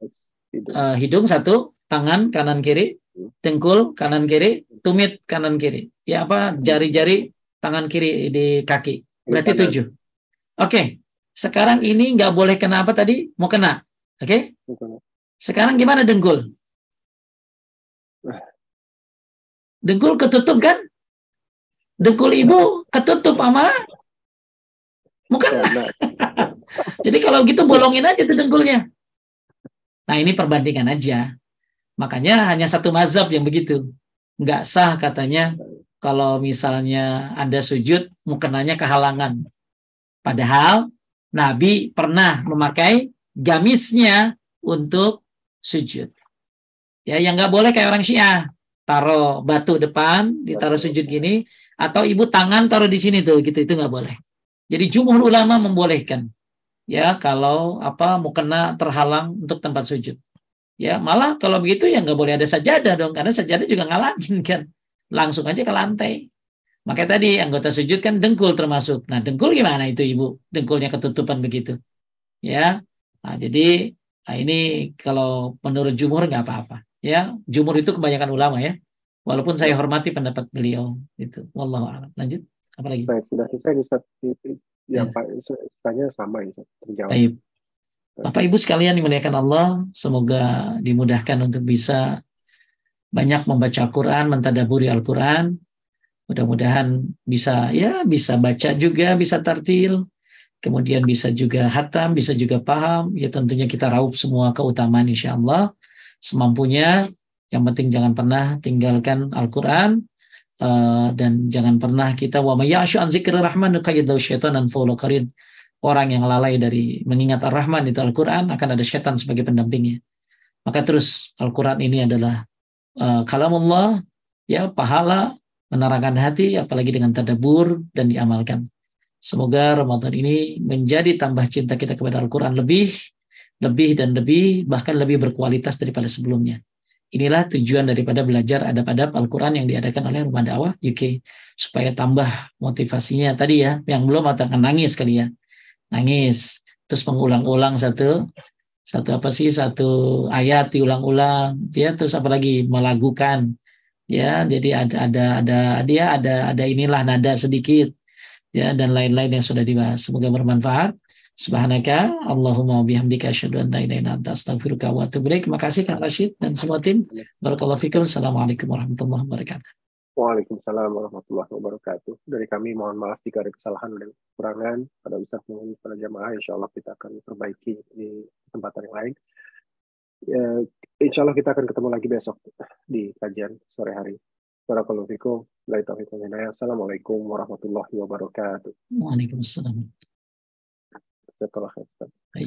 hidung satu, tangan kanan kiri, dengkul kanan kiri, tumit kanan kiri. Ya jari-jari tangan kiri di kaki. Berarti 7. Oke, sekarang ini nggak boleh kena apa tadi? Mau kena. Oke? Sekarang gimana dengkul? Dengkul ketutup kan? Dengkul ibu ketutup sama bukan? Jadi kalau gitu bolongin aja tuh dengkulnya. Nah ini perbandingan aja. Makanya hanya satu mazhab yang begitu. Nggak sah katanya kalau misalnya Anda sujud mukenanya kehalangan. Padahal Nabi pernah memakai gamisnya untuk sujud. Ya, yang nggak boleh kayak orang Syiah. Taruh batu depan, ditaruh sujud gini, atau ibu tangan taruh di sini tuh, gitu, itu nggak boleh. Jadi jumhur ulama membolehkan, ya kalau mukena terhalang untuk tempat sujud. Ya malah kalau begitu ya nggak boleh ada sajadah dong, karena sajadah juga ngalangin kan, langsung aja ke lantai. Makanya tadi anggota sujud kan dengkul termasuk. Nah dengkul gimana itu ibu? Dengkulnya ketutupan begitu, ya. Nah jadi ini kalau menurut jumhur nggak apa-apa. Ya, jumhur itu kebanyakan ulama ya. Walaupun saya hormati pendapat beliau itu. Wallahu a'lam. Lanjut. Apa lagi? Baik, sudah selesai Ustaz. Yang tanya sama ya, terjawab. Baik. Bapak Ibu sekalian dimuliakan Allah, semoga dimudahkan untuk bisa banyak membaca Al-Qur'an, mentadaburi Al-Qur'an. Mudah-mudahan bisa baca juga, bisa tartil. Kemudian bisa juga hatam, bisa juga paham. Ya tentunya kita raup semua keutamaan insyaallah. Semampunya, yang penting jangan pernah tinggalkan Al-Quran, Dan jangan pernah kita wa may ya'shu an dzikrir rahman nuqayyid lahu syaitanan fa huwa qarin. Orang yang lalai dari mengingat Ar-Rahman itu Al-Quran, akan ada setan sebagai pendampingnya. Maka terus Al-Quran ini adalah kalamullah, ya, pahala, menerangkan hati, apalagi dengan tadabbur dan diamalkan. Semoga Ramadan ini menjadi tambah cinta kita kepada Al-Quran lebih, bahkan lebih berkualitas daripada sebelumnya. Inilah tujuan daripada belajar adab-adab Al-Quran yang diadakan oleh Rumah Dakwah UK, supaya tambah motivasinya tadi ya, yang belum akan nangis kali ya, nangis, terus mengulang-ulang satu ayat diulang-ulang, ya, terus apalagi melagukan, ya, jadi ada inilah nada sedikit, ya, dan lain-lain yang sudah dibahas. Semoga bermanfaat. Subhanaka Allahumma bihamdika asyhadu an la ilaha illa anta astaghfiruka wa atubu ilaik. Terima kasih Kang Rashid dan semua tim. Barakallahu fikum. Assalamualaikum warahmatullahi wabarakatuh. Waalaikumsalam warahmatullahi wabarakatuh. Dari kami mohon maaf jika ada kesalahan dan kekurangan pada Ustaz maupun pada jamaah. Insya Allah kita akan perbaiki di kesempatan yang lain. Insya Allah kita akan ketemu lagi besok di kajian sore hari. Barakallahu fikum. Assalamualaikum warahmatullahi wabarakatuh. Waalaikumsalam. Jazakallah khair.